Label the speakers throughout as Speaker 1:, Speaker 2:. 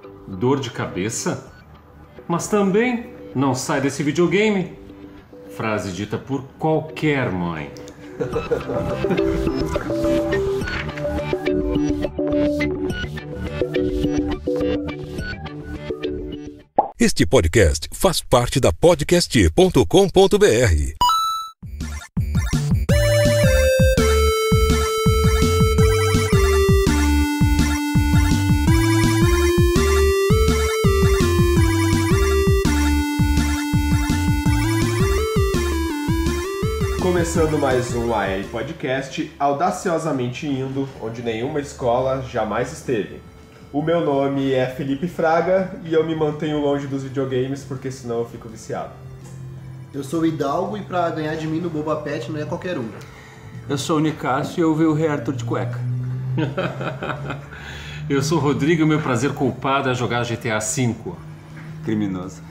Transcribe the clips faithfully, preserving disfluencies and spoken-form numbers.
Speaker 1: dor de cabeça, mas também não sai desse videogame. Frase dita por qualquer mãe.
Speaker 2: Este podcast faz parte da podcast ponto com ponto b r.
Speaker 3: Começando mais um A L Podcast, audaciosamente indo onde nenhuma escola jamais esteve. O meu nome é Felipe Fraga e eu me mantenho longe dos videogames porque senão eu fico viciado.
Speaker 4: Eu sou o Hidalgo e pra ganhar de mim no Boba Pet não é qualquer um.
Speaker 5: Eu sou o Nicásio e eu vi o Rei Arthur de cueca.
Speaker 1: Eu sou o Rodrigo e o meu prazer culpado é jogar G T A cinco.
Speaker 5: Criminoso.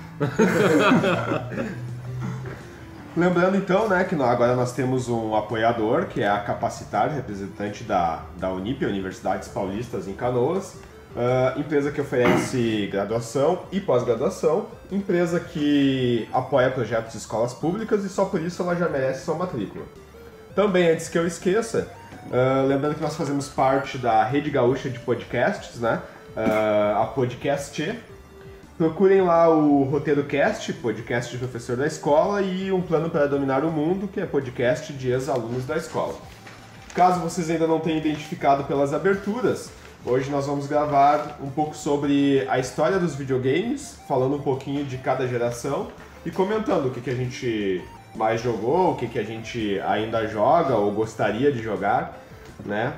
Speaker 3: Lembrando então, né, que agora nós temos um apoiador, que é a Capacitar, representante da, da Unip, Universidades Paulistas em Canoas, uh, empresa que oferece graduação e pós-graduação, empresa que apoia projetos de escolas públicas e só por isso ela já merece sua matrícula. Também, antes que eu esqueça, uh, lembrando que nós fazemos parte da Rede Gaúcha de Podcasts, né, uh, a Podcast. Procurem lá o Roteiro Cast, podcast de professor da escola, e Um Plano para Dominar o Mundo, que é podcast de ex-alunos da escola. Caso vocês ainda não tenham identificado pelas aberturas, hoje nós vamos gravar um pouco sobre a história dos videogames, falando um pouquinho de cada geração e comentando o que, que a gente mais jogou, o que, que a gente ainda joga ou gostaria de jogar, né?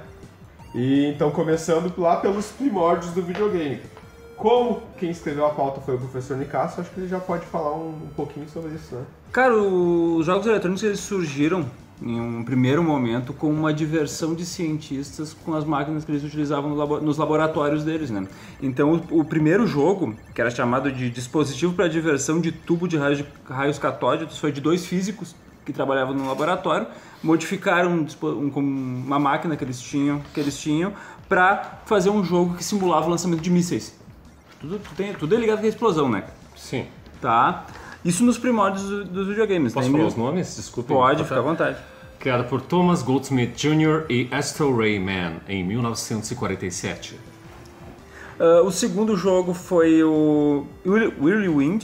Speaker 3: E então começando lá pelos primórdios do videogame. Como quem escreveu a pauta foi o professor Nicásio, acho que ele já pode falar um, um pouquinho sobre isso, né?
Speaker 5: Cara, os jogos eletrônicos eles surgiram em um primeiro momento com uma diversão de cientistas com as máquinas que eles utilizavam no labo- nos laboratórios deles, né? Então o, o primeiro jogo, que era chamado de dispositivo para diversão de tubo de raios, de raios catódicos, foi de dois físicos que trabalhavam no laboratório, modificaram um, um, uma máquina que eles tinham, que eles tinham para fazer um jogo que simulava o lançamento de mísseis. Tudo, tem, tudo é ligado com a explosão, né?
Speaker 1: Sim.
Speaker 5: Tá. Isso nos primórdios dos, dos videogames.
Speaker 1: Posso
Speaker 5: Tem
Speaker 1: falar
Speaker 5: mil...
Speaker 1: os nomes? Desculpa.
Speaker 5: Pode, fica à vontade.
Speaker 1: Criado por Thomas Goldsmith Júnior e Astro Rayman em mil novecentos e quarenta e sete.
Speaker 5: Uh, o segundo jogo foi o Whirlwind,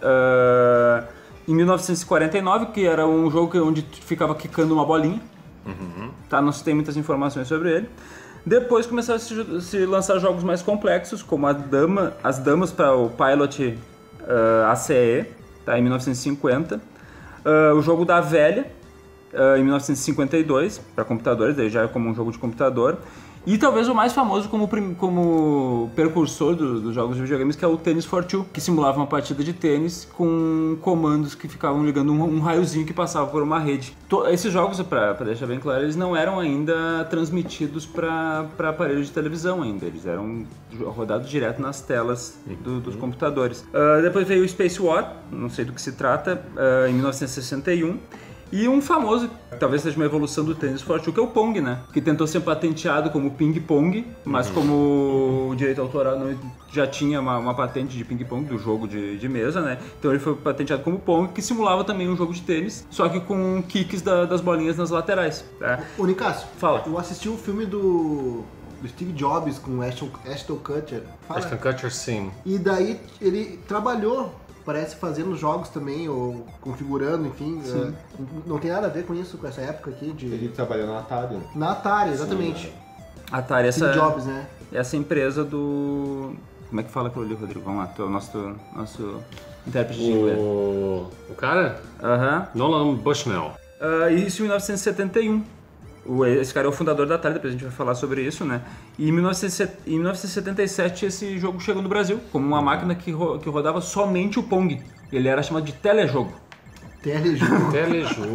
Speaker 5: uh, em mil novecentos e quarenta e nove, que era um jogo onde tu ficava quicando uma bolinha. Uhum. Tá, não se tem muitas informações sobre ele. Depois começaram a se, se lançar jogos mais complexos, como a Dama, as Damas para o Pilot uh, A C E, tá, em mil novecentos e cinquenta. Uh, o jogo da Velha, uh, em mil novecentos e cinquenta e dois, para computadores, daí já é como um jogo de computador. E talvez o mais famoso como, como precursor do, dos jogos de videogames, que é o Tennis for Two, que simulava uma partida de tênis com comandos que ficavam ligando um, um raiozinho que passava por uma rede. To, esses jogos, para deixar bem claro, eles não eram ainda transmitidos para aparelhos de televisão ainda, eles eram rodados direto nas telas do, dos computadores. Uh, depois veio o Space War, não sei do que se trata, uh, em mil novecentos e sessenta e um. E um famoso, talvez seja uma evolução do Tennis for Two, que é o Pong, né? Que tentou ser patenteado como ping-pong, mas uhum. como o direito autoral não, já tinha uma, uma patente de ping-pong do jogo de, de mesa, né? Então ele foi patenteado como Pong, que simulava também um jogo de tênis, só que com kicks da, das bolinhas nas laterais. Tá?
Speaker 4: Ô, Nicásio,
Speaker 5: fala.
Speaker 4: Eu assisti um filme do, do Steve Jobs com Ashton, Ashton Kutcher. Fala.
Speaker 1: Ashton Kutcher, sim.
Speaker 4: E daí ele trabalhou... Parece fazendo jogos também, ou configurando, enfim. Uh, não tem nada a ver com isso, com essa época aqui de...
Speaker 3: Ele trabalhou na Atari.
Speaker 4: Na Atari, exatamente.
Speaker 3: Sim,
Speaker 5: Atari, essa...
Speaker 4: Steve Jobs, né?
Speaker 5: Essa empresa do... Como é que fala aquilo ali, Rodrigo? Vamos lá, tu, nosso, nosso intérprete de inglês.
Speaker 1: O... o cara?
Speaker 5: Aham.
Speaker 1: Uh-huh. Nolan Bushnell.
Speaker 5: Uh, isso em mil novecentos e setenta e um. O, esse cara é o fundador da Atari, depois a gente vai falar sobre isso, né? E em mil novecentos e setenta e sete esse jogo chegou no Brasil, como uma máquina que, ro, que rodava somente o Pong. Ele era chamado de telejogo.
Speaker 4: Telejogo.
Speaker 1: Telejogo.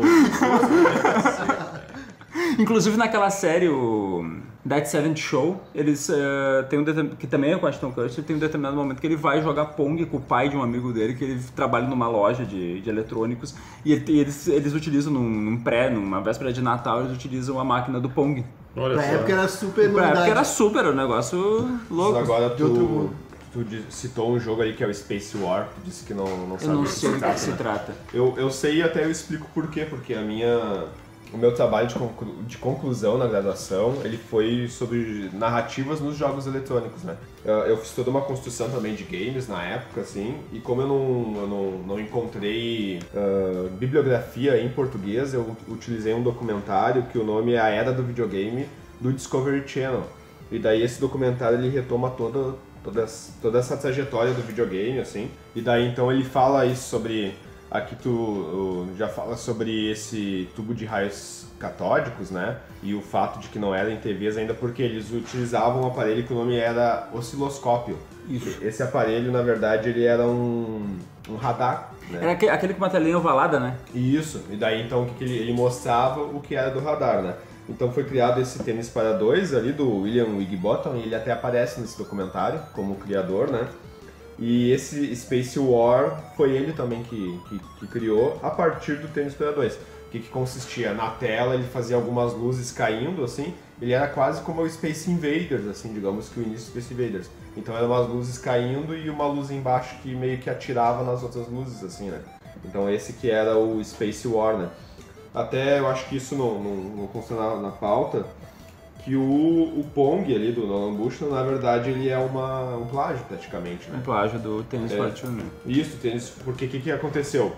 Speaker 5: Inclusive naquela série, o That Seventh Show, eles uh, tem um que também é com Ashton Kutcher, tem um determinado momento que ele vai jogar Pong com o pai de um amigo dele, que ele trabalha numa loja de, de eletrônicos, e eles, eles utilizam num, num pré, numa véspera de Natal, eles utilizam a máquina do Pong.
Speaker 4: Olha pra só. época era super
Speaker 5: Pra época era super, um negócio louco.
Speaker 3: Mas agora tu,
Speaker 4: de outro mundo.
Speaker 3: tu tu citou um jogo ali que é o Space War, tu disse que não, não sabe
Speaker 5: Eu não
Speaker 3: o que
Speaker 5: sei
Speaker 3: se
Speaker 5: do que
Speaker 3: trata,
Speaker 5: se
Speaker 3: né?
Speaker 5: trata.
Speaker 3: Eu, eu sei e até eu explico por quê, porque a minha, o meu trabalho de, conclu, de conclusão na graduação, ele foi sobre narrativas nos jogos eletrônicos, né? Eu, eu fiz toda uma construção também de games na época, assim, e como eu não, eu não, não encontrei uh, bibliografia em português, eu utilizei um documentário que o nome é A Era do Videogame, do Discovery Channel. E daí esse documentário ele retoma toda, toda, toda essa trajetória do videogame, assim. E daí então ele fala isso sobre... Aqui tu já fala sobre esse tubo de raios catódicos, né? E o fato de que não eram em T Vs ainda porque eles utilizavam um aparelho que o nome era osciloscópio. Isso. Esse aparelho, na verdade, ele era um, um radar, né?
Speaker 5: Era aquele, aquele com uma telinha ovalada, né?
Speaker 3: Isso. E daí então o que ele, ele mostrava o que era do radar, né? Então foi criado esse tênis para dois ali do William Wigginbottom, e ele até aparece nesse documentário como criador, né? E esse Space War foi ele também que, que, que criou a partir do tênis para dois. O que, que consistia? Na tela ele fazia algumas luzes caindo, assim, ele era quase como o Space Invaders, assim, digamos que o início do Space Invaders. Então eram umas luzes caindo e uma luz embaixo que meio que atirava nas outras luzes, assim, né? Então esse que era o Space War, né? Até eu acho que isso não, não, não consta na, na pauta, que o, o Pong ali do Nolan Bushnell, na verdade, ele é uma, um plágio praticamente, né?
Speaker 5: Um plágio do Tennis
Speaker 3: É.
Speaker 5: Fortune, né?
Speaker 3: Isso, tênis, porque o que, que aconteceu?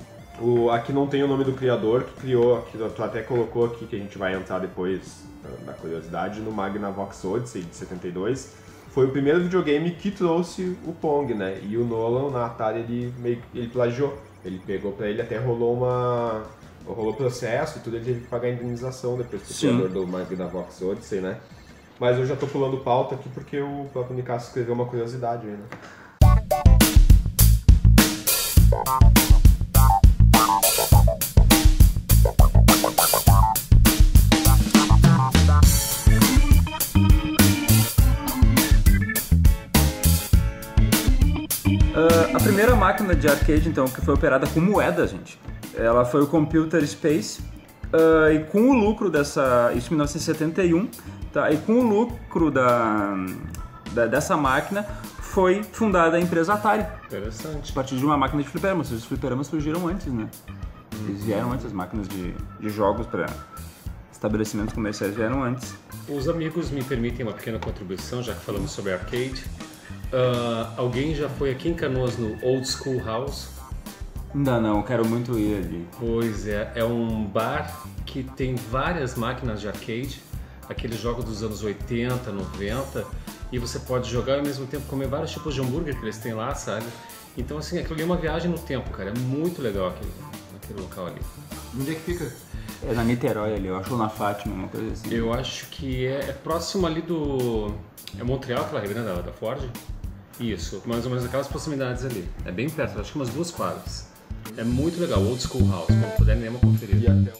Speaker 3: O, aqui não tem o nome do criador que criou, que tu até colocou aqui, que a gente vai entrar depois da curiosidade, no Magnavox Odyssey de setenta e dois. Foi o primeiro videogame que trouxe o Pong, né? E o Nolan, na Atari, ele meio que ele plagiou. Ele pegou pra ele, até rolou uma... rolou processo e tudo, ele teve que pagar a indenização depois pro
Speaker 5: Sim.
Speaker 3: criador do Magnavox Odyssey, né? Mas eu já tô pulando pauta aqui porque o próprio Nicasso escreveu uma curiosidade aí, né?
Speaker 5: Uh, a primeira máquina de arcade, então, que foi operada com moeda, gente, ela foi o Computer Space, uh, e com o lucro dessa, isso em mil novecentos e setenta e um, tá, e com o lucro da, da, dessa máquina foi fundada a empresa Atari,
Speaker 1: Interessante.
Speaker 5: a partir de uma máquina de fliperamas. Os fliperamas surgiram antes, né? Eles vieram antes, as máquinas de, de jogos para estabelecimentos comerciais vieram antes.
Speaker 1: Os amigos me permitem uma pequena contribuição, já que falamos sobre arcade. Uh, alguém já foi aqui em Canoas no Old School House?
Speaker 5: Ainda não, quero muito ir ali.
Speaker 1: Pois é, é um bar que tem várias máquinas de arcade, aqueles jogos dos anos oitenta, noventa, e você pode jogar e ao mesmo tempo comer vários tipos de hambúrguer que eles têm lá, sabe? Então assim, aquilo ali é uma viagem no tempo, cara, é muito legal aquele, aquele local ali.
Speaker 4: Onde é que fica?
Speaker 5: É na Niterói ali, eu acho, ou na Fátima, uma coisa assim.
Speaker 1: Eu acho que é, é próximo ali do... é Montreal, aquela regra da, da Ford? Isso, mais ou menos aquelas proximidades ali. É bem perto, acho que umas duas quadras. É muito legal, Old School House, quando puderem, dê uma conferida.
Speaker 3: E até...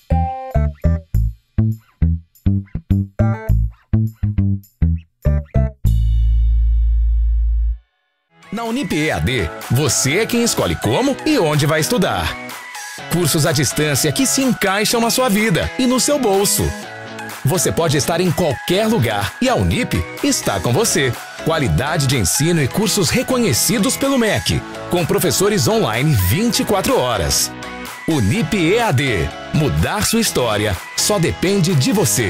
Speaker 6: Na Unip E A D, você é quem escolhe como e onde vai estudar. Cursos à distância que se encaixam na sua vida e no seu bolso. Você pode estar em qualquer lugar e a Unip está com você. Qualidade de ensino e cursos reconhecidos pelo M E C, com professores online vinte e quatro horas. Unip E A D. Mudar sua história só depende de você.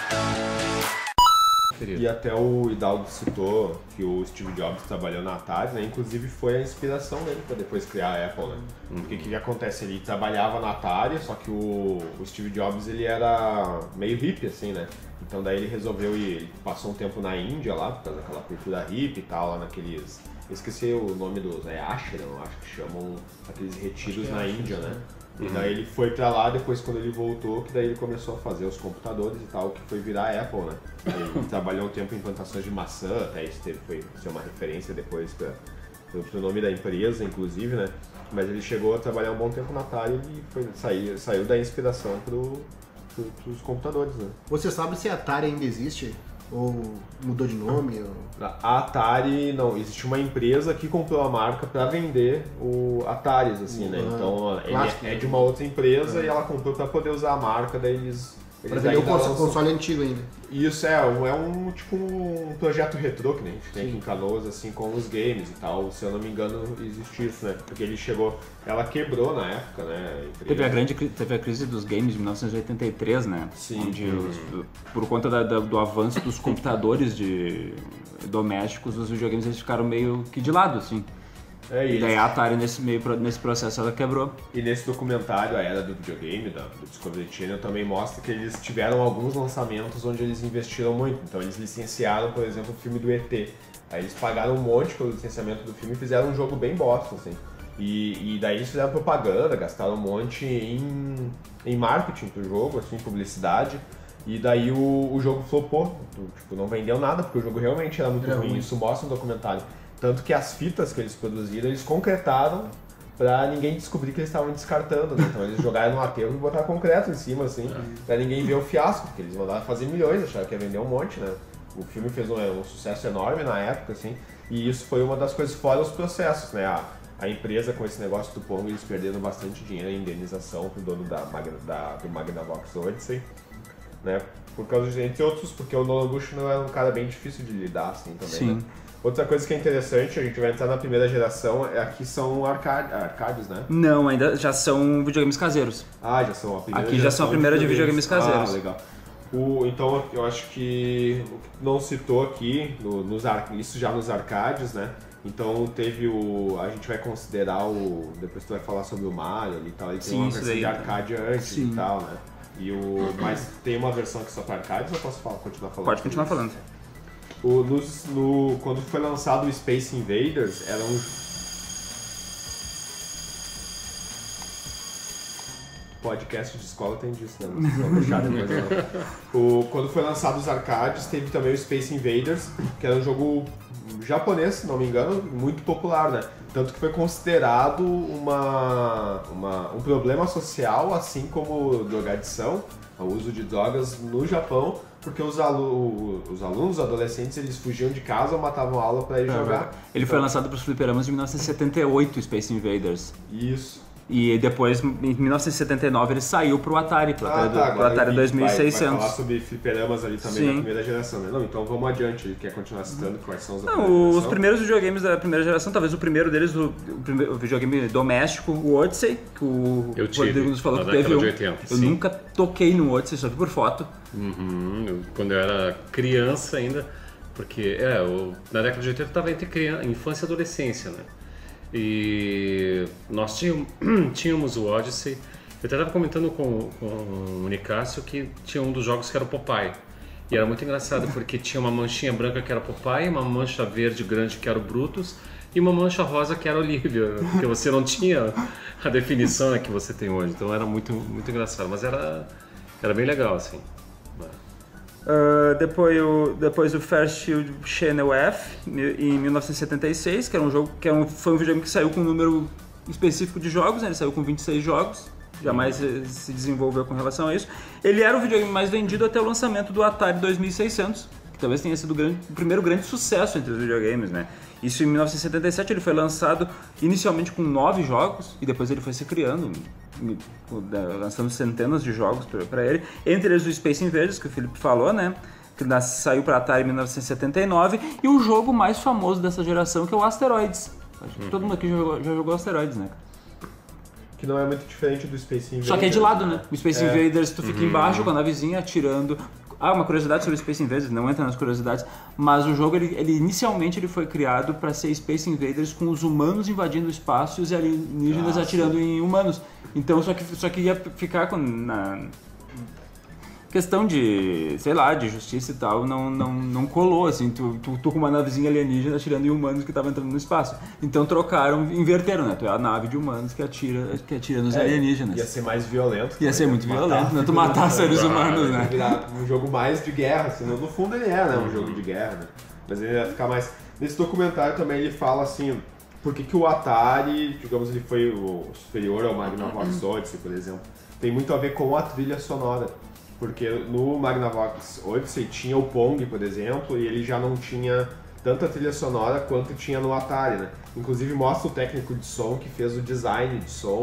Speaker 3: E até o Hidalgo citou que o Steve Jobs trabalhou na Atari, né? Inclusive foi a inspiração dele para depois criar a Apple, né? Porque o que, que acontece? Ele trabalhava na Atari, só que o, o Steve Jobs ele era meio hippie, assim, né? Então daí ele resolveu ir, ele passou um tempo na Índia lá, por causa daquela cultura hippie e tal, lá naqueles... Eu esqueci o nome dos... é ashram, acho que chamam aqueles retiros na Índia, né? E daí ele foi pra lá, depois quando ele voltou, que daí ele começou a fazer os computadores e tal, que foi virar a Apple, né? Ele trabalhou um tempo em plantações de maçã, até isso teve, foi ser uma referência depois pra, pro, pro nome da empresa, inclusive, né? Mas ele chegou a trabalhar um bom tempo na Atari e foi, saiu, saiu da inspiração pro, pro, pros computadores, né?
Speaker 4: Você sabe se a Atari ainda existe? Ou mudou de nome? Ou...
Speaker 3: A Atari, não, existe uma empresa que comprou a marca para vender o Ataris, assim, né?
Speaker 4: Uhum.
Speaker 3: Então
Speaker 4: Clássico,
Speaker 3: ele é
Speaker 4: né?
Speaker 3: de uma outra empresa
Speaker 4: Uhum.
Speaker 3: e ela comprou para poder usar a marca, daí eles
Speaker 4: Pra vender o console, console antigo ainda.
Speaker 3: Isso é, é um tipo um projeto retrô que nem a gente tem aqui em Canoas, assim, com os games e tal. Se eu não me engano, existe isso, né? Porque ele chegou, ela quebrou na época, né? A
Speaker 5: teve a grande teve a crise dos games de mil novecentos e oitenta e três, né?
Speaker 3: Sim.
Speaker 5: Onde os, por conta da, da, do avanço dos computadores de domésticos, os videogames eles ficaram meio que de lado, assim.
Speaker 3: É,
Speaker 5: e
Speaker 3: e
Speaker 5: daí
Speaker 3: eles...
Speaker 5: a Atari nesse, meio, nesse processo ela quebrou.
Speaker 3: E nesse documentário, A Era do Videogame, da, do Discovery Channel, também mostra que eles tiveram alguns lançamentos onde eles investiram muito. Então eles licenciaram, por exemplo, o filme do E T. Aí eles pagaram um monte pelo licenciamento do filme e fizeram um jogo bem bosta, assim. E, e daí eles fizeram propaganda, gastaram um monte em, em marketing pro jogo, assim, publicidade. E daí o, o jogo flopou, tipo, não vendeu nada, porque o jogo realmente era muito é ruim. ruim. Isso mostra no documentário. Tanto que as fitas que eles produziram, eles concretaram pra ninguém descobrir que eles estavam descartando, né? Então eles jogaram no aterro e botaram concreto em cima, assim, pra ninguém ver o fiasco, porque eles mandaram fazer milhões, acharam que ia vender um monte, né? O filme fez um, um sucesso enorme na época, assim, e isso foi uma das coisas fora os processos, né? A, a empresa com esse negócio do Pong, eles perderam bastante dinheiro em indenização pro dono da, da, do Magnavox Odyssey, né? Por causa de, entre outros, porque o Nolan não era um cara bem difícil de lidar, assim, também,
Speaker 5: Sim.
Speaker 3: Né? Outra coisa que é interessante, a gente vai entrar na primeira geração, é aqui são arcade, arcades, né?
Speaker 5: Não, ainda já são videogames caseiros.
Speaker 3: Ah, já são a primeira
Speaker 5: Aqui já são a primeira de videogames, de videogames caseiros.
Speaker 3: Ah, legal. O, então eu acho que não citou aqui, no, nos, isso já nos arcades, né? Então teve o... a gente vai considerar o... depois tu vai falar sobre o Mario e tal, e tem
Speaker 5: Sim,
Speaker 3: uma versão
Speaker 5: daí,
Speaker 3: de arcade antes
Speaker 5: sim.
Speaker 3: e tal, né? E o, mas tem uma versão que só para arcades ou posso falar, continuar falando?
Speaker 5: Pode continuar
Speaker 3: isso?
Speaker 5: falando.
Speaker 3: O, nos, no, quando foi lançado o Space Invaders, era um... Podcast de escola tem disso, né? Não vou deixar depois, não. O, quando foi lançado os arcades, teve também o Space Invaders, que era um jogo japonês, se não me engano, muito popular, né? Tanto que foi considerado uma, uma, um problema social, assim como drogadição, o uso de drogas no Japão, porque os, alu os alunos, os adolescentes, eles fugiam de casa ou matavam aula para ir é, jogar.
Speaker 5: Ele então, foi lançado para os fliperamas em mil novecentos e setenta e oito, Space Invaders.
Speaker 3: Isso.
Speaker 5: E depois, em mil novecentos e setenta e nove, ele saiu pro Atari, pro
Speaker 3: ah,
Speaker 5: Atari,
Speaker 3: tá,
Speaker 5: pro Atari dois mil e seiscentos.
Speaker 3: Vai falar sobre fliperamas ali também
Speaker 5: Sim.
Speaker 3: da primeira geração, né? Não, então vamos adiante, ele quer continuar citando quais são os da
Speaker 5: Não,
Speaker 3: primeira
Speaker 5: os
Speaker 3: geração?
Speaker 5: primeiros videogames da primeira geração, talvez o primeiro deles, o, o, primeiro, o videogame doméstico, o Odyssey, que o
Speaker 1: eu tive,
Speaker 5: Rodrigo nos falou
Speaker 1: na
Speaker 5: que teve um.
Speaker 1: de oitenta,
Speaker 5: eu
Speaker 1: sim.
Speaker 5: nunca toquei no Odyssey, só vi por foto.
Speaker 1: Uhum, eu, quando eu era criança ainda, porque é, eu, na década de oitenta eu estava entre criança, infância e adolescência, né? E nós tínhamos, tínhamos o Odyssey. Eu até estava comentando com, com o Nicásio que tinha um dos jogos que era o Popeye. E era muito engraçado porque tinha uma manchinha branca que era o Popeye, uma mancha verde grande que era o Brutus e uma mancha rosa que era a Olivia, porque você não tinha a definição, né, que você tem hoje. Então era muito, muito engraçado, mas era, era bem legal, assim.
Speaker 5: Uh, depois, o, depois o Fairchild Channel F, em mil novecentos e setenta e seis, que era um jogo que era um, foi um videogame que saiu com um número específico de jogos, né? Ele saiu com vinte e seis jogos, jamais uhum. se desenvolveu com relação a isso. Ele era o videogame mais vendido até o lançamento do Atari dois mil e seiscentos, que talvez tenha sido o, grande, o primeiro grande sucesso entre os videogames, né? Isso em mil novecentos e setenta e sete, ele foi lançado inicialmente com nove jogos e depois ele foi se criando, lançando centenas de jogos para ele, entre eles o Space Invaders, que o Felipe falou, né? Que saiu para Atari em mil novecentos e setenta e nove, e o jogo mais famoso dessa geração, que é o Asteroids. Acho que uhum. todo mundo aqui já jogou, já jogou Asteroids, né?
Speaker 3: Que não é muito diferente do Space Invaders.
Speaker 5: Só que é de lado, né? O Space é. Invaders, tu fica uhum. embaixo com a navezinha atirando. Ah, uma curiosidade sobre o Space Invaders, não entra nas curiosidades, mas o jogo, ele, ele inicialmente ele foi criado para ser Space Invaders com os humanos invadindo o espaço e os alienígenas ah, atirando sim. em humanos. Então, só que, só que ia ficar com... Na questão de, sei lá, de justiça e tal, não, não, não colou, assim, tu, tu, tu com uma navezinha alienígena atirando em humanos que estavam entrando no espaço. Então trocaram, inverteram, né? Tu é a nave de humanos que atira, que atira nos é, alienígenas.
Speaker 3: Ia ser mais violento.
Speaker 5: Ia ser muito violento, né? Tu matar seres humanos, né?
Speaker 3: Virar um jogo mais de guerra, assim, no fundo ele é, né? Um jogo de guerra, né? Mas ele ia ficar mais... Nesse documentário também ele fala, assim, por que que o Atari, digamos, ele foi o superior ao Magnavox Odyssey, por exemplo, tem muito a ver com a trilha sonora. Porque no Magnavox Odyssey tinha o Pong, por exemplo, e ele já não tinha tanta trilha sonora quanto tinha no Atari, né? Inclusive mostra o técnico de som que fez o design de som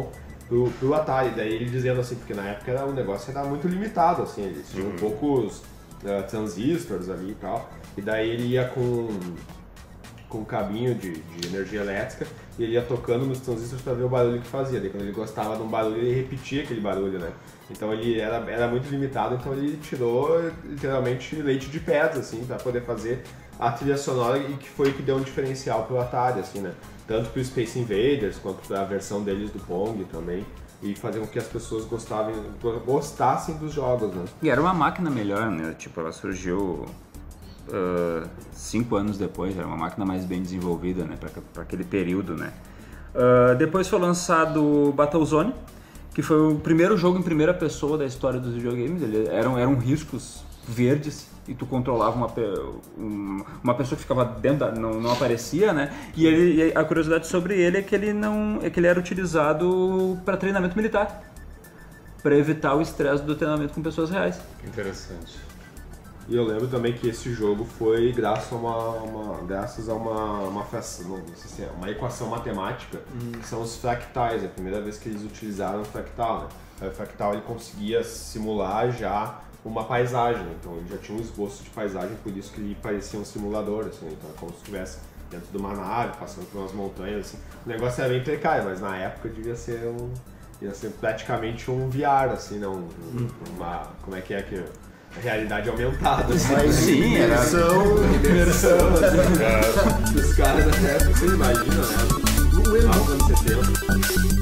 Speaker 3: pro, pro Atari. Daí ele dizendo assim, porque na época era, o negócio era muito limitado, assim, eles tinham uhum. poucos uh, transistores ali e tal. E daí ele ia com, com um cabinho de, de energia elétrica e ele ia tocando nos transistores para ver o barulho que fazia. Daí quando ele gostava de um barulho, ele repetia aquele barulho, né? Então ele era, era muito limitado, então ele tirou literalmente leite de pedra, assim, para poder fazer a trilha sonora, e que foi o que deu um diferencial pro Atari, assim, né? Tanto pro Space Invaders, quanto pra versão deles do Pong também, e fazer com que as pessoas gostavam, gostassem dos jogos, né?
Speaker 5: E era uma máquina melhor, né? Tipo, ela surgiu uh, cinco anos depois, era uma máquina mais bem desenvolvida, né? Pra, pra aquele período, né? Uh, depois foi lançado Battlezone, que foi o primeiro jogo em primeira pessoa da história dos videogames. Ele, eram, eram riscos verdes e tu controlava uma, um, uma pessoa que ficava dentro da, não, não aparecia, né? E, ele, e a curiosidade sobre ele é que ele não é que ele era utilizado para treinamento militar, para evitar o estresse do treinamento com pessoas reais.
Speaker 1: Interessante.
Speaker 3: E eu lembro também que esse jogo foi graças a uma, uma graças a uma uma, não sei se é, uma equação matemática, hum. que são os fractais. É a primeira vez que eles utilizaram o fractal, né? O fractal ele conseguia simular já uma paisagem, então ele já tinha um esboço de paisagem, por isso que ele parecia um simulador, assim, então é como se estivesse dentro de uma nave, passando por umas montanhas, assim. O negócio era bem precário, mas na época devia ser um, ia ser praticamente um V R, assim, não, um, uma, como é que é que realidade aumentada.
Speaker 5: Sim, era
Speaker 3: imersão, assim, os caras da época, você imagina, né? Nos anos setenta.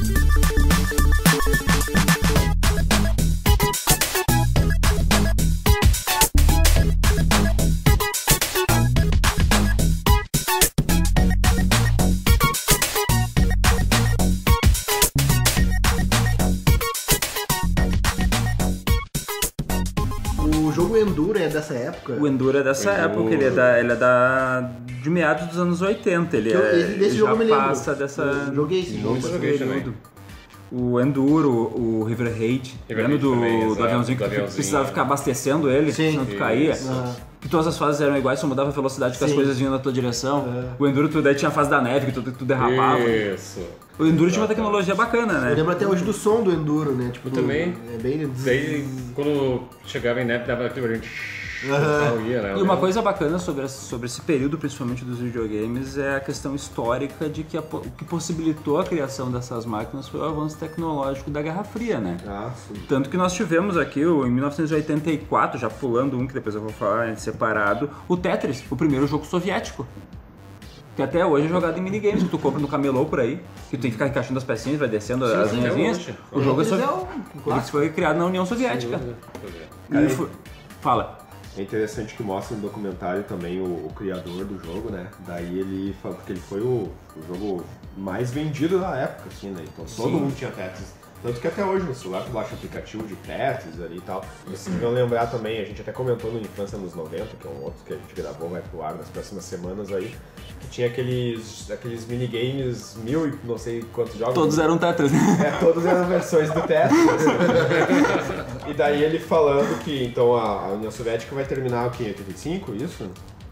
Speaker 4: O Enduro é dessa época?
Speaker 5: O Enduro é dessa Enduro. época, ele é, da, ele é da, de meados dos anos oitenta. Ele, é,
Speaker 4: ele
Speaker 5: ele
Speaker 4: já
Speaker 5: passa dessa...
Speaker 4: Eu joguei esse jogo.
Speaker 1: Muito joguei também.
Speaker 5: O Enduro, o River Raid, lembra do, também, do aviãozinho que tu precisava ficar abastecendo ele,
Speaker 4: Sim.
Speaker 5: senão tu caía? Ah. Que todas as fases eram iguais, só mudava a velocidade que as coisas vinham na tua direção. É. O Enduro, tu, daí tinha a fase da neve, que tu, tu derrapava.
Speaker 1: Isso.
Speaker 5: O Enduro tinha uma tecnologia bacana, né?
Speaker 4: Eu lembro até hoje do som do Enduro, né? Tipo,
Speaker 1: eu também.
Speaker 4: É bem...
Speaker 1: Daí, quando chegava em neve, dava aquele... Uhum. Ia, né?
Speaker 5: E uma coisa bacana sobre, sobre esse período, principalmente dos videogames, é a questão histórica de que a, o que possibilitou a criação dessas máquinas foi o avanço tecnológico da Guerra Fria, né?
Speaker 3: Ah, sim.
Speaker 5: Tanto que nós tivemos aqui, em mil novecentos e oitenta e quatro, já pulando um que depois eu vou falar separado, o Tetris, o primeiro jogo soviético. Que até hoje é jogado em minigames, que tu compra no camelô por aí, que tu tem que ficar encaixando as pecinhas, vai descendo sim, as linhazinhas. O jogo é soviético. Ele foi criado na União Soviética.
Speaker 3: Cara,
Speaker 5: foi... Fala.
Speaker 3: É interessante que mostra no documentário também o, o criador do jogo, né? Daí ele fala porque ele foi o, o jogo mais vendido na época, assim, né? Então todo Sim. mundo tinha Tetris. Tanto que até hoje no celular tu baixa aplicativo de Tetris ali e tal. E se não lembrar também, a gente até comentou no Infância nos noventa, que é um outro que a gente gravou, vai pro ar nas próximas semanas aí. Que tinha aqueles, aqueles minigames, mil e não sei quantos jogos.
Speaker 5: Todos eram Tetris, né?
Speaker 3: É, todos eram versões do Tetris. Assim. E daí ele falando que então a, a União Soviética vai terminar o quê? Em oitenta e cinco, isso?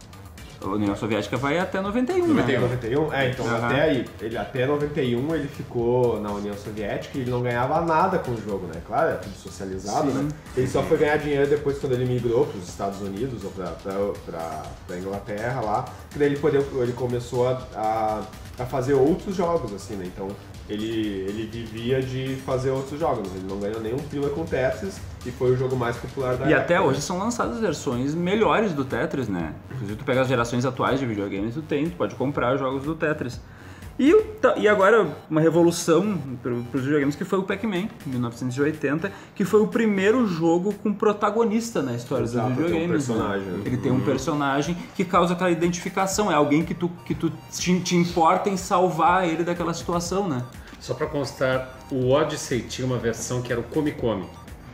Speaker 5: A União Soviética vai até noventa e um,
Speaker 3: noventa e um,
Speaker 5: né?
Speaker 3: noventa e um? É, então uhum. até aí, ele, até noventa e um ele ficou na União Soviética e ele não ganhava nada com o jogo, né? Claro, era tudo socializado, Sim. né? Ele só foi ganhar dinheiro depois quando ele migrou para os Estados Unidos ou para a Inglaterra lá, que daí ele, poder, ele começou a, a, a fazer outros jogos, assim, né? Então ele, ele vivia de fazer outros jogos, ele não ganhou nenhum pila com Tetris e foi o jogo mais popular da
Speaker 5: E
Speaker 3: época,
Speaker 5: até
Speaker 3: né?
Speaker 5: hoje são lançadas versões melhores do Tetris, né? Inclusive tu pega as gerações atuais de videogames, tu tem, tu pode comprar jogos do Tetris. E, e agora uma revolução para os videogames que foi o Pac-Man, em mil novecentos e oitenta, que foi o primeiro jogo com protagonista na história
Speaker 3: Exato,
Speaker 5: dos videogames.
Speaker 3: Tem um personagem.
Speaker 5: Né? Ele tem um personagem que causa aquela identificação, é alguém que tu, que tu te, te importa em salvar ele daquela situação, né?
Speaker 1: Só para constar, o Odyssey tinha uma versão que era o Come Come.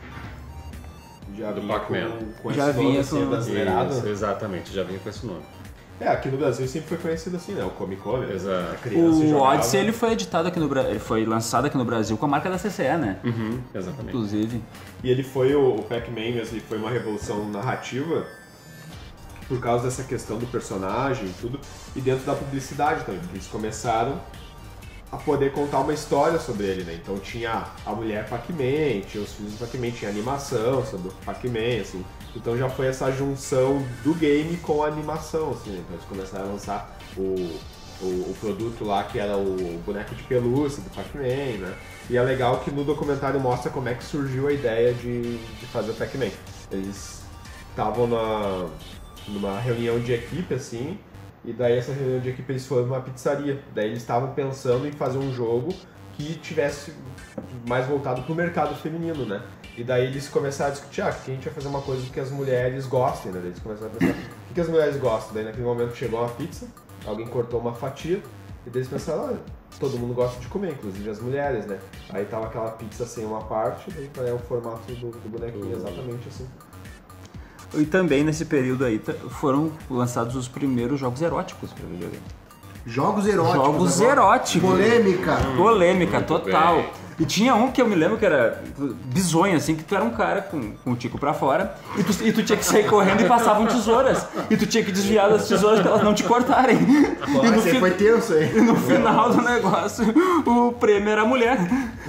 Speaker 3: Já
Speaker 1: do Pac-Man.
Speaker 3: Com, com
Speaker 5: já
Speaker 3: esse
Speaker 5: vinha
Speaker 3: nome,
Speaker 5: com...
Speaker 3: assim, Isso,
Speaker 1: exatamente, já vinha com esse nome.
Speaker 3: É, aqui no Brasil sempre foi conhecido assim, né? O Come Come.
Speaker 1: Exato.
Speaker 5: O Odyssey ele foi editado aqui no Brasil, ele foi lançado aqui no Brasil com a marca da C C E, né?
Speaker 1: Uhum, exatamente.
Speaker 5: Inclusive.
Speaker 3: E ele foi, o, o Pac-Man mesmo, ele foi uma revolução narrativa por causa dessa questão do personagem e tudo, e dentro da publicidade também, porque eles começaram a poder contar uma história sobre ele, né? Então tinha a mulher Pac-Man, tinha os filhos do Pac-Man, tinha animação sobre o Pac-Man, assim. Então já foi essa junção do game com a animação, assim, né? Então eles começaram a lançar o, o, o produto lá que era o boneco de pelúcia do Pac-Man, né? E é legal que no documentário mostra como é que surgiu a ideia de, de fazer o Pac-Man. Eles estavam numa reunião de equipe, assim, e daí essa reunião de equipe eles foram numa pizzaria. Daí eles estavam pensando em fazer um jogo que tivesse mais voltado pro mercado feminino, né? E daí eles começaram a discutir, ah, que a gente vai fazer uma coisa que as mulheres gostem, né? Daí eles começaram a pensar, o que as mulheres gostam? Daí naquele momento chegou uma pizza, alguém cortou uma fatia, e daí eles pensaram, olha, todo mundo gosta de comer, inclusive as mulheres, né? Aí tava aquela pizza sem uma parte, daí é o formato do, do bonequinho, exatamente assim.
Speaker 5: E também nesse período aí foram lançados os primeiros jogos eróticos para videogame.
Speaker 4: Jogos eróticos.
Speaker 5: Jogos
Speaker 4: agora.
Speaker 5: eróticos.
Speaker 4: Polêmica.
Speaker 5: Hum, Polêmica, total.
Speaker 1: bem.
Speaker 5: E tinha um que eu me lembro que era bizonho, assim, que tu era um cara com, com o tico pra fora e tu, e tu tinha que sair correndo e passavam tesouras. E tu tinha que desviar das tesouras pra elas não te cortarem.
Speaker 4: Pô,
Speaker 5: e no
Speaker 4: você
Speaker 5: fi-
Speaker 4: foi tenso aí.
Speaker 5: E no final do negócio, o prêmio era a mulher.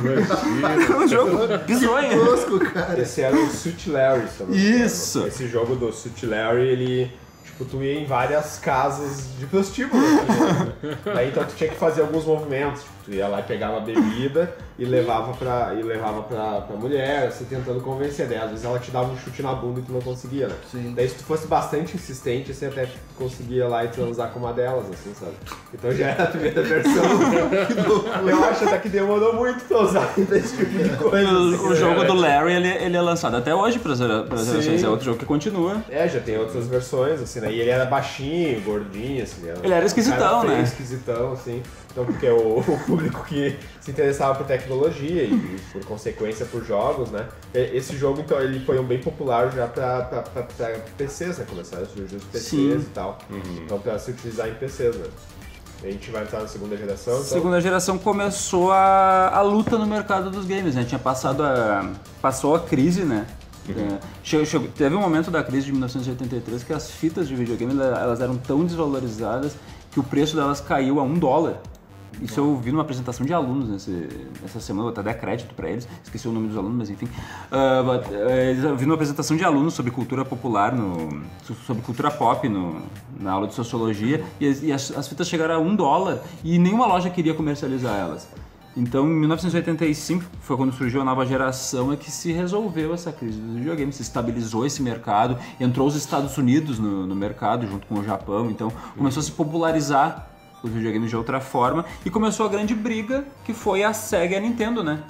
Speaker 5: Um jogo bizonho.
Speaker 4: Tosco, cara.
Speaker 3: Esse era o Suit Larry, sabe?
Speaker 5: Isso.
Speaker 3: Esse jogo do Suit Larry, ele... Tipo, tu ia em várias casas de prostíbulo. Assim, né? Daí então tu tinha que fazer alguns movimentos. Tipo, tu ia lá e pegava a bebida e levava pra, e levava pra, pra mulher, assim, tentando convencer. Daí às vezes ela te dava um chute na bunda e tu não conseguia, né?
Speaker 4: Sim.
Speaker 3: Daí se tu fosse bastante insistente, assim, até conseguia lá e transar com uma delas, assim, sabe? Então já era a primeira versão. Eu acho até que demorou muito pra usar esse tipo de coisa.
Speaker 5: O,
Speaker 3: assim,
Speaker 5: o
Speaker 3: né?
Speaker 5: jogo do Larry, ele, ele é lançado até hoje para as gerações.
Speaker 3: Sim.
Speaker 5: É outro jogo que continua.
Speaker 3: É, já tem outras versões, assim, né? E ele era baixinho, gordinho, assim, né?
Speaker 5: Ele era esquisitão,
Speaker 3: um cara feio,
Speaker 5: né?
Speaker 3: esquisitão, assim. Então, porque é o, o público que se interessava por tecnologia e, e, por consequência, por jogos, né? Esse jogo, então, ele foi um bem popular já pra, pra, pra, pra P Cs, né? Começaram a surgir os P Cs
Speaker 5: Sim.
Speaker 3: e tal. Uhum. Então, pra se utilizar em P Cs, né? A gente vai entrar na segunda geração, então...
Speaker 5: Segunda geração começou a, a luta no mercado dos games, né? Tinha passado a... Passou a crise, né? É, chegou, chegou, teve um momento da crise de mil novecentos e oitenta e três que as fitas de videogame elas eram tão desvalorizadas que o preço delas caiu a um dólar. Isso eu vi numa apresentação de alunos nesse, nessa semana, vou até dar crédito para eles, esqueci o nome dos alunos, mas enfim. Uh, but, uh, eu vi numa apresentação de alunos sobre cultura popular, no, sobre cultura pop no, na aula de sociologia, e, as, e as, as fitas chegaram a um dólar e nenhuma loja queria comercializar elas. Então, em mil novecentos e oitenta e cinco, foi quando surgiu a nova geração, é que se resolveu essa crise dos videogames, se estabilizou esse mercado, entrou os Estados Unidos no, no mercado, junto com o Japão, então começou a se popularizar os videogames de outra forma, e começou a grande briga, que foi a Sega e a Nintendo, né?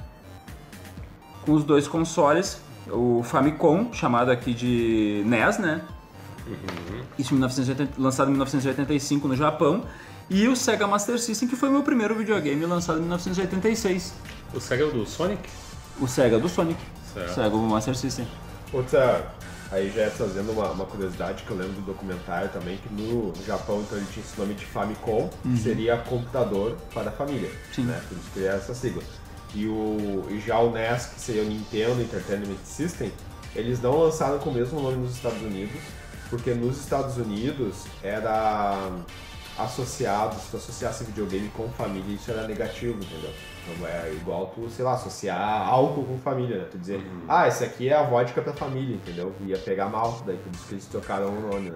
Speaker 5: Com os dois consoles, o Famicom, chamado aqui de N E S, né? Uhum. Isso em mil novecentos e oitenta, lançado em mil novecentos e oitenta e cinco no Japão, e o Sega Master System, que foi o meu primeiro videogame lançado em mil novecentos e oitenta e seis.
Speaker 1: O Sega é o do Sonic?
Speaker 5: O Sega do Sonic.
Speaker 1: Certo.
Speaker 5: Sega Master System.
Speaker 3: Outra, aí já é trazendo uma, uma curiosidade que eu lembro do documentário também, que no Japão então ele tinha esse nome de Famicom, uhum. que seria computador para a família.
Speaker 5: Sim.
Speaker 3: Né? Por isso que era essa sigla. E, o, e já o N E S, que seria o Nintendo Entertainment System, eles não lançaram com o mesmo nome nos Estados Unidos, porque nos Estados Unidos era associado, se tu associasse videogame com família, isso era negativo, entendeu? Então é igual tu, sei lá, associar álcool com família, né? Tu dizer, uhum. ah, esse aqui é a vodka pra família, entendeu? Ia pegar mal, daí por isso que eles trocaram o nome, né?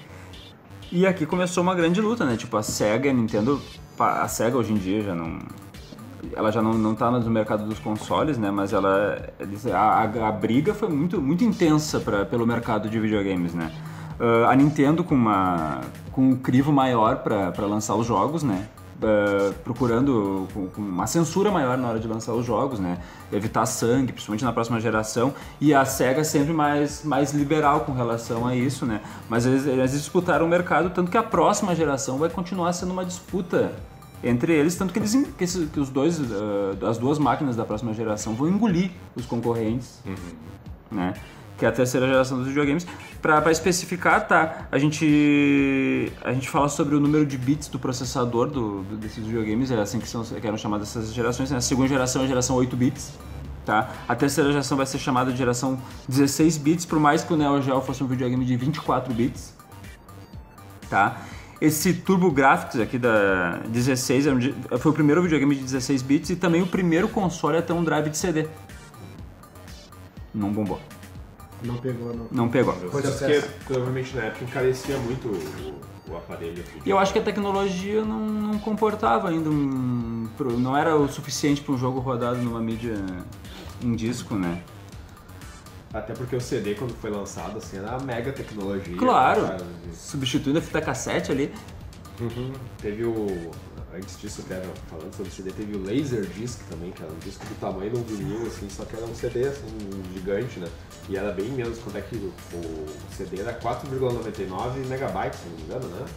Speaker 5: E aqui começou uma grande luta, né? Tipo, a Sega, a Nintendo, a Sega hoje em dia já não... Ela já não, não tá no mercado dos consoles, né? Mas ela... A, a, a briga foi muito, muito intensa pra, pelo mercado de videogames, né? Uh, a Nintendo com, uma, com um crivo maior para lançar os jogos, né? Uh, procurando com, com uma censura maior na hora de lançar os jogos, né? Evitar sangue, principalmente na próxima geração. E a Sega sempre mais, mais liberal com relação a isso, né? Mas eles, eles disputaram o mercado, tanto que a próxima geração vai continuar sendo uma disputa entre eles, tanto que, eles, que, esses, que os dois, uh, as duas máquinas da próxima geração vão engolir os concorrentes, uhum. né? Que é a terceira geração dos videogames. Para especificar, tá, a gente, a gente fala sobre o número de bits do processador do, do, desses videogames, é assim que, são, que eram chamadas essas gerações, né? A segunda geração é a geração oito bits, tá? A terceira geração vai ser chamada de geração dezesseis bits, por mais que o Neo Geo fosse um videogame de vinte e quatro bits, tá? Esse TurboGrafx aqui da dezesseis era um di- foi o primeiro videogame de dezesseis bits e também o primeiro console a ter um drive de C D. Não bombou.
Speaker 4: Não pegou, não.
Speaker 5: Não pegou.
Speaker 4: Foi
Speaker 3: Até
Speaker 4: sucesso.
Speaker 3: porque provavelmente na época encarecia muito o, o aparelho.
Speaker 5: E eu acho que a tecnologia não, não comportava ainda um... pro- não era o suficiente para um jogo rodado numa mídia em disco, né?
Speaker 3: Até porque o C D, quando foi lançado, assim, era uma mega tecnologia.
Speaker 5: Claro,
Speaker 3: Cara,
Speaker 5: substituindo a fita cassete ali.
Speaker 3: Uhum. Teve o... Antes disso, até falando sobre C D, teve o Laserdisc também, que era um disco do tamanho de um vinil, assim, só que era um C D, assim, gigante, né? E era bem menos, quanto é que o, o C D era quatro vírgula noventa e nove megabytes, se não me engano, né?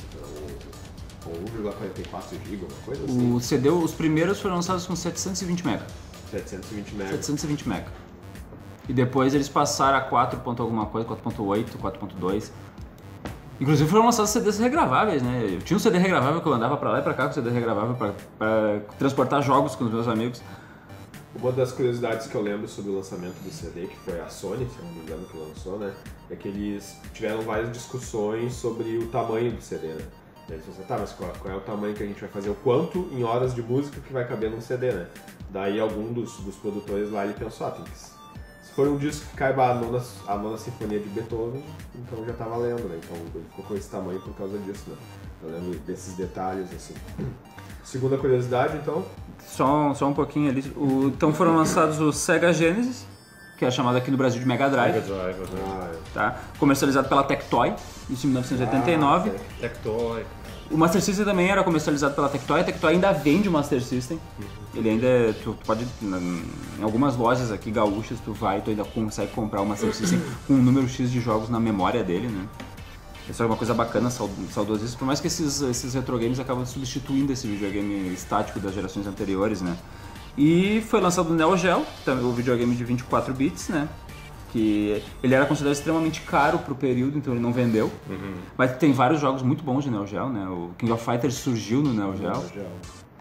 Speaker 3: Então, ou um vírgula quarenta e quatro gigas, uma coisa assim.
Speaker 5: O C D, os primeiros foram lançados com setecentos e vinte mega.
Speaker 3: setecentos e vinte megas.
Speaker 5: setecentos e vinte mega. E depois eles passaram a quatro ponto alguma coisa, quatro ponto oito, quatro ponto dois. Inclusive foram lançados C Ds regraváveis, né? Eu tinha um C D regravável que eu andava pra lá e pra cá com C D regravável pra, pra transportar jogos com os meus amigos.
Speaker 3: Uma das curiosidades que eu lembro sobre o lançamento do C D, que foi a Sony, se eu não me engano, que lançou, né? É que eles tiveram várias discussões sobre o tamanho do C D, né? Eles falaram assim, tá, mas qual, qual é o tamanho que a gente vai fazer? O quanto em horas de música que vai caber num C D, né? Daí algum dos, dos produtores lá, ele pensou, ah, tem que... Se for um disco que caiba a nona, a nona sinfonia de Beethoven, então já tá valendo, né? Então ele ficou com esse tamanho por causa disso, né? Eu lembro desses detalhes, assim. Segunda curiosidade, então...
Speaker 5: Só, só um pouquinho ali. O, então foram lançados o Sega Genesis, que é chamado aqui no Brasil de Mega Drive.
Speaker 1: Mega Drive, né?
Speaker 3: Ah,
Speaker 5: Tá? Comercializado pela Tectoy, isso em mil novecentos e oitenta e nove.
Speaker 3: Ah,
Speaker 1: Tectoy.
Speaker 5: O Master System também era comercializado pela Tectoy. A Tectoy ainda vende o Master System. Ele ainda é, tu, tu pode, em algumas lojas aqui gaúchas, tu vai e tu ainda consegue comprar o Master System com um número X de jogos na memória dele, né? Isso é uma coisa bacana, saudosista, por mais que esses, esses retro games acabam substituindo esse videogame estático das gerações anteriores, né? E foi lançado o Neo Geo, o videogame de vinte e quatro bits, né? Que ele era considerado extremamente caro pro período, então ele não vendeu. Uhum. Mas tem vários jogos muito bons de Neo Geo, né? O King of Fighters surgiu no Neo Geo.
Speaker 3: Neo Geo.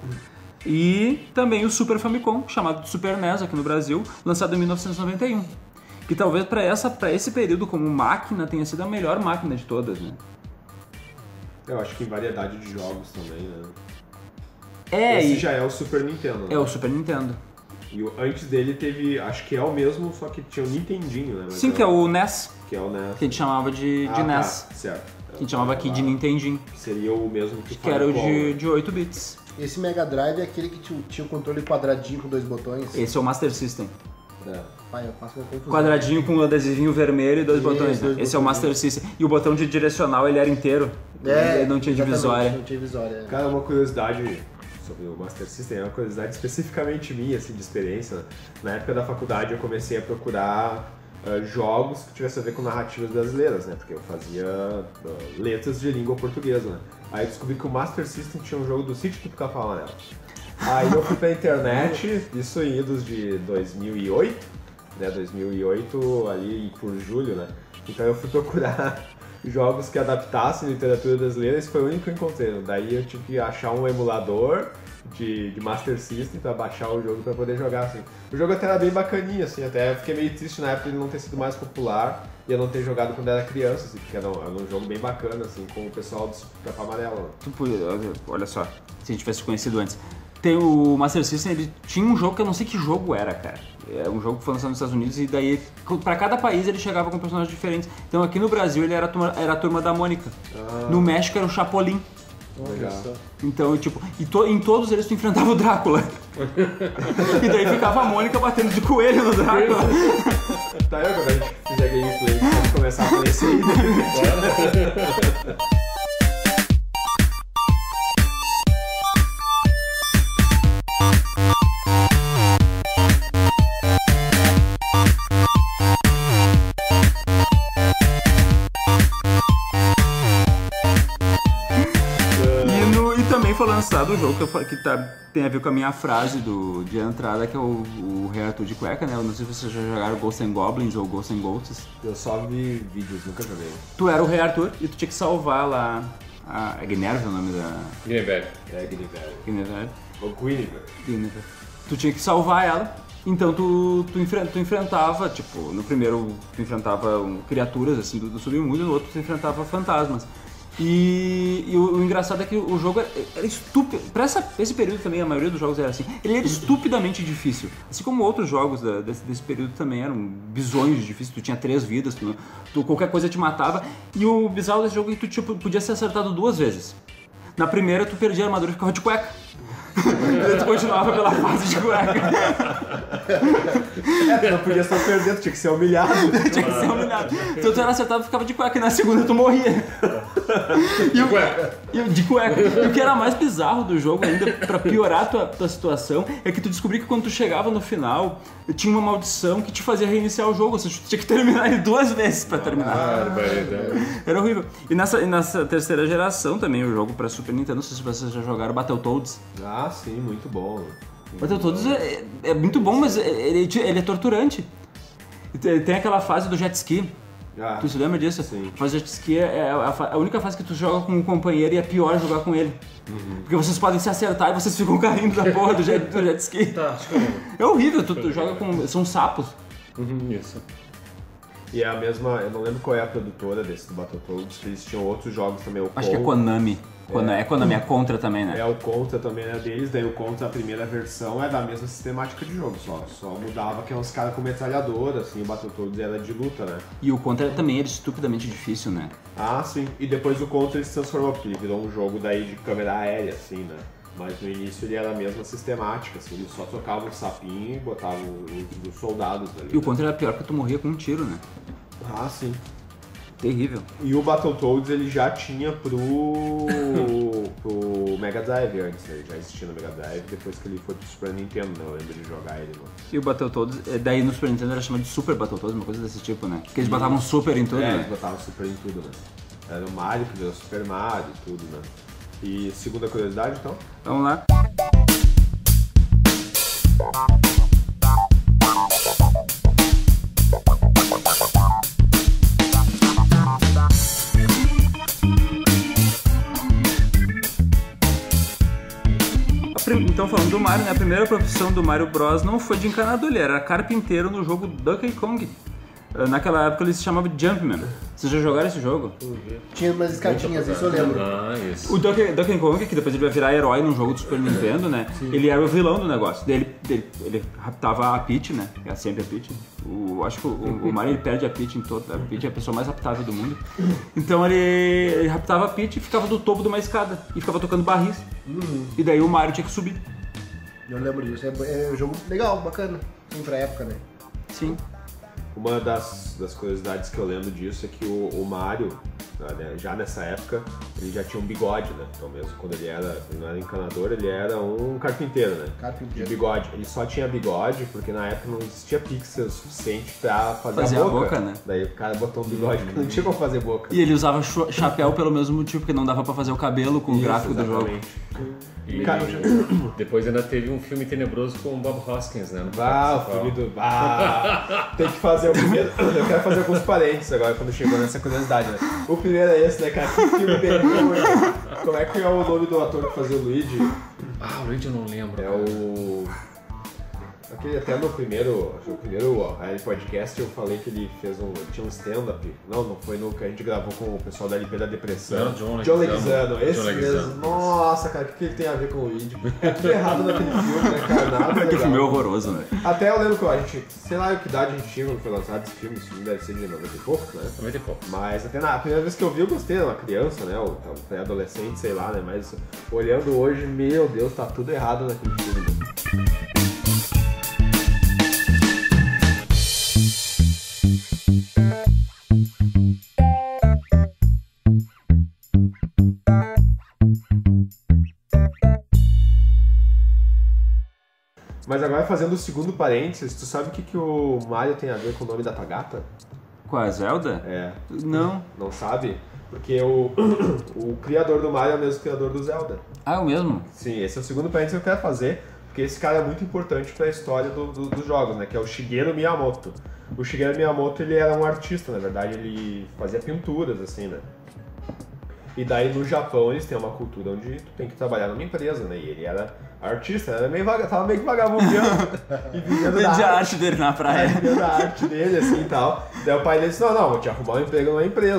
Speaker 5: E também o Super Famicom, chamado de Super N E S aqui no Brasil, lançado em mil novecentos e noventa e um. Que talvez para essa, para esse período como máquina tenha sido a melhor máquina de todas, né?
Speaker 3: Eu acho que em variedade de jogos também, né?
Speaker 5: É,
Speaker 3: Esse
Speaker 5: e
Speaker 3: já é o Super Nintendo, né?
Speaker 5: é o Super Nintendo.
Speaker 3: E o, antes dele teve, acho que é o mesmo, só que tinha o Nintendinho, né? Mas
Speaker 5: Sim, que é o N E S,
Speaker 3: Que é o N E S.
Speaker 5: que a gente chamava de, de
Speaker 3: ah,
Speaker 5: N E S.
Speaker 3: Tá, certo.
Speaker 5: Que a gente chamava aqui de Nintendinho,
Speaker 3: Que seria o mesmo que o
Speaker 5: que era o
Speaker 3: Famicom,
Speaker 5: de,
Speaker 3: né?
Speaker 5: de oito bits.
Speaker 4: Esse Mega Drive é aquele que tinha, tinha o controle quadradinho com dois botões.
Speaker 5: Esse é o Master System.
Speaker 3: É.
Speaker 4: Pai, eu faço uma confusão.
Speaker 5: Quadradinho com um adesivinho vermelho e dois
Speaker 4: Isso,
Speaker 5: botões. né?
Speaker 4: dois
Speaker 5: Esse é o
Speaker 4: botões.
Speaker 5: Master System. E o botão de direcional ele era inteiro.
Speaker 4: É,
Speaker 5: ele não tinha
Speaker 4: exatamente,
Speaker 5: divisória.
Speaker 4: Não tinha divisória. é.
Speaker 3: Cara, uma curiosidade sobre o Master System, é uma curiosidade especificamente minha, assim, de experiência. Né? Na época da faculdade eu comecei a procurar uh, jogos que tivessem a ver com narrativas brasileiras, né? Porque eu fazia uh, letras de língua portuguesa, né? Aí eu descobri que o Master System tinha um jogo do Sítio do Pica-Pau Amarelo. Aí eu fui pra internet, isso em idos de dois mil e oito, né? dois mil e oito ali por julho, né? Então eu fui procurar jogos que adaptassem literatura brasileira, esse foi o único que eu encontrei. Daí eu tive que achar um emulador de, de Master System pra baixar o jogo pra poder jogar, assim. O jogo até era bem bacaninho, assim, até eu fiquei meio triste na época de ele não ter sido mais popular e eu não ter jogado quando era criança, assim, porque era um, era um jogo bem bacana, assim, com o pessoal do Capa Amarelo. Né?
Speaker 5: Tu podia- olha só, se a gente tivesse conhecido antes. Tem o Master System, ele tinha um jogo que eu não sei que jogo era, cara. É um jogo que foi lançado nos Estados Unidos e daí, pra cada país ele chegava com personagens diferentes. Então aqui no Brasil ele era a turma, era a turma da Mônica.
Speaker 3: Ah.
Speaker 5: No México era o Chapolin.
Speaker 3: Legal.
Speaker 5: Então, tipo, e to- em todos eles tu enfrentava o Drácula. E daí ficava a Mônica batendo de coelho no Drácula.
Speaker 3: Tá aí, quando a gente fizer gameplay, pode começar a aparecer aí.
Speaker 5: E, no- e também foi lançado o jogo que, eu, fa- que tá, tem a ver com a minha frase do, de entrada, que é o, o Rei Arthur de cueca, né? Eu não sei se vocês já jogaram Ghosts and Goblins ou Ghosts and Ghosts.
Speaker 3: Eu só vi vídeos, nunca joguei.
Speaker 5: Tu era o Rei Arthur e tu tinha que salvar lá a... É Guinevere o nome da...
Speaker 1: Guinevere.
Speaker 3: É, Guinevere.
Speaker 5: Guinevere?
Speaker 3: Ou Guinevere.
Speaker 5: Guinevere. Tu tinha que salvar ela, então tu, tu, enfren- tu enfrentava, tipo, no primeiro tu enfrentava um, criaturas assim do, do submundo e no outro tu enfrentava fantasmas. E, e o, o engraçado é que o jogo era, era estúpido. Pra essa, esse período também, a maioria dos jogos era assim. Ele era estupidamente difícil. Assim como outros jogos da, desse, desse período também eram bizonhos de difícil. Tu tinha três vidas, tu, tu, qualquer coisa te matava. E o bizarro desse jogo é que tu tipo, podia ser acertado duas vezes. Na primeira, tu perdia a armadura e ficava de cueca. E tu continuava pela fase de cueca.
Speaker 3: É, tu não podia só perder, tu tinha que ser humilhado.
Speaker 5: Tinha que ser humilhado. Então tu era acertado e ficava de cueca, e na segunda tu morria. E o,
Speaker 1: cueca.
Speaker 5: E o, de cueca. E o que era mais bizarro do jogo ainda, pra piorar a tua, tua situação, é que tu descobria que quando tu chegava no final, tinha uma maldição que te fazia reiniciar o jogo. Ou seja, tu tinha que terminar ele duas vezes pra terminar.
Speaker 1: Ah,
Speaker 5: era horrível. E nessa, e nessa terceira geração também, o jogo pra Super Nintendo, não sei se vocês já jogaram Battletoads.
Speaker 3: Ah, sim, muito bom.
Speaker 5: Battletoads é, é muito bom, mas ele, ele é torturante. Tem aquela fase do jet ski.
Speaker 3: Ah,
Speaker 5: tu se lembra disso?
Speaker 3: Sim.
Speaker 5: A fase de jet ski é a, a única fase que tu joga com um companheiro e é pior jogar com ele. Uhum. Porque vocês podem se acertar e vocês ficam caindo da porra do jet, do jet ski.
Speaker 1: Tá, acho que eu lembro.
Speaker 5: É horrível, tu, tu joga com... são sapos.
Speaker 1: Uhum, isso.
Speaker 3: E é a mesma, eu não lembro qual é a produtora desse do Battletoads, eles tinham outros jogos também, o
Speaker 5: Acho que é Konami. É, é Konami, é Contra também, né?
Speaker 3: É, o Contra também é deles, daí o Contra, a primeira versão, é da mesma sistemática de jogo, só, só mudava que é uns caras com metralhadora, assim, o Battletoads era de luta, né?
Speaker 5: E o Contra também era estupidamente difícil, né?
Speaker 3: Ah, sim, e depois o Contra ele se transformou, porque ele virou um jogo daí de câmera aérea, assim, né? Mas no início ele era a mesma sistemática, assim, ele só trocava um sapinho e botava os, os soldados ali.
Speaker 5: E o Contra era pior porque tu morria com um tiro, né?
Speaker 3: Ah, sim.
Speaker 5: Terrível.
Speaker 3: E o Battletoads ele já tinha pro, pro Mega Drive antes, né? Ele já existia no Mega Drive depois que ele foi pro Super Nintendo, né? Eu lembro de jogar ele, mano.
Speaker 5: E o Battletoads, daí no Super Nintendo era chamado de Super Battletoads, uma coisa desse tipo, né? Porque eles botavam Super em tudo,
Speaker 3: é,
Speaker 5: né?
Speaker 3: eles botavam Super em tudo, né? Era o Mario que virou Super Mario e tudo, né? E segunda curiosidade, então?
Speaker 5: Vamos lá. Então, falando do Mario, né? A primeira profissão do Mario Bros não foi de encanador, ele era carpinteiro no jogo Donkey Kong. Naquela época ele se chamava Jumpman. Vocês já jogaram esse jogo?
Speaker 4: Tinha umas escadinhas, isso eu lembro.
Speaker 1: Ah, isso.
Speaker 5: O Donkey, Donkey Kong, que depois ele vai virar herói num jogo do Super Nintendo, né? Sim. Ele era o vilão do negócio. Ele, ele, ele raptava a Peach, né? É sempre a Peach. O, acho que o, o Mario ele perde a Peach em todo. A Peach é a pessoa mais raptável do mundo. Então ele, ele raptava a Peach e ficava do topo de uma escada. E ficava tocando barris. Uhum. E daí o Mario tinha que subir.
Speaker 4: Eu lembro disso. É, é um jogo legal, bacana. Sim, pra época, né?
Speaker 5: Sim.
Speaker 3: Uma das, das curiosidades que eu lembro disso é que o, o Mario, né, já nessa época, ele já tinha um bigode, né? Então mesmo quando ele era, ele não era encanador, ele era um carpinteiro, né?
Speaker 4: Carpinteiro.
Speaker 3: De bigode. Ele só tinha bigode porque na época não existia pixel suficiente pra fazer,
Speaker 5: fazer
Speaker 3: a, boca.
Speaker 5: a boca, né?
Speaker 3: Daí o cara botou um bigode que não tinha como fazer boca.
Speaker 5: E ele usava chapéu pelo mesmo motivo, porque não dava pra fazer o cabelo com Isso, o gráfico
Speaker 3: exatamente.
Speaker 5: do jogo.
Speaker 1: E depois ainda teve um filme tenebroso com o Bob Hoskins, né?
Speaker 3: Ah, o filme do... Ah, tem que fazer o primeiro... Eu quero fazer alguns parênteses agora, quando chegou nessa curiosidade, né? O primeiro é esse, né, cara? Que filme terrível. Como é que é o nome do ator que fazia o Luigi?
Speaker 1: Ah, o Luigi eu não lembro.
Speaker 3: É o... Aquele, até no primeiro, no primeiro podcast eu falei que ele fez um, tinha um stand-up. Não, não foi no que a gente gravou com o pessoal da L P da Depressão.
Speaker 1: Não, John
Speaker 3: John
Speaker 1: Leguizamo.
Speaker 3: Leguizamo, esse
Speaker 1: John
Speaker 3: mesmo.
Speaker 1: Leguizamo.
Speaker 3: Nossa, cara, o que, que ele tem a ver com o Luigi? É tudo errado naquele filme, né, cara? Nada legal.
Speaker 5: Que filme horroroso, né?
Speaker 3: Até eu lembro que a gente, sei lá que idade a gente tinha quando foi lançado esse filme, esse filme deve ser de noventa e pouco, né?
Speaker 1: noventa e pouco.
Speaker 3: Mas até na a primeira vez que eu vi eu gostei, era uma criança, né? Ou pré-adolescente, sei lá, né? Mas olhando hoje, meu Deus, tá tudo errado naquele filme. Né? Mas agora fazendo o segundo parênteses, tu sabe o que, que o Mario tem a ver com o nome da tua gata?
Speaker 5: Com a Zelda?
Speaker 3: É.
Speaker 5: Não.
Speaker 3: Não sabe? Porque o, o criador do Mario é o mesmo criador do Zelda.
Speaker 5: Ah, é o mesmo?
Speaker 3: Sim, esse é o segundo parênteses que eu quero fazer, porque esse cara é muito importante para a história do, do, dos jogos, né? Que é o Shigeru Miyamoto. O Shigeru Miyamoto, ele era um artista, na verdade, ele fazia pinturas, assim, né? E daí no Japão eles têm uma cultura onde tu tem que trabalhar numa empresa, né? E ele era artista, era meio vaga, tava meio que vagabundeando e vivendo da
Speaker 5: a
Speaker 3: arte,
Speaker 5: arte dele na praia.
Speaker 3: vivendo a arte dele, assim e tal. Daí o pai dele disse, não, não, vou te arrumar um emprego numa empresa.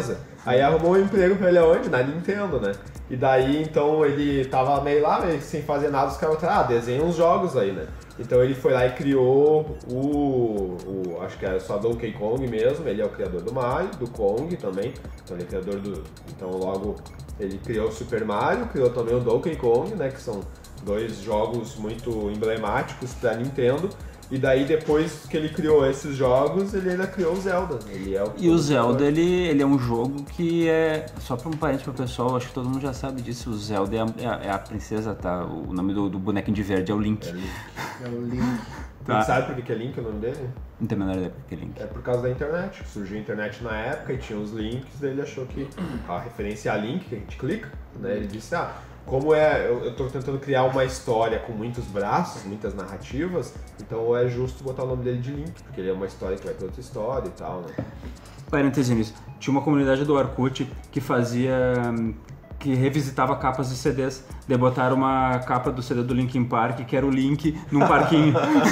Speaker 3: Aí arrumou um emprego pra ele aonde? Na Nintendo, né? E daí, então, ele tava meio lá, meio sem fazer nada, os caras falaram, ah, desenha uns jogos aí, né? Então ele foi lá e criou o, o, acho que era só Donkey Kong mesmo, ele é o criador do Mario, do Kong também, então ele é criador do, então logo ele criou o Super Mario, criou também o Donkey Kong, né, que são dois jogos muito emblemáticos pra Nintendo. E daí, depois que ele criou esses jogos, ele ainda criou o Zelda. Ele é o
Speaker 5: e o Zelda, ele, ele é um jogo que é... Só pra um parente pro pessoal, acho que todo mundo já sabe disso. O Zelda é a, é a, é a princesa, tá? O nome do, do bonequinho de verde é o Link.
Speaker 3: É, Link.
Speaker 4: É o Link.
Speaker 3: Tá. Você sabe por que é Link o nome dele?
Speaker 5: Não tem a menor ideia por que é Link.
Speaker 3: É por causa da internet. Surgiu a internet na época e tinha os links, daí ele achou que a referência a Link, que a gente clica, né? Ele disse, ah... Como é, eu estou tentando criar uma história com muitos braços, muitas narrativas, então é justo botar o nome dele de Link, porque ele é uma história que vai ter outra história e tal, né?
Speaker 5: Parênteses nisso, tinha uma comunidade do Orkut que fazia... que revisitava capas de C Ds, de botar uma capa do C D do Linkin Park, que era o Link num parquinho.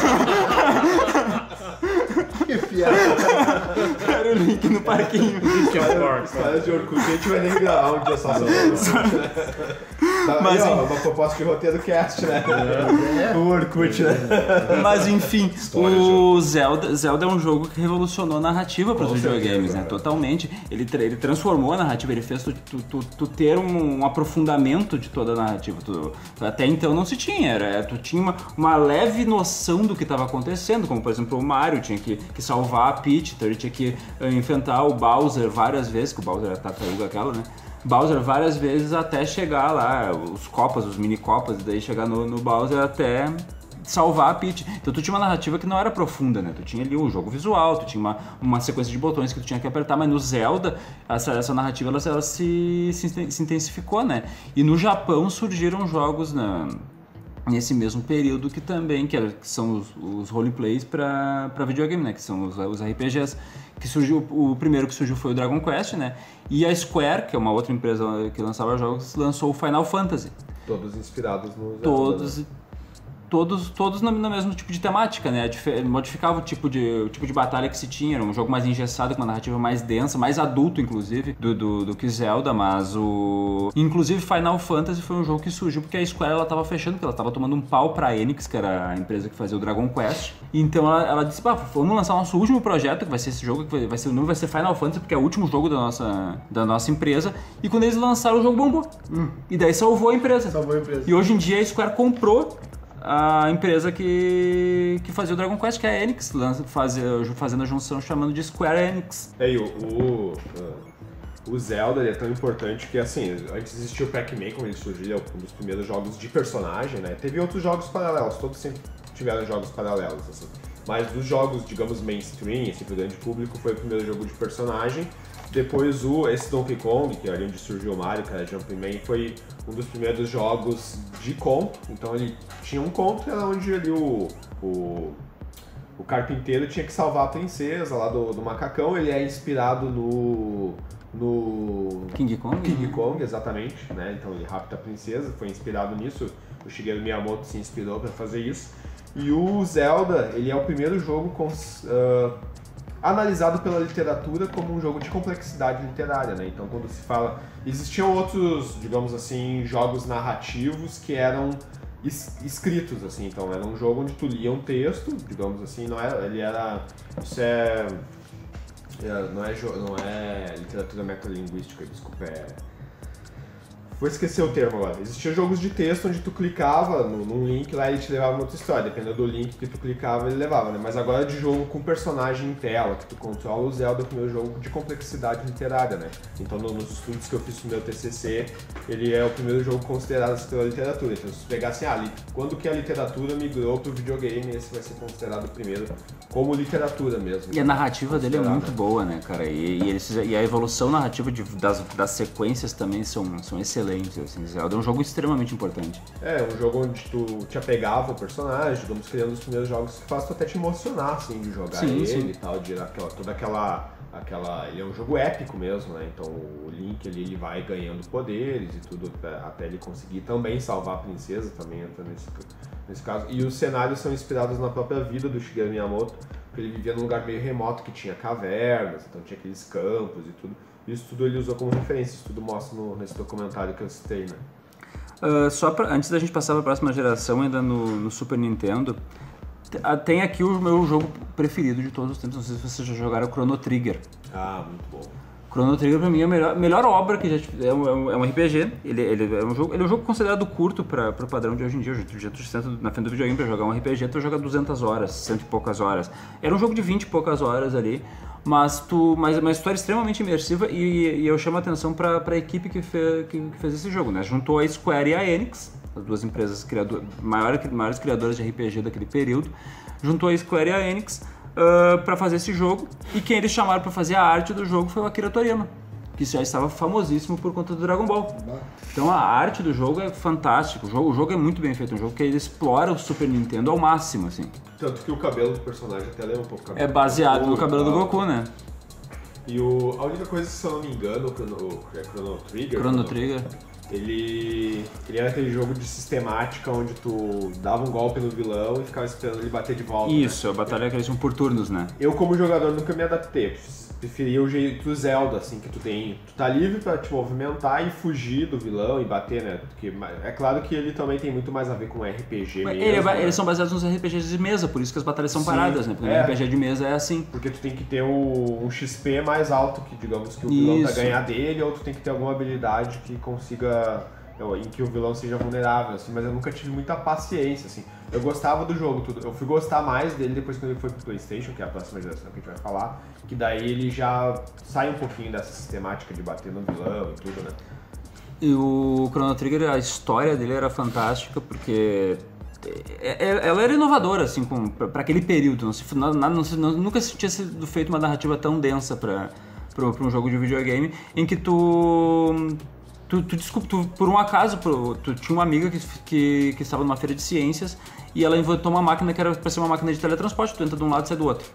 Speaker 4: Que piada.
Speaker 5: Era o Link no parquinho.
Speaker 3: Histórias de Orkut, a gente vai nem gravar um dia só sobre isso. Mas, aí, ó, uma proposta de roteiro cast, né? É. O Orkut, né?
Speaker 5: Mas enfim, o Zelda, Zelda é um jogo que revolucionou a narrativa para os videogames, né? Totalmente. Ele, ele transformou a narrativa, ele fez tu, tu, tu, tu ter um, um aprofundamento de toda a narrativa. Tu, até então não se tinha, era, tu tinha uma, uma leve noção do que estava acontecendo, como por exemplo o Mario tinha que, que salvar a Peach, então ele tinha que enfrentar o Bowser várias vezes, que o Bowser era a tartaruga aquela, né? Bowser várias vezes até chegar lá, os copas, os mini copas, e daí chegar no, no Bowser até salvar a Peach. Então tu tinha uma narrativa que não era profunda, né? Tu tinha ali o jogo visual, tu tinha uma, uma sequência de botões que tu tinha que apertar, mas no Zelda essa, essa narrativa ela, ela se, se, se intensificou, né? E no Japão surgiram jogos na... nesse mesmo período que também, que, era, que são os, os roleplays para videogame, né? Que são os, os R P Gs. Que surgiu, o primeiro que surgiu foi o Dragon Quest, né? E a Square, que é uma outra empresa que lançava jogos, lançou o Final Fantasy.
Speaker 3: Todos inspirados no Zelda,
Speaker 5: Todos...
Speaker 3: né?
Speaker 5: Todos, todos no, no mesmo tipo de temática, né? Modificava o tipo, de, o tipo de batalha que se tinha, era um jogo mais engessado, com uma narrativa mais densa, mais adulto, inclusive, do, do, do que Zelda, mas o... Inclusive, Final Fantasy foi um jogo que surgiu porque a Square, ela tava fechando, porque ela tava tomando um pau pra Enix, que era a empresa que fazia o Dragon Quest, então ela, ela disse, pá, vamos lançar o nosso último projeto, que vai ser esse jogo, que vai, vai ser, o nome vai ser Final Fantasy, porque é o último jogo da nossa, da nossa empresa, e quando eles lançaram, o jogo bombou. Hum. E daí salvou a empresa.
Speaker 4: Salvou a empresa.
Speaker 5: E hoje em dia a Square comprou a empresa que, que fazia o Dragon Quest, que é a Enix, fazia, fazendo a junção chamando de Square Enix.
Speaker 3: É, e o, o, o Zelda ele é tão importante que, assim, antes existia o Pac-Man, como ele surgiu, ele é um dos primeiros jogos de personagem, né? Teve outros jogos paralelos, todos sempre tiveram jogos paralelos, assim. Mas dos jogos, digamos, mainstream, assim, pro grande público, foi o primeiro jogo de personagem. Depois o, esse Donkey Kong, que é ali onde surgiu o Mario, que era Jumpman, foi um dos primeiros jogos de conto. Então ele tinha um conto, era onde ali o, o, o carpinteiro tinha que salvar a princesa lá do, do macacão. Ele é inspirado no... no
Speaker 5: King Kong?
Speaker 3: King Kong, exatamente, né? Então ele rapta a princesa, foi inspirado nisso. O Shigeru Miyamoto se inspirou para fazer isso. E o Zelda, ele é o primeiro jogo com... Uh, analisado pela literatura como um jogo de complexidade literária, né? Então, quando se fala... Existiam outros, digamos assim, jogos narrativos que eram es escritos, assim. Então, era um jogo onde tu lia um texto, digamos assim, não era... Ele era... Isso é... Não é, não é literatura metalinguística, desculpa, é... Vou esquecer o termo agora. Existiam jogos de texto onde tu clicava no, num link lá e ele te levava uma outra história. Dependendo do link que tu clicava, ele levava, né? Mas agora de jogo com personagem em tela, que tu controla, o Zelda é o primeiro jogo de complexidade literária, né? Então no, nos estudos que eu fiz no meu T C C, ele é o primeiro jogo considerado assim pela literatura. Então se tu pegar assim, ah, quando que a literatura migrou pro videogame, esse vai ser considerado o primeiro como literatura mesmo.
Speaker 5: E a narrativa dele é muito boa, né, cara? E, e, eles, e a evolução narrativa de, das, das sequências também são, são excelentes. Assim, Zelda é um jogo extremamente importante.
Speaker 3: É, um jogo onde tu te apegava ao personagem, digamos, criando os primeiros jogos que faz tu até te emocionar, assim, de jogar sim, ele sim. e tal, de aquela, toda aquela, aquela... Ele é um jogo épico mesmo, né? Então o Link, ele, ele vai ganhando poderes e tudo até ele conseguir também salvar a princesa, também entra nesse, nesse caso. E os cenários são inspirados na própria vida do Shigeru Miyamoto, porque ele vivia num lugar meio remoto que tinha cavernas, então tinha aqueles campos e tudo. Isso tudo ele usou como referência, isso tudo mostra no, nesse documentário que eu citei, né?
Speaker 5: Uh, só pra, antes da gente passar para a próxima geração, ainda no, no Super Nintendo, tem aqui o meu jogo preferido de todos os tempos. Não sei se vocês já jogaram Chrono Trigger.
Speaker 3: Ah, muito bom.
Speaker 5: Chrono Trigger pra mim é a melhor, melhor obra que já é um, é um R P G. Ele, ele, é um jogo, ele é um jogo considerado curto para o padrão de hoje em dia. Hoje em dia tu senta na frente do videogame para jogar um R P G, tu joga duzentas horas, cento e poucas horas. Era um jogo de vinte e poucas horas ali, mas, tu, mas uma história extremamente imersiva e, e eu chamo a atenção para a equipe que, fe, que, que fez esse jogo, né? Juntou a Square e a Enix, as duas empresas criador, maiores, maiores criadoras de R P G daquele período, juntou a Square e a Enix uh, para fazer esse jogo, e quem eles chamaram para fazer a arte do jogo foi o Akira Toriyama, que já estava famosíssimo por conta do Dragon Ball. Então a arte do jogo é fantástica, o jogo, o jogo é muito bem feito, um jogo que ele explora o Super Nintendo ao máximo, assim.
Speaker 3: Tanto que o cabelo do personagem até lembra um pouco o cabelo
Speaker 5: É baseado
Speaker 3: do
Speaker 5: no cabelo do Goku, né?
Speaker 3: E o, a única coisa, se eu não me engano, o Chrono, o Chrono Trigger...
Speaker 5: Chrono Trigger...
Speaker 3: Ele, ele era aquele jogo de sistemática onde tu dava um golpe no vilão e ficava esperando ele bater de volta.
Speaker 5: Isso,
Speaker 3: né?
Speaker 5: a batalha que eles tinham por turnos, né?
Speaker 3: Eu, como jogador, nunca me adaptei. Preferia o jeito do Zelda, assim, que tu tem... Tu tá livre pra te movimentar e fugir do vilão e bater, né? Porque é claro que ele também tem muito mais a ver com R P G
Speaker 5: Mas
Speaker 3: mesmo.
Speaker 5: ele,
Speaker 3: né?
Speaker 5: Eles são baseados nos R P Gs de mesa, por isso que as batalhas são
Speaker 3: Sim,
Speaker 5: paradas, né? Porque
Speaker 3: é.
Speaker 5: no R P G de mesa é assim.
Speaker 3: Porque tu tem que ter o, um X P mais alto que, digamos, que o vilão
Speaker 5: Isso.
Speaker 3: tá ganhar dele, ou tu tem que ter alguma habilidade que consiga... em que o vilão seja vulnerável, assim, mas eu nunca tive muita paciência, assim. Eu gostava do jogo, tudo. Eu fui gostar mais dele depois que ele foi pro PlayStation, que é a próxima geração que a gente vai falar, que daí ele já sai um pouquinho dessa sistemática de bater no vilão e tudo, né? E
Speaker 5: o Chrono Trigger, a história dele era fantástica, porque ela era inovadora, assim, para aquele período. Não se, não, não, não, nunca se tinha sido feito uma narrativa tão densa para um jogo de videogame, em que tu... Tu, tu, desculpa, tu, por um acaso, tu, tu tinha uma amiga que, que, que estava numa feira de ciências e ela inventou uma máquina que era para ser uma máquina de teletransporte, tu entra de um lado e sai do outro.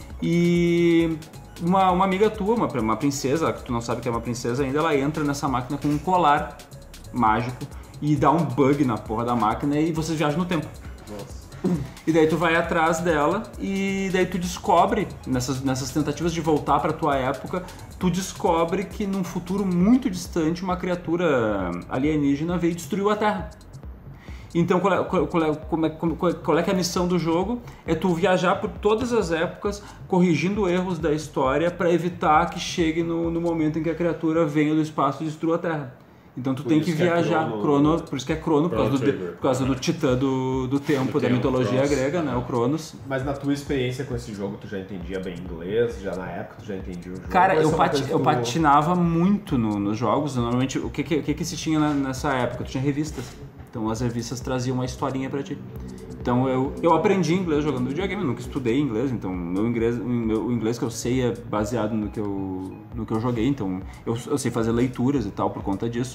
Speaker 5: E uma, uma amiga tua, uma, uma princesa, que tu não sabe que é uma princesa ainda, ela entra nessa máquina com um colar mágico e dá um bug na porra da máquina e vocês viajam no tempo.
Speaker 3: Nossa.
Speaker 5: E daí tu vai atrás dela e daí tu descobre, nessas, nessas tentativas de voltar pra tua época, tu descobre que num futuro muito distante uma criatura alienígena veio e destruiu a Terra. Então qual é, qual, é, qual, é, qual é que é a missão do jogo? É tu viajar por todas as épocas, corrigindo erros da história para evitar que chegue no, no momento em que a criatura venha do espaço e destrua a Terra. Então tu
Speaker 3: por
Speaker 5: tem que viajar,
Speaker 3: é crono,
Speaker 5: crono, por isso que é Crono, por causa, do, por causa do titã do, do tempo, do da tempo, mitologia Cronos. grega, né, o Cronos.
Speaker 3: Mas na tua experiência com esse jogo, tu já entendia bem inglês? Já na época tu já entendia o jogo?
Speaker 5: Cara, eu,
Speaker 3: pati
Speaker 5: eu
Speaker 3: tu...
Speaker 5: patinava muito no, nos jogos, normalmente o que que, que que se tinha na, nessa época? Tu tinha revistas, então as revistas traziam uma historinha pra ti. Então eu, eu aprendi inglês jogando videogame, eu nunca estudei inglês, então meu inglês, meu, o inglês que eu sei é baseado no que eu, no que eu joguei, então eu, eu sei fazer leituras e tal por conta disso.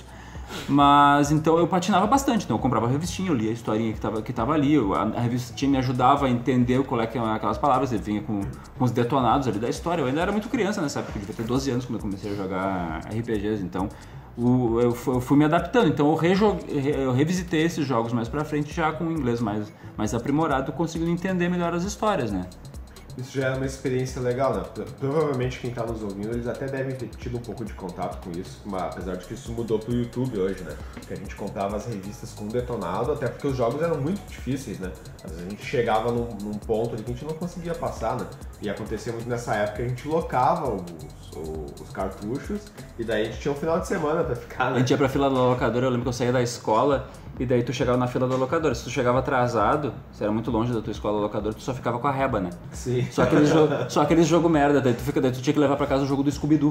Speaker 5: Mas então eu patinava bastante, então eu comprava a revistinha, eu lia a historinha que estava que tava ali, eu, a, a revistinha me ajudava a entender qual é que eram aquelas palavras, ele vinha com, com os detonados ali da história. Eu ainda era muito criança nessa época, eu devia ter doze anos quando eu comecei a jogar R P Gs, então o, eu, eu fui me adaptando, então eu, rejogue, eu revisitei esses jogos mais pra frente já com o inglês mais, mais aprimorado, conseguindo entender melhor as histórias, né?
Speaker 3: Isso já é uma experiência legal, né? Provavelmente quem tá nos ouvindo, eles até devem ter tido um pouco de contato com isso, mas apesar de que isso mudou pro YouTube hoje, né? Que a gente comprava as revistas com detonado, até porque os jogos eram muito difíceis, né? Às vezes a gente chegava num, num ponto ali que a gente não conseguia passar, né? E acontecia muito nessa época, a gente locava os, os, os cartuchos e daí a gente tinha um final de semana pra ficar, né?
Speaker 5: A gente ia pra fila da locadora, eu lembro que eu saía da escola e daí tu chegava na fila da locadora. Se tu chegava atrasado, se era muito longe da tua escola locadora, tu só ficava com a reba, né?
Speaker 3: Sim.
Speaker 5: Só aquele jogo, só aquele jogo merda, daí tu, fica, daí tu tinha que levar pra casa o jogo do Scooby-Doo.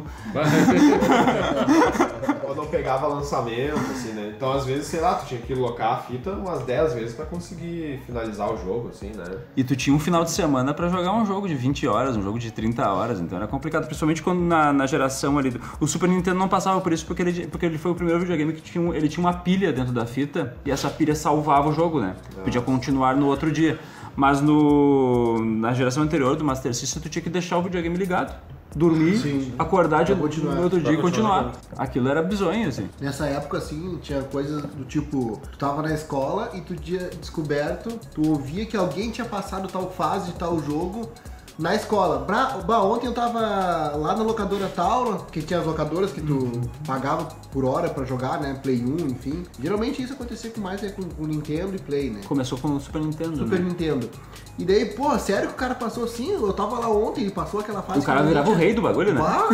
Speaker 3: Ou não pegava lançamento, assim, né? Então às vezes, sei lá, tu tinha que locar a fita umas dez vezes pra conseguir finalizar o jogo, assim, né?
Speaker 5: E tu tinha um final de semana pra jogar um jogo de vinte horas, um jogo de trinta horas, então era complicado, principalmente quando na, na geração ali... O Super Nintendo não passava por isso porque ele, porque ele foi o primeiro videogame que tinha, um, ele tinha uma pilha dentro da fita e essa pilha salvava o jogo, né? Podia continuar no outro dia. Mas no, na geração anterior do Master System tu tinha que deixar o videogame ligado, dormir, Sim. acordar de, no outro dia e continuar. Aquilo era bizonho, assim.
Speaker 4: Nessa época, assim, tinha coisas do tipo, tu tava na escola e tu tinha descoberto, tu ouvia que alguém tinha passado tal fase de tal jogo na escola. Bra, bah, ontem eu tava lá na locadora tal, que tinha as locadoras que tu pagava por hora pra jogar, né? Play um, enfim. Geralmente isso acontecia com mais é, com o Nintendo e Play, né?
Speaker 5: Começou com o Super Nintendo,
Speaker 4: Super
Speaker 5: né?
Speaker 4: Nintendo. E daí, pô, sério que o cara passou assim? Eu tava lá ontem e passou aquela fase...
Speaker 5: O cara
Speaker 4: que
Speaker 5: virava
Speaker 4: tinha...
Speaker 5: o rei do bagulho, né?
Speaker 4: Ah,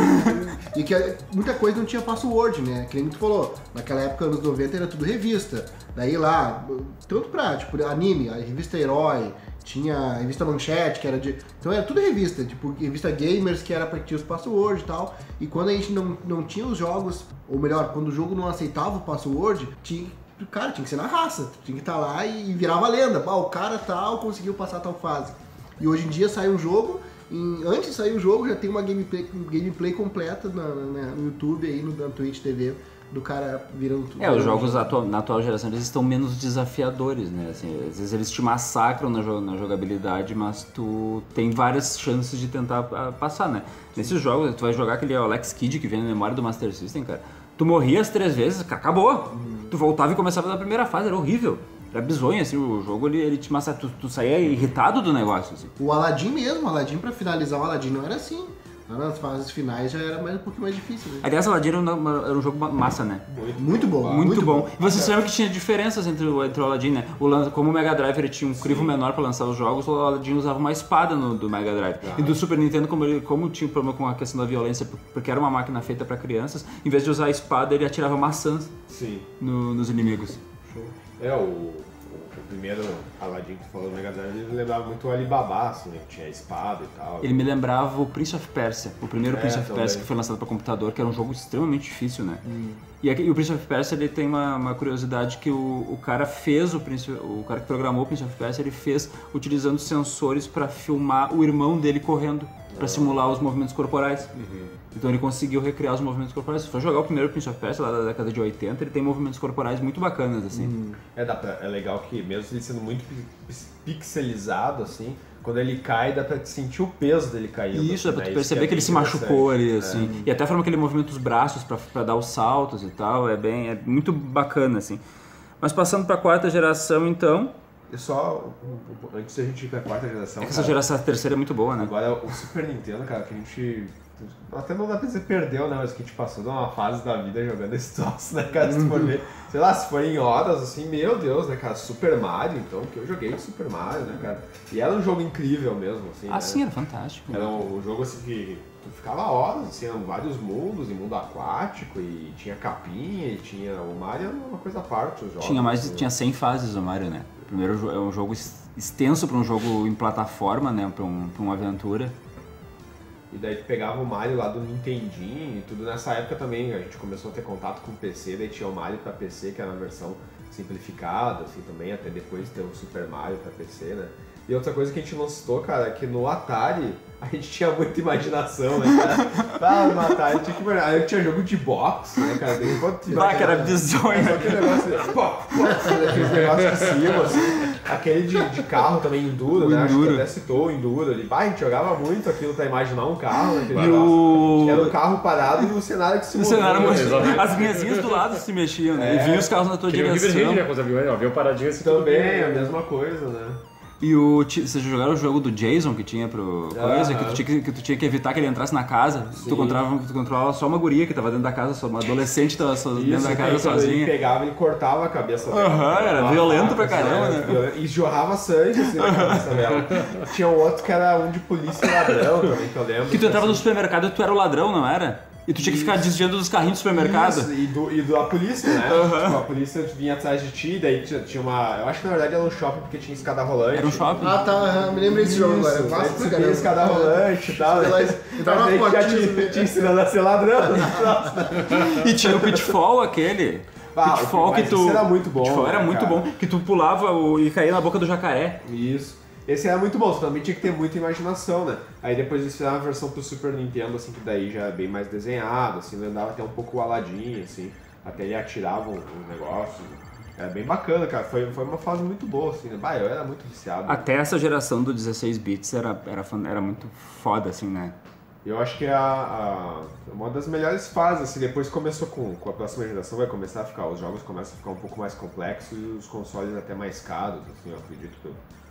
Speaker 4: e que muita coisa não tinha password, né? Que nem tu falou, naquela época, anos noventa, era tudo revista. Daí lá, tanto pra, tipo, anime, a revista Herói, tinha a revista Manchete, que era de... Então era tudo revista, tipo, revista Gamers, que era pra ter os passwords e tal. E quando a gente não, não tinha os jogos, ou melhor, quando o jogo não aceitava o password, tinha... Cara, tinha que ser na raça, tinha que estar lá e virava lenda. Ah, o cara tal conseguiu passar tal fase. E hoje em dia sai um jogo, em, antes de sair o jogo já tem uma gameplay, gameplay completa na, na, no YouTube, aí no, na Twitch T V, do cara virando tudo.
Speaker 5: É, os jogos atual, na atual geração eles estão menos desafiadores, né? Assim, às vezes eles te massacram na, na jogabilidade, mas tu tem várias chances de tentar passar, né? Nesses jogos, tu vai jogar aquele Alex Kidd que vem na memória do Master System, cara. Tu morria as três vezes, acabou. Uhum. Tu voltava e começava da primeira fase, era horrível. Era bizonho, assim, o jogo ele, ele te massa, tu, tu saía irritado do negócio, assim.
Speaker 4: O Aladdin mesmo, o Aladdin pra finalizar o Aladdin não era assim. Nas fases finais já era mais, um pouquinho mais difícil, né?
Speaker 5: Aliás, Aladdin era um, era um jogo massa, né?
Speaker 4: Muito, muito bom.
Speaker 5: Muito, muito bom.
Speaker 4: bom.
Speaker 5: E vocês lembram que tinha diferenças entre o, entre o Aladdin, né? O, como o Mega Drive ele tinha um crivo menor pra lançar os jogos, o Aladdin usava uma espada no, do Mega Drive. Ah. E do Super Nintendo, como, ele, como tinha um problema com a questão da violência, porque era uma máquina feita pra crianças, em vez de usar a espada, ele atirava maçãs no, nos inimigos.
Speaker 3: Show. É, o... O primeiro Aladdin que tu falou do Mega Drive, ele lembrava muito o Alibaba, assim, né? Que tinha espada e tal.
Speaker 5: Ele me lembrava o Prince of Persia, o primeiro é, Prince of
Speaker 3: também.
Speaker 5: Persia que foi lançado para computador, que era um jogo extremamente difícil, né? Hum. E, aqui, e o Prince of Persia, ele tem uma, uma curiosidade que o, o cara fez, o, Prince, o cara que programou o Prince of Persia, ele fez utilizando sensores para filmar o irmão dele correndo, para simular os movimentos corporais. Uhum. Então ele conseguiu recriar os movimentos corporais. Se for jogar o primeiro Prince of Persia lá da década de oitenta, ele tem movimentos corporais muito bacanas, assim.
Speaker 3: Hum. É, dá pra, é legal que mesmo ele sendo muito pixelizado, assim, quando ele cai, dá pra sentir o peso dele caindo.
Speaker 5: Isso,
Speaker 3: assim,
Speaker 5: dá pra
Speaker 3: né?
Speaker 5: tu perceber
Speaker 3: que, é
Speaker 5: que ele se machucou ali, assim.
Speaker 3: É.
Speaker 5: E até a forma que ele movimenta os braços pra, pra dar os saltos e tal, é bem, é muito bacana, assim. Mas passando pra quarta geração, então...
Speaker 3: E só, antes da gente ir pra quarta geração...
Speaker 5: É que essa geração terceira é muito boa, né?
Speaker 3: Agora, o Super Nintendo, cara, que a gente... Até não dá pra dizer perdeu, né? Mas que a gente passou de uma fase da vida jogando esse troço, né, cara? Se tu for ver, sei lá, se for em horas, assim, meu Deus, né, cara? Super Mario, então, que eu joguei Super Mario, né, cara? E era um jogo incrível mesmo, assim,
Speaker 5: Ah,
Speaker 3: né?
Speaker 5: sim, era fantástico.
Speaker 3: Era um jogo, assim, que tu ficava horas, assim, eram vários mundos, e mundo aquático, e tinha capinha, e tinha... O Mario era uma coisa à parte, os jogos.
Speaker 5: Tinha mais,
Speaker 3: assim,
Speaker 5: tinha cem fases o Mario, né? O primeiro é um jogo extenso para um jogo em plataforma, né? Para um, pra uma aventura.
Speaker 3: E daí tu pegava o Mario lá do Nintendinho e tudo. Nessa época também a gente começou a ter contato com o P C, daí tinha o Mario pra P C, que era uma versão simplificada, assim, também, até depois ter o Super Mario pra P C, né? E outra coisa que a gente não citou, cara, é que no Atari a gente tinha muita imaginação, né, cara? Ah, no Atari tinha que imaginar. Aí tinha jogo de boxe, né, cara? Tem quanto
Speaker 5: Ah, que era bizonho.
Speaker 3: Só aquele negócio, pô, pô, aqueles negócios de cima, assim. Aquele de, de carro também, Enduro,
Speaker 5: O
Speaker 3: né?
Speaker 5: Enduro.
Speaker 3: Acho que até citou o Enduro ali. Bah, a gente jogava muito aquilo pra imaginar um carro, né?
Speaker 5: E o...
Speaker 3: Era o carro parado e o cenário que se
Speaker 5: O
Speaker 3: movia.
Speaker 5: cenário
Speaker 3: né?
Speaker 5: As linhazinhas do lado se mexiam, né?
Speaker 3: É.
Speaker 5: E vinha os carros na tua
Speaker 1: Que nem o
Speaker 5: direção.
Speaker 1: River Raid, né? Com os aviões, ó, viu paradinho assim. tudo
Speaker 3: Também,
Speaker 1: bem,
Speaker 3: a mesma coisa, né?
Speaker 5: E o... Vocês já jogaram o jogo do Jason que tinha pro... Coisa, que, tu tinha que, que tu tinha que evitar que ele entrasse na casa. Tu controlava, tu controlava só uma guria que tava dentro da casa, só uma adolescente que tava só dentro
Speaker 3: Isso,
Speaker 5: da casa
Speaker 3: aí, quando
Speaker 5: sozinha.
Speaker 3: ele pegava, ele cortava a cabeça dela.
Speaker 5: Aham, era
Speaker 3: Uma
Speaker 5: violento
Speaker 3: faca,
Speaker 5: pra caramba,
Speaker 3: assim,
Speaker 5: né?
Speaker 3: violento. E jorrava sangue assim na cabeça dela. Tinha um outro que era um de polícia e ladrão também, que eu lembro.
Speaker 5: Que tu entrava no
Speaker 3: assim,
Speaker 5: supermercado e tu era o ladrão, não era? E tu tinha que ficar desviando dos carrinhos do supermercado.
Speaker 3: Isso, e, do, e da polícia, né?
Speaker 5: Uhum.
Speaker 3: Tipo, a polícia vinha atrás de ti, daí tinha, tinha uma... Eu acho que na verdade era um shopping porque tinha escada rolante.
Speaker 5: Era um shopping.
Speaker 4: Ah, tá, me lembrei desse jogo agora.
Speaker 3: Isso,
Speaker 4: Massa
Speaker 3: daí
Speaker 4: pra
Speaker 3: tu
Speaker 4: caramba.
Speaker 3: via escada rolante e tal.
Speaker 4: Ela
Speaker 3: Né?
Speaker 4: entrava
Speaker 3: Mas daí
Speaker 4: nas
Speaker 3: que já
Speaker 4: portinhas,
Speaker 3: te, te ensinando a ser ladrão.
Speaker 5: E tinha o Pitfall aquele.
Speaker 3: Ah,
Speaker 5: Pitfall
Speaker 3: o-
Speaker 5: que
Speaker 3: mas
Speaker 5: tu.
Speaker 3: esse era muito bom,
Speaker 5: Pitfall era
Speaker 3: né,
Speaker 5: muito
Speaker 3: cara?
Speaker 5: bom. Que tu pulava o- e caía na boca do jacaré.
Speaker 3: Isso. Esse era muito bom, você também tinha que ter muita imaginação, né? Aí depois eles fizeram uma versão pro Super Nintendo, assim, que daí já é bem mais desenhado, assim, lembrava até um pouco o Aladdin, assim, até ele atirava um, um negócio. Era bem bacana, cara, foi, foi uma fase muito boa, assim, né? Bah, eu era muito viciado.
Speaker 5: Até essa geração do dezesseis bits era, era, fan- era muito foda, assim, né?
Speaker 3: Eu acho que é a, a, uma das melhores fases, assim, depois começou com, com a próxima geração, vai começar a ficar, os jogos começam a ficar um pouco mais complexos e os consoles até mais caros, assim, eu acredito, pelo,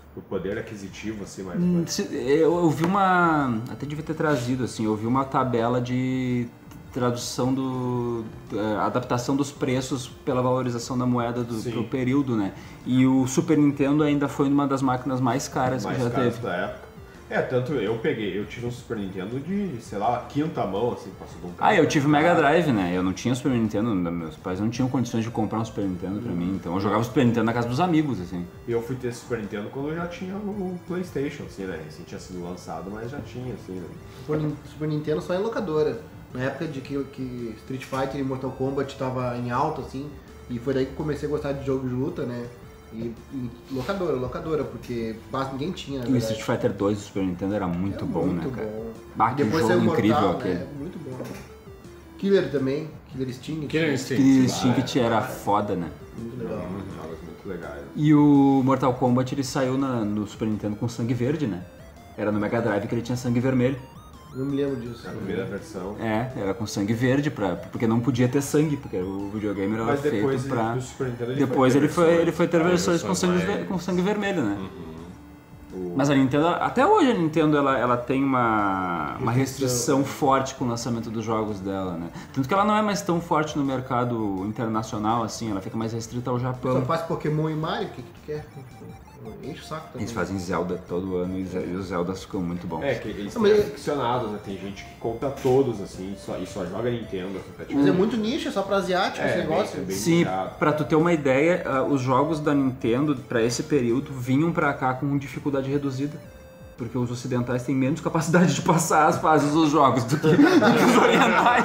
Speaker 3: o poder aquisitivo, assim, mais...
Speaker 5: Hum, se- Eu, eu vi uma... Até devia ter trazido, assim, eu vi uma tabela de tradução do... eh, adaptação dos preços pela valorização da moeda do,
Speaker 3: Sim.
Speaker 5: pro período, né? E o Super Nintendo ainda foi uma das máquinas mais caras
Speaker 3: mais
Speaker 5: que já
Speaker 3: caros
Speaker 5: teve.
Speaker 3: da época. É, tanto eu peguei, eu tive um Super Nintendo de, sei lá, quinta mão, assim, passou de um
Speaker 5: Ah, eu tive o Mega
Speaker 3: cara.
Speaker 5: Drive, né? Eu não tinha Super Nintendo, meus pais não tinham condições de comprar um Super Nintendo pra mim, então eu jogava Super Nintendo na casa dos amigos, assim.
Speaker 3: E eu fui ter Super Nintendo quando eu já tinha o PlayStation, assim, né? Assim, tinha sido lançado, mas já tinha, assim, né?
Speaker 4: Super Nin- Super Nintendo só em locadora. Na época de que, que Street Fighter e Mortal Kombat tava em alta, assim, e foi daí que eu comecei a gostar de jogo de luta, né? E, e locadora, locadora, porque quase ninguém tinha, na
Speaker 5: E o
Speaker 4: verdade.
Speaker 5: Street Fighter dois do Super Nintendo era muito
Speaker 4: É
Speaker 5: bom,
Speaker 4: muito
Speaker 5: né, cara?
Speaker 4: bom.
Speaker 5: Bah, que
Speaker 4: Depois
Speaker 5: jogo
Speaker 4: saiu o
Speaker 5: incrível
Speaker 4: Mortal,
Speaker 5: aquele.
Speaker 4: É, muito bom. Killer também, Killer Instinct.
Speaker 1: Killer Instinct.
Speaker 5: Killer
Speaker 3: Ah,
Speaker 5: Instinct
Speaker 3: é.
Speaker 5: era foda, né?
Speaker 4: Muito legal.
Speaker 3: Muitos jogos muito legais.
Speaker 5: E o Mortal Kombat ele saiu na- no Super Nintendo com sangue verde, né? Era no Mega Drive que ele tinha sangue vermelho.
Speaker 4: Não me lembro disso.
Speaker 3: A primeira versão.
Speaker 5: É, era com sangue verde, pra, porque não podia ter sangue, porque o videogame era
Speaker 3: Mas depois
Speaker 5: feito pra...
Speaker 3: do Super Nintendo ele
Speaker 5: Depois
Speaker 3: foi ter
Speaker 5: ele foi,
Speaker 3: versões.
Speaker 5: ele foi ter
Speaker 1: Ah,
Speaker 5: versões com
Speaker 1: versões
Speaker 5: sangue, ver-
Speaker 1: mais-
Speaker 5: com sangue vermelho, né?
Speaker 3: O-
Speaker 5: Mas a Nintendo, até hoje a Nintendo ela, ela tem uma, uma restrição forte com o lançamento dos jogos dela, né? Tanto que ela não é mais tão forte no mercado internacional, assim, ela fica mais restrita ao
Speaker 4: Só
Speaker 5: Japão.
Speaker 4: faz Pokémon e Mario, o que, que tu quer? Enche o saco também.
Speaker 5: Eles fazem Zelda todo ano e Ze- e os Zeldas ficam muito bons.
Speaker 3: É, que eles
Speaker 4: Não,
Speaker 3: têm
Speaker 4: mas-
Speaker 3: aficionados, né? Tem gente que compra todos, assim, só, e só joga Nintendo. Assim, pra, tipo,
Speaker 4: Mas é muito nicho, é só pra asiático esse
Speaker 3: é,
Speaker 4: negócio.
Speaker 3: bem, bem
Speaker 5: Sim,
Speaker 3: nichado.
Speaker 5: pra tu ter uma ideia, ah, os jogos da Nintendo pra esse período vinham pra cá com dificuldade reduzida. Porque os ocidentais têm menos capacidade de passar as fases dos jogos do que, do que os orientais.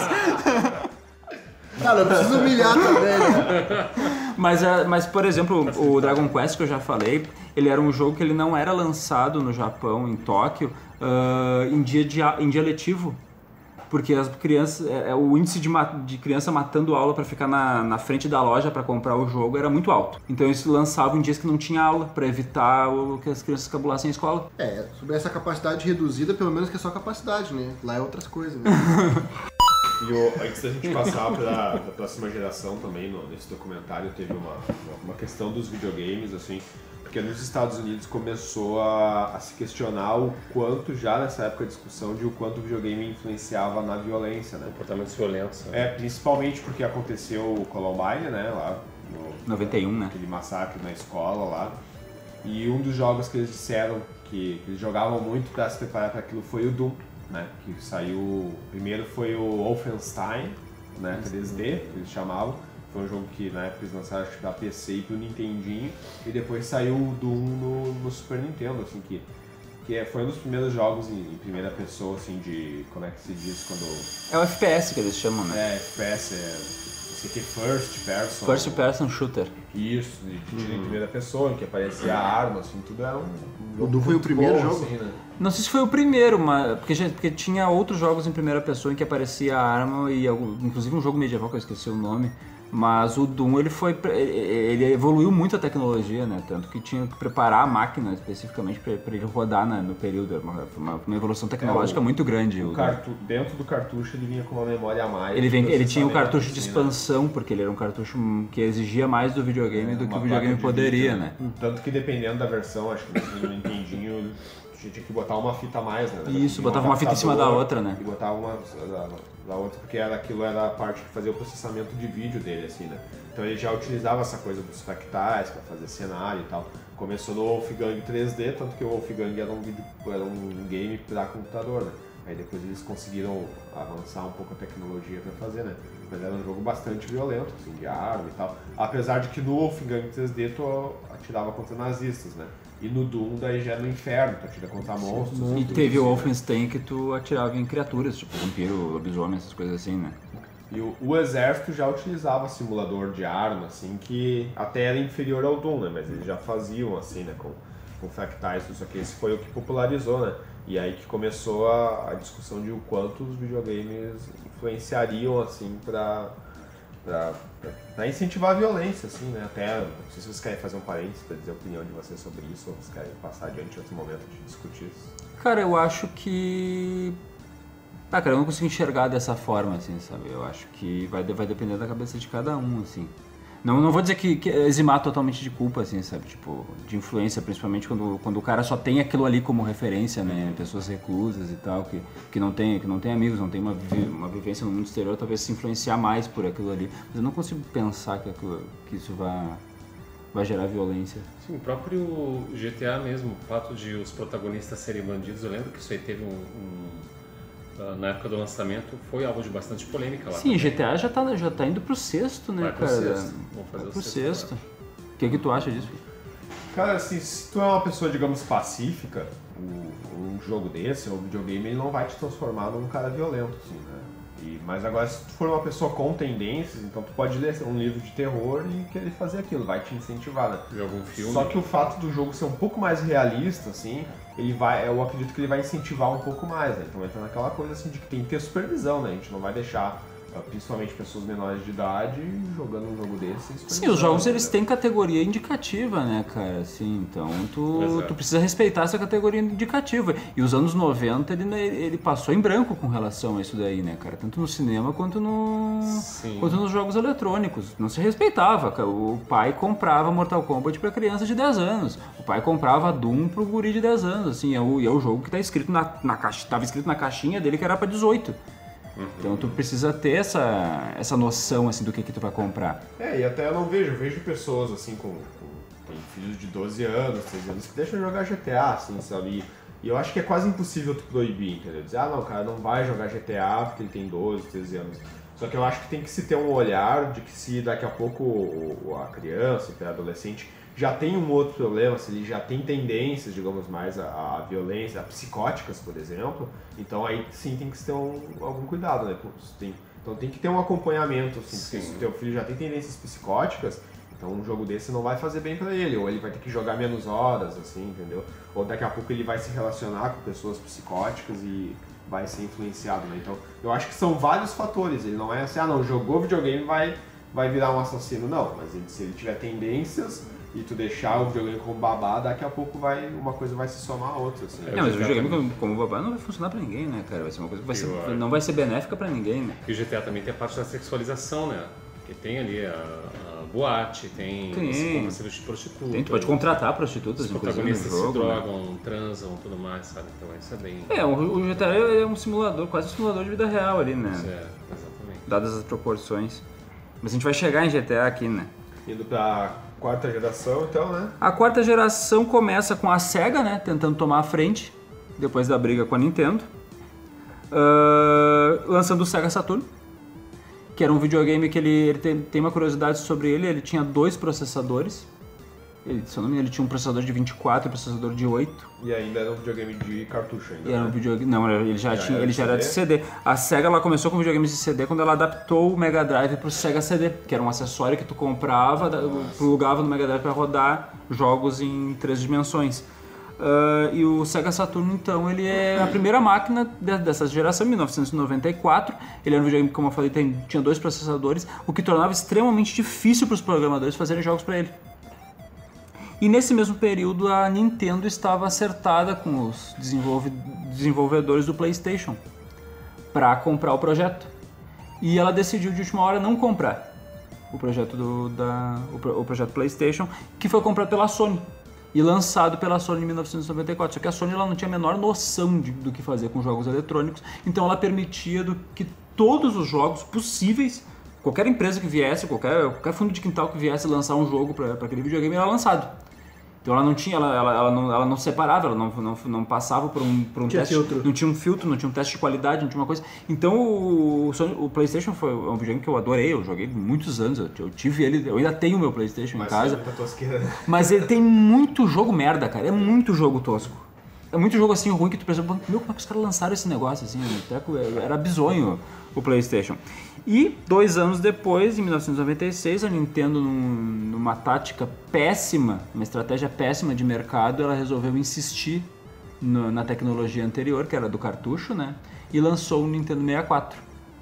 Speaker 4: Cara, eu preciso humilhar também, né?
Speaker 5: Mas, ah, mas, por exemplo, o Dragon Quest que eu já falei, ele era um jogo que ele não era lançado no Japão, em Tóquio, ah, em, dia de, a- em dia letivo. Porque as crianças, é, é, o índice de, ma- de criança matando aula pra ficar na, na frente da loja pra comprar o jogo era muito alto. Então eles lançavam em dias que não tinha aula, pra evitar o, que as crianças cabulassem a escola.
Speaker 4: É, sobre essa capacidade reduzida, pelo menos que é só capacidade, né? Lá é outras coisas, né?
Speaker 3: E o- antes da gente passar para a próxima geração também, no- nesse documentário teve uma, uma questão dos videogames, assim, porque nos Estados Unidos começou a, a se questionar o quanto, já nessa época de discussão, de o quanto o videogame influenciava na violência, né?
Speaker 1: Comportamentos violentos. Né?
Speaker 3: É, principalmente porque aconteceu o Columbine, né, lá no,
Speaker 5: noventa e um, né?
Speaker 3: aquele massacre na escola lá. E um dos jogos que eles disseram que, que eles jogavam muito para se preparar para aquilo foi o Doom, né? Que saiu. Primeiro foi o Wolfenstein, né? três D, que eles chamavam. Foi um jogo que na época eles lançaram acho que pra P C e pro Nintendinho. E depois saiu o Doom no, no Super Nintendo, assim, que, que é, foi um dos primeiros jogos em, em primeira pessoa, assim, de. Como é que se diz quando.
Speaker 5: É o F P S que eles chamam, né?
Speaker 3: É, F P S, é. Esse aqui é First Person.
Speaker 5: First Person Shooter.
Speaker 3: Isso, de tiro em primeira pessoa, em que aparecia a arma, assim, tudo era um. um
Speaker 4: O Doom foi o
Speaker 3: muito
Speaker 4: primeiro
Speaker 3: bom,
Speaker 4: jogo?
Speaker 3: assim, né?
Speaker 5: Não sei se foi o primeiro, mas porque, já- porque tinha outros jogos em primeira pessoa em que aparecia a arma e algum- inclusive um jogo medieval que eu esqueci o nome. Mas o Doom ele foi pre- ele evoluiu muito a tecnologia, né? Tanto que tinha que preparar a máquina especificamente para ele rodar na- no período. Era Uma, uma, uma evolução tecnológica
Speaker 3: É, o-
Speaker 5: muito grande.
Speaker 3: O
Speaker 5: o Doom.
Speaker 3: cartu... Dentro do cartucho ele vinha com uma memória a mais.
Speaker 5: Ele, vem,
Speaker 3: de
Speaker 5: ele tinha o
Speaker 3: processamento,
Speaker 5: cartucho de
Speaker 3: assim, né?
Speaker 5: expansão, porque ele era um cartucho que exigia mais do videogame do que
Speaker 3: Uma
Speaker 5: o videogame
Speaker 3: placa de
Speaker 5: poderia,
Speaker 3: vídeo,
Speaker 5: né?
Speaker 3: Tanto que dependendo da versão, acho que no Nintendinho tinha que botar uma fita a mais, né?
Speaker 5: Isso,
Speaker 3: E um
Speaker 5: botava uma fita em cima da
Speaker 3: adaptador,
Speaker 5: outra, né?
Speaker 3: E botava uma da, da outra, porque era, aquilo era a parte que fazia o processamento de vídeo dele, assim, né? Então ele já utilizava essa coisa dos fractais para fazer cenário e tal. Começou no Wolfgang três D, tanto que o Wolfgang era um, vídeo, era um game para computador, né? Aí depois eles conseguiram avançar um pouco a tecnologia para fazer, né? Mas era um jogo bastante violento, assim, de arma e tal. Apesar de que no Wolfgang três D tu atirava contra nazistas, né? E no Doom daí já é no inferno, tu atira contra monstros.
Speaker 5: E
Speaker 3: tudo
Speaker 5: teve o
Speaker 3: assim, né?
Speaker 5: Wolfenstein que tu atirava em criaturas, tipo vampiro, lobisomem, essas coisas assim, né?
Speaker 3: E o, o exército já utilizava simulador de arma, assim, que até era inferior ao Doom, né? Mas eles já faziam, assim, né? Com, com fractais, só que esse foi o que popularizou, né? E aí que começou a, a discussão de o quanto os videogames influenciariam, assim, pra, pra, pra, pra incentivar a violência, assim, né? Até, não sei se vocês querem fazer um parênteses pra dizer a opinião de vocês sobre isso, ou vocês querem passar adiante em outro momento de discutir isso.
Speaker 5: Cara, eu acho que... Ah, cara, eu não consigo enxergar dessa forma, assim, sabe? Eu acho que vai, vai depender da cabeça de cada um, assim. Não, não vou dizer que, que eximar totalmente de culpa, assim, sabe? Tipo, de influência, principalmente quando, quando o cara só tem aquilo ali como referência, né? Pessoas reclusas e tal, que, que, não tem, que não tem amigos, não tem uma, uma vivência no mundo exterior, talvez se influenciar mais por aquilo ali. Mas eu não consigo pensar que, aquilo, que isso vai, vai gerar violência.
Speaker 1: Sim, o próprio G T A mesmo, o fato de os protagonistas serem bandidos, eu lembro que isso aí teve um... um na época do lançamento, foi alvo de bastante polêmica lá.
Speaker 5: Sim,
Speaker 1: também.
Speaker 5: G T A já tá, já tá indo pro sexto, né,
Speaker 1: Vai pro
Speaker 5: cara?
Speaker 1: sexto. Vamos fazer
Speaker 5: Vai
Speaker 1: o
Speaker 5: pro
Speaker 1: sexto.
Speaker 5: sexto. O que, que tu acha disso?
Speaker 3: Cara, assim, se tu é uma pessoa, digamos, pacífica, um, um jogo desse, um videogame, ele não vai te transformar num cara violento, assim, né? E, mas agora, se tu for uma pessoa com tendências, então tu pode ler um livro de terror e querer fazer aquilo, vai te incentivar, né?
Speaker 1: De algum filme.
Speaker 3: Só que o fato do jogo ser um pouco mais realista, assim, ele vai, eu acredito que ele vai incentivar um pouco mais, né? Então entra naquela coisa assim de que tem que ter supervisão, né? A gente não vai deixar, principalmente pessoas menores de idade, jogando um jogo desse sem supervisão.
Speaker 5: Sim, os jogos
Speaker 3: né?
Speaker 5: eles têm categoria indicativa, né, cara? Assim, então tu,
Speaker 1: Exato.
Speaker 5: tu precisa respeitar essa categoria indicativa. E os anos noventa ele, ele passou em branco com relação a isso daí, né, cara? Tanto no cinema quanto, no,
Speaker 1: Sim.
Speaker 5: quanto nos jogos eletrônicos. Não se respeitava, cara. O pai comprava Mortal Kombat pra criança de dez anos. O pai comprava Doom pro guri de dez anos, assim. É o, é o jogo que tá escrito na, na caixa, tava escrito na caixinha dele que era pra dezoito. Uhum. Então tu precisa ter essa, essa noção assim, do que, que tu vai comprar.
Speaker 3: É, e até eu não vejo, eu vejo pessoas assim com, com tem filhos de doze anos, treze anos, que deixam jogar G T A, assim, sabe? E eu acho que é quase impossível tu proibir, entendeu? Dizer, ah não, o cara não vai jogar G T A porque ele tem doze, treze anos. Só que eu acho que tem que se ter um olhar de que se daqui a pouco o, a criança, o adolescente, já tem um outro problema, se ele já tem tendências, digamos, mais a, a violência, a psicóticas, por exemplo, então aí sim tem que ter um, algum cuidado, né? Tem, então tem que ter um acompanhamento, assim, porque se o teu filho já tem tendências psicóticas, então um jogo desse não vai fazer bem pra ele, ou ele vai ter que jogar menos horas, assim, entendeu? Ou daqui a pouco ele vai se relacionar com pessoas psicóticas e vai ser influenciado, né? Então eu acho que são vários fatores, ele não é assim, ah não, jogou videogame vai, vai virar um assassino, não, mas ele, se ele tiver tendências e tu deixar o videogame como babá, daqui a pouco vai, uma coisa vai se somar a outra, assim.
Speaker 5: É, mas o videogame como, como babá não vai funcionar pra ninguém, né, cara? Vai ser uma coisa que vai ser, não vai ser benéfica pra ninguém, né?
Speaker 1: E o G T A também tem a parte da sexualização, né? Que tem ali a, a boate, tem,
Speaker 5: Tem.
Speaker 1: você como ser de prostituta.
Speaker 5: Tem, tu pode contratar prostitutas,
Speaker 1: Os
Speaker 5: inclusive, no
Speaker 1: protagonistas
Speaker 5: jogo,
Speaker 1: se
Speaker 5: né?
Speaker 1: drogam, transam, tudo mais, sabe? Então isso é bem...
Speaker 5: É, o, o G T A é um simulador, quase um simulador de vida real ali, né?
Speaker 1: Isso é, exatamente.
Speaker 5: Dadas as proporções. Mas a gente vai chegar em G T A aqui, né?
Speaker 3: Indo pra quarta geração, então, né?
Speaker 5: A quarta geração começa com a SEGA, né? Tentando tomar a frente, depois da briga com a Nintendo. Uh, lançando o Sega Saturn, que era um videogame que ele, ele tem, tem uma curiosidade sobre ele, ele tinha dois processadores. Ele, se eu não me engano, ele tinha um processador de vinte e quatro e um processador de oito.
Speaker 3: E ainda era um videogame de cartucho ainda.
Speaker 5: E era um
Speaker 3: né?
Speaker 5: videogame, não, ele já,
Speaker 3: Já
Speaker 5: tinha,
Speaker 3: era
Speaker 5: ele
Speaker 3: de
Speaker 5: já era de C D. A SEGA ela começou com videogames de C D quando ela adaptou o Mega Drive pro Sega C D, que era um acessório que tu comprava, da- plugava no Mega Drive para rodar jogos em três dimensões. Uh, e o Sega Saturn, então, ele é a primeira máquina de- dessa geração, mil novecentos e noventa e quatro. Ele era um videogame que, como eu falei, tem, tinha dois processadores, o que tornava extremamente difícil para os programadores fazerem jogos para ele. E nesse mesmo período a Nintendo estava acertada com os desenvolve- desenvolvedores do PlayStation para comprar o projeto. E ela decidiu de última hora não comprar o projeto, do, da, o, pro- o projeto PlayStation, que foi comprado pela Sony e lançado pela Sony em mil novecentos e noventa e quatro. Só que a Sony ela não tinha a menor noção de- do que fazer com jogos eletrônicos, então ela permitia do, que todos os jogos possíveis, qualquer empresa que viesse, qualquer, qualquer fundo de quintal que viesse lançar um jogo para aquele videogame era lançado. Então ela não tinha, ela, ela, ela, não, ela não separava, ela não, não, não passava por um, por um
Speaker 4: Tinha
Speaker 5: teste,
Speaker 4: filtro.
Speaker 5: não tinha um filtro, não tinha um teste de qualidade, não tinha uma coisa. Então o, Sony- o PlayStation foi um videogame que eu adorei, eu joguei muitos anos, eu, eu tive ele, eu ainda tenho o meu PlayStation
Speaker 3: Mas
Speaker 5: em casa.
Speaker 3: é muita tosqueira, né?
Speaker 5: Mas ele tem muito jogo merda, cara. É muito jogo tosco. É muito jogo assim ruim que tu pensa, meu, como é que os caras lançaram esse negócio assim? Era bizonho o PlayStation. E dois anos depois, em mil novecentos e noventa e seis, a Nintendo, num- numa tática péssima, uma estratégia péssima de mercado, ela resolveu insistir no- na tecnologia anterior, que era do cartucho, né? E lançou o Nintendo sessenta e quatro.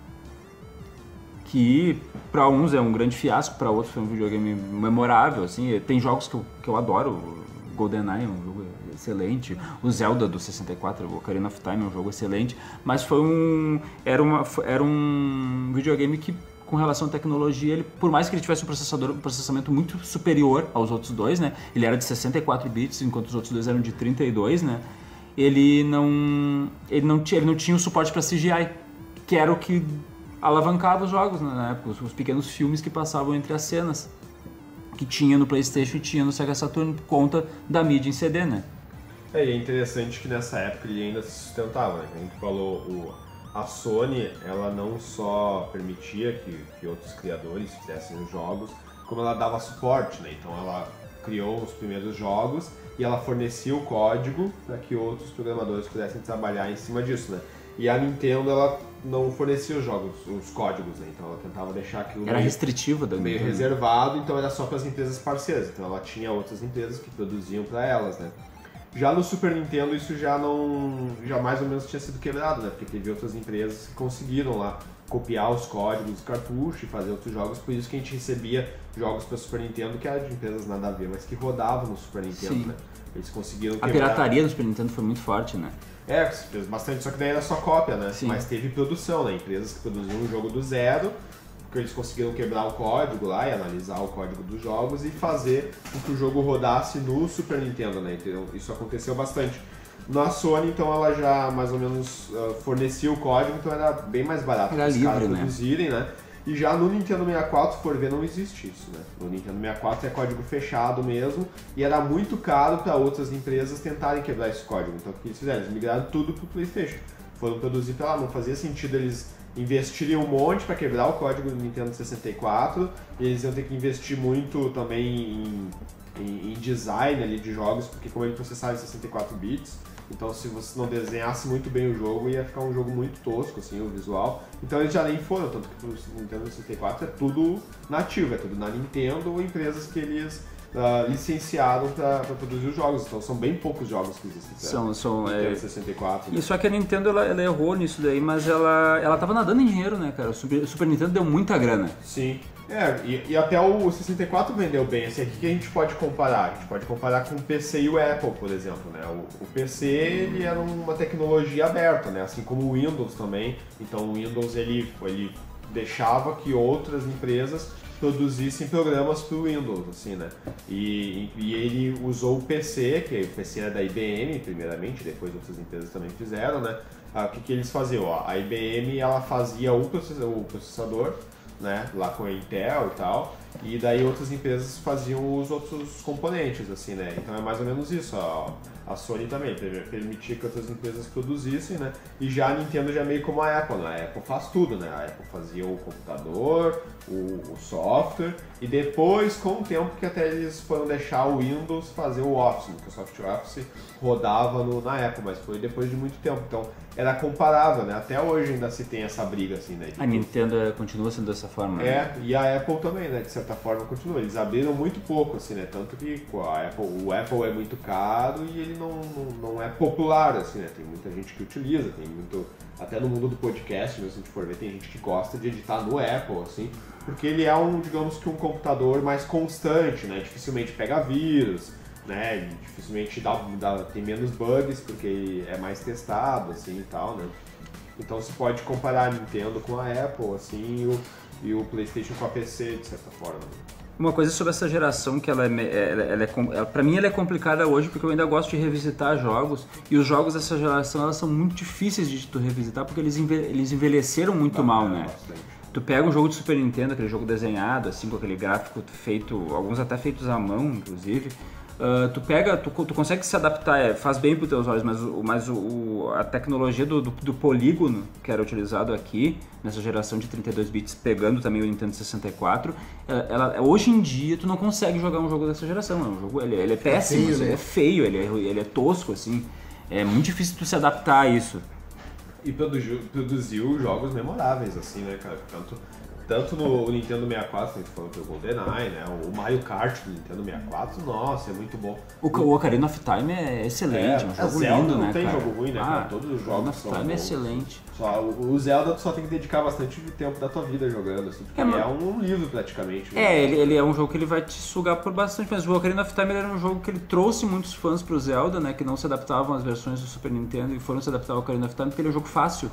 Speaker 5: Que para uns é um grande fiasco, para outros foi um videogame memorável, assim. Tem jogos que eu, que eu adoro, o GoldenEye é um jogo excelente, o Zelda do sessenta e quatro, o Ocarina of Time é um jogo excelente, mas foi um era uma era um videogame que com relação à tecnologia, ele, por mais que ele tivesse um processador, um processamento muito superior aos outros dois, né? Ele era de sessenta e quatro bits, enquanto os outros dois eram de trinta e dois, né? Ele não, ele não, tinha, ele não tinha o suporte para C G I, que era o que alavancava os jogos, né, na época, os, os pequenos filmes que passavam entre as cenas, que tinha no PlayStation e tinha no Sega Saturn, por conta da mídia em C D, né?
Speaker 3: É, e é interessante que nessa época ele ainda se sustentava, né? A gente falou, o, a Sony, ela não só permitia que, que outros criadores fizessem os jogos, como ela dava suporte, né? Então ela criou os primeiros jogos e ela fornecia o código para que outros programadores pudessem trabalhar em cima disso, né? E a Nintendo, ela não fornecia os jogos, os códigos, né? Então ela tentava deixar aquilo
Speaker 5: era
Speaker 3: meio,
Speaker 5: restritivo da
Speaker 3: meio
Speaker 5: Nintendo.
Speaker 3: reservado, então era só para as empresas parceiras. Então ela tinha outras empresas que produziam para elas, né? Já no Super Nintendo isso já não, já mais ou menos tinha sido quebrado, né? Porque teve outras empresas que conseguiram lá copiar os códigos do cartucho e fazer outros jogos, por isso que a gente recebia jogos para Super Nintendo que eram de empresas nada a ver, mas que rodavam no Super Nintendo,
Speaker 5: Sim.
Speaker 3: né? Eles conseguiram
Speaker 5: A
Speaker 3: quebrar.
Speaker 5: pirataria do Super Nintendo foi muito forte, né?
Speaker 3: É, fez bastante, só que daí era só cópia, né?
Speaker 5: Sim.
Speaker 3: Mas teve produção, né? Empresas que produziam um jogo do zero, porque eles conseguiram quebrar o código lá e analisar o código dos jogos e fazer com que o jogo rodasse no Super Nintendo, né? Então isso aconteceu bastante. Na Sony, então, ela já mais ou menos uh, fornecia o código, então era bem mais barato
Speaker 5: Era
Speaker 3: para os
Speaker 5: livre,
Speaker 3: caras
Speaker 5: né?
Speaker 3: produzirem, né? E já no Nintendo sessenta e quatro, se for ver, não existe isso, né? No Nintendo sessenta e quatro é código fechado mesmo e era muito caro para outras empresas tentarem quebrar esse código. Então o que eles fizeram? Eles migraram tudo pro PlayStation. Foram produzir para lá, não fazia sentido eles investirem um monte para quebrar o código do Nintendo sessenta e quatro e eles iam ter que investir muito também em, em, em design ali de jogos, porque como ele processava em sessenta e quatro bits, então se você não desenhasse muito bem o jogo, ia ficar um jogo muito tosco, assim, o visual. Então eles já nem foram, tanto que pro Nintendo sessenta e quatro é tudo nativo, é tudo na Nintendo ou empresas que eles uh, licenciaram para produzir os jogos. Então são bem poucos jogos que existem.
Speaker 5: São, são,
Speaker 3: Nintendo
Speaker 5: é...
Speaker 3: sessenta e quatro.
Speaker 5: E só que a Nintendo, ela, ela errou nisso daí, mas ela, ela tava nadando em dinheiro, né, cara? O Super, o Super Nintendo deu muita grana.
Speaker 3: Sim. É, e, e até o sessenta e quatro vendeu bem. Assim, aqui que a gente pode comparar? A gente pode comparar com o P C e o Apple, por exemplo, né? O, o P C, ele era uma tecnologia aberta, né? Assim como o Windows também. Então o Windows, ele, ele deixava que outras empresas produzissem programas para o Windows, assim, né? E, e ele usou o P C, que o P C era da I B M, primeiramente, depois outras empresas também fizeram, né? Ah, o que, que eles faziam? Ó, a I B M, ela fazia o processador, o processador, né, lá com a Intel e tal, e daí outras empresas faziam os outros componentes, assim, né, então é mais ou menos isso, ó. A Sony também permitia que outras empresas produzissem, né, e já a Nintendo já é meio como a Apple, né, a Apple faz tudo, né, a Apple fazia o computador, o, o software, e depois, com o tempo que até eles foram deixar o Windows fazer o Office, porque o software Office rodava no, na Apple, mas foi depois de muito tempo, então era comparável, né, até hoje ainda se tem essa briga, assim, né.
Speaker 5: A Nintendo continua sendo dessa forma, né?
Speaker 3: É, e a Apple também, né, de certa forma continua, eles abriram muito pouco, assim, né, tanto que a Apple, o Apple é muito caro e ele não, não, não é popular, assim, né, tem muita gente que utiliza, tem muito, até no mundo do podcast, né, se a gente for ver, tem gente que gosta de editar no Apple, assim, porque ele é um, digamos que um computador mais constante, né, dificilmente pega vírus, né, dificilmente dá, dá, tem menos bugs porque é mais testado, assim, e tal, né, então se pode comparar a Nintendo com a Apple, assim, e o, e o PlayStation com a P C, de certa forma.
Speaker 5: Uma coisa sobre essa geração que ela é, ela, ela é, ela, pra mim ela é complicada hoje porque eu ainda gosto de revisitar jogos e os jogos dessa geração elas são muito difíceis de tu revisitar porque eles, enve, eles envelheceram muito
Speaker 3: Não,
Speaker 5: mal,
Speaker 3: é,
Speaker 5: né?
Speaker 3: bastante.
Speaker 5: Tu pega um jogo de Super Nintendo, aquele jogo desenhado, assim, com aquele gráfico feito, alguns até feitos à mão, inclusive. Uh, tu pega, tu, tu consegue se adaptar, é, faz bem para os teus olhos, mas, o, mas o, a tecnologia do, do, do polígono que era utilizado aqui, nessa geração de trinta e dois bits, pegando também o Nintendo sessenta e quatro, ela, ela, hoje em dia tu não consegue jogar um jogo dessa geração, é um jogo, ele, ele é péssimo,
Speaker 4: feio,
Speaker 5: assim,
Speaker 4: né?
Speaker 5: é feio, ele é, ele é tosco, assim, é muito difícil tu se adaptar a isso.
Speaker 3: E produziu, produziu jogos memoráveis, assim, né, cara? Tanto, tanto no Nintendo sessenta e quatro, a gente falou do GoldenEye, né? O Mario Kart do Nintendo sessenta e quatro, nossa, é muito bom.
Speaker 5: O, o Ocarina of Time é excelente, é, é um jogo
Speaker 3: Zelda
Speaker 5: lindo,
Speaker 3: não
Speaker 5: né,
Speaker 3: tem
Speaker 5: cara?
Speaker 3: jogo ruim, né, cara?
Speaker 5: Ah,
Speaker 3: Todos os
Speaker 5: Ocarina
Speaker 3: jogos
Speaker 5: of
Speaker 3: são
Speaker 5: Time é
Speaker 3: bons.
Speaker 5: excelente.
Speaker 3: Só, o, o Zelda tu só tem que dedicar bastante tempo da tua vida jogando, assim, porque
Speaker 5: É,
Speaker 3: ele
Speaker 5: mas-
Speaker 3: é um livro praticamente. né?
Speaker 5: É, ele, ele é um jogo que ele vai te sugar por bastante, mas o Ocarina of Time ele era um jogo que ele trouxe muitos fãs pro Zelda, né, que não se adaptavam às versões do Super Nintendo e foram se adaptar ao Ocarina of Time porque ele é um jogo fácil.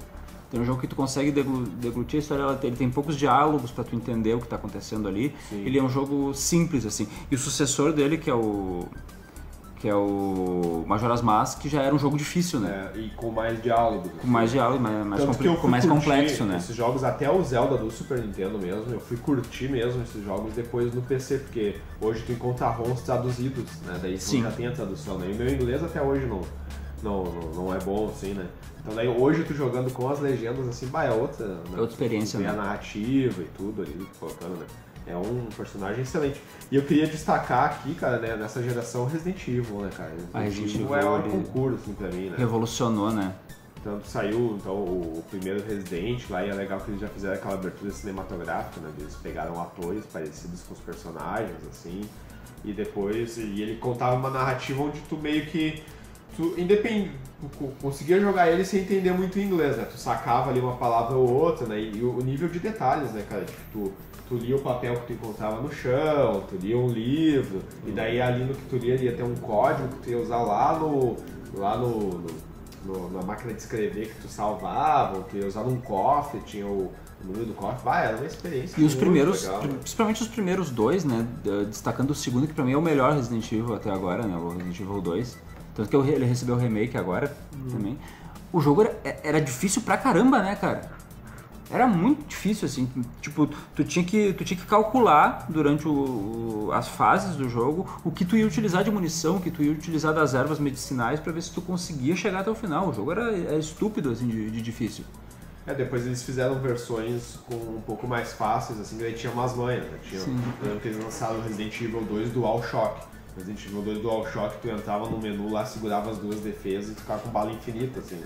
Speaker 5: Tem um jogo que tu consegue deglu- deglutir a história, ela tem- ele tem poucos diálogos pra tu entender o que tá acontecendo ali.
Speaker 3: Sim.
Speaker 5: Ele é um jogo simples, assim. E o sucessor dele, que é o... que é o Majora's Mask, que já era um jogo difícil, né?
Speaker 3: É, e com mais diálogos.
Speaker 5: Com mais diálogo, mais, mais,
Speaker 3: Tanto
Speaker 5: compli-
Speaker 3: que eu fui
Speaker 5: mais
Speaker 3: curtir
Speaker 5: complexo, né?
Speaker 3: esses jogos, até o Zelda do Super Nintendo mesmo, eu fui curtir mesmo esses jogos depois no P C, porque hoje tu encontra ROMs traduzidos, né? Daí tu
Speaker 5: Sim.
Speaker 3: já tem a tradução, né? E o meu inglês até hoje não, não, não, não é bom, assim, né? Então daí hoje tu jogando com as legendas, assim, bah, é outra... Né?
Speaker 5: É outra experiência,
Speaker 3: Tem
Speaker 5: né?
Speaker 3: a narrativa e tudo ali, colocando, né? É um personagem excelente. E eu queria destacar aqui, cara, né, nessa geração Resident Evil, né, cara?
Speaker 5: A Resident Evil,
Speaker 3: é um
Speaker 5: ele
Speaker 3: concurso, assim, pra mim, né?
Speaker 5: Revolucionou, né?
Speaker 3: Tanto saiu então, o, o primeiro Resident, lá e é legal que eles já fizeram aquela abertura cinematográfica, né? Eles pegaram atores parecidos com os personagens, assim, e depois e ele contava uma narrativa onde tu meio que tu independ... tu conseguia jogar ele sem entender muito inglês, né? Tu sacava ali uma palavra ou outra, né? E o nível de detalhes, né, cara? Tipo, tu, tu lia o papel que tu encontrava no chão, tu lia um livro, e daí ali no que tu lia ia ter um código que tu ia usar lá no. lá no, no No, na máquina de escrever que tu salvava, que ia usar num cofre, tinha o, o número do cofre, vai, era uma experiência
Speaker 5: E os
Speaker 3: muito
Speaker 5: primeiros,
Speaker 3: legal.
Speaker 5: principalmente os primeiros dois, né? d- Destacando o segundo, que pra mim é o melhor Resident Evil até agora, né? O Resident Evil dois. Tanto que eu re- ele recebeu o remake agora também. O jogo era, era difícil pra caramba, né, cara? Era muito difícil, assim, tipo, tu tinha que, tu tinha que calcular durante o, o- as fases do jogo o que tu ia utilizar de munição, o que tu ia utilizar das ervas medicinais pra ver se tu conseguia chegar até o final. O jogo era, era estúpido, assim, de, de difícil.
Speaker 3: É, depois eles fizeram versões com um pouco mais fáceis, assim, daí tinha umas manhas, né? Tinha,
Speaker 5: Sim.
Speaker 3: eu lembro que eles lançaram o Resident Evil dois Dual Shock. Resident Evil dois Dual Shock, tu entrava no menu lá, segurava as duas defesas e ficava com bala infinita, assim, né?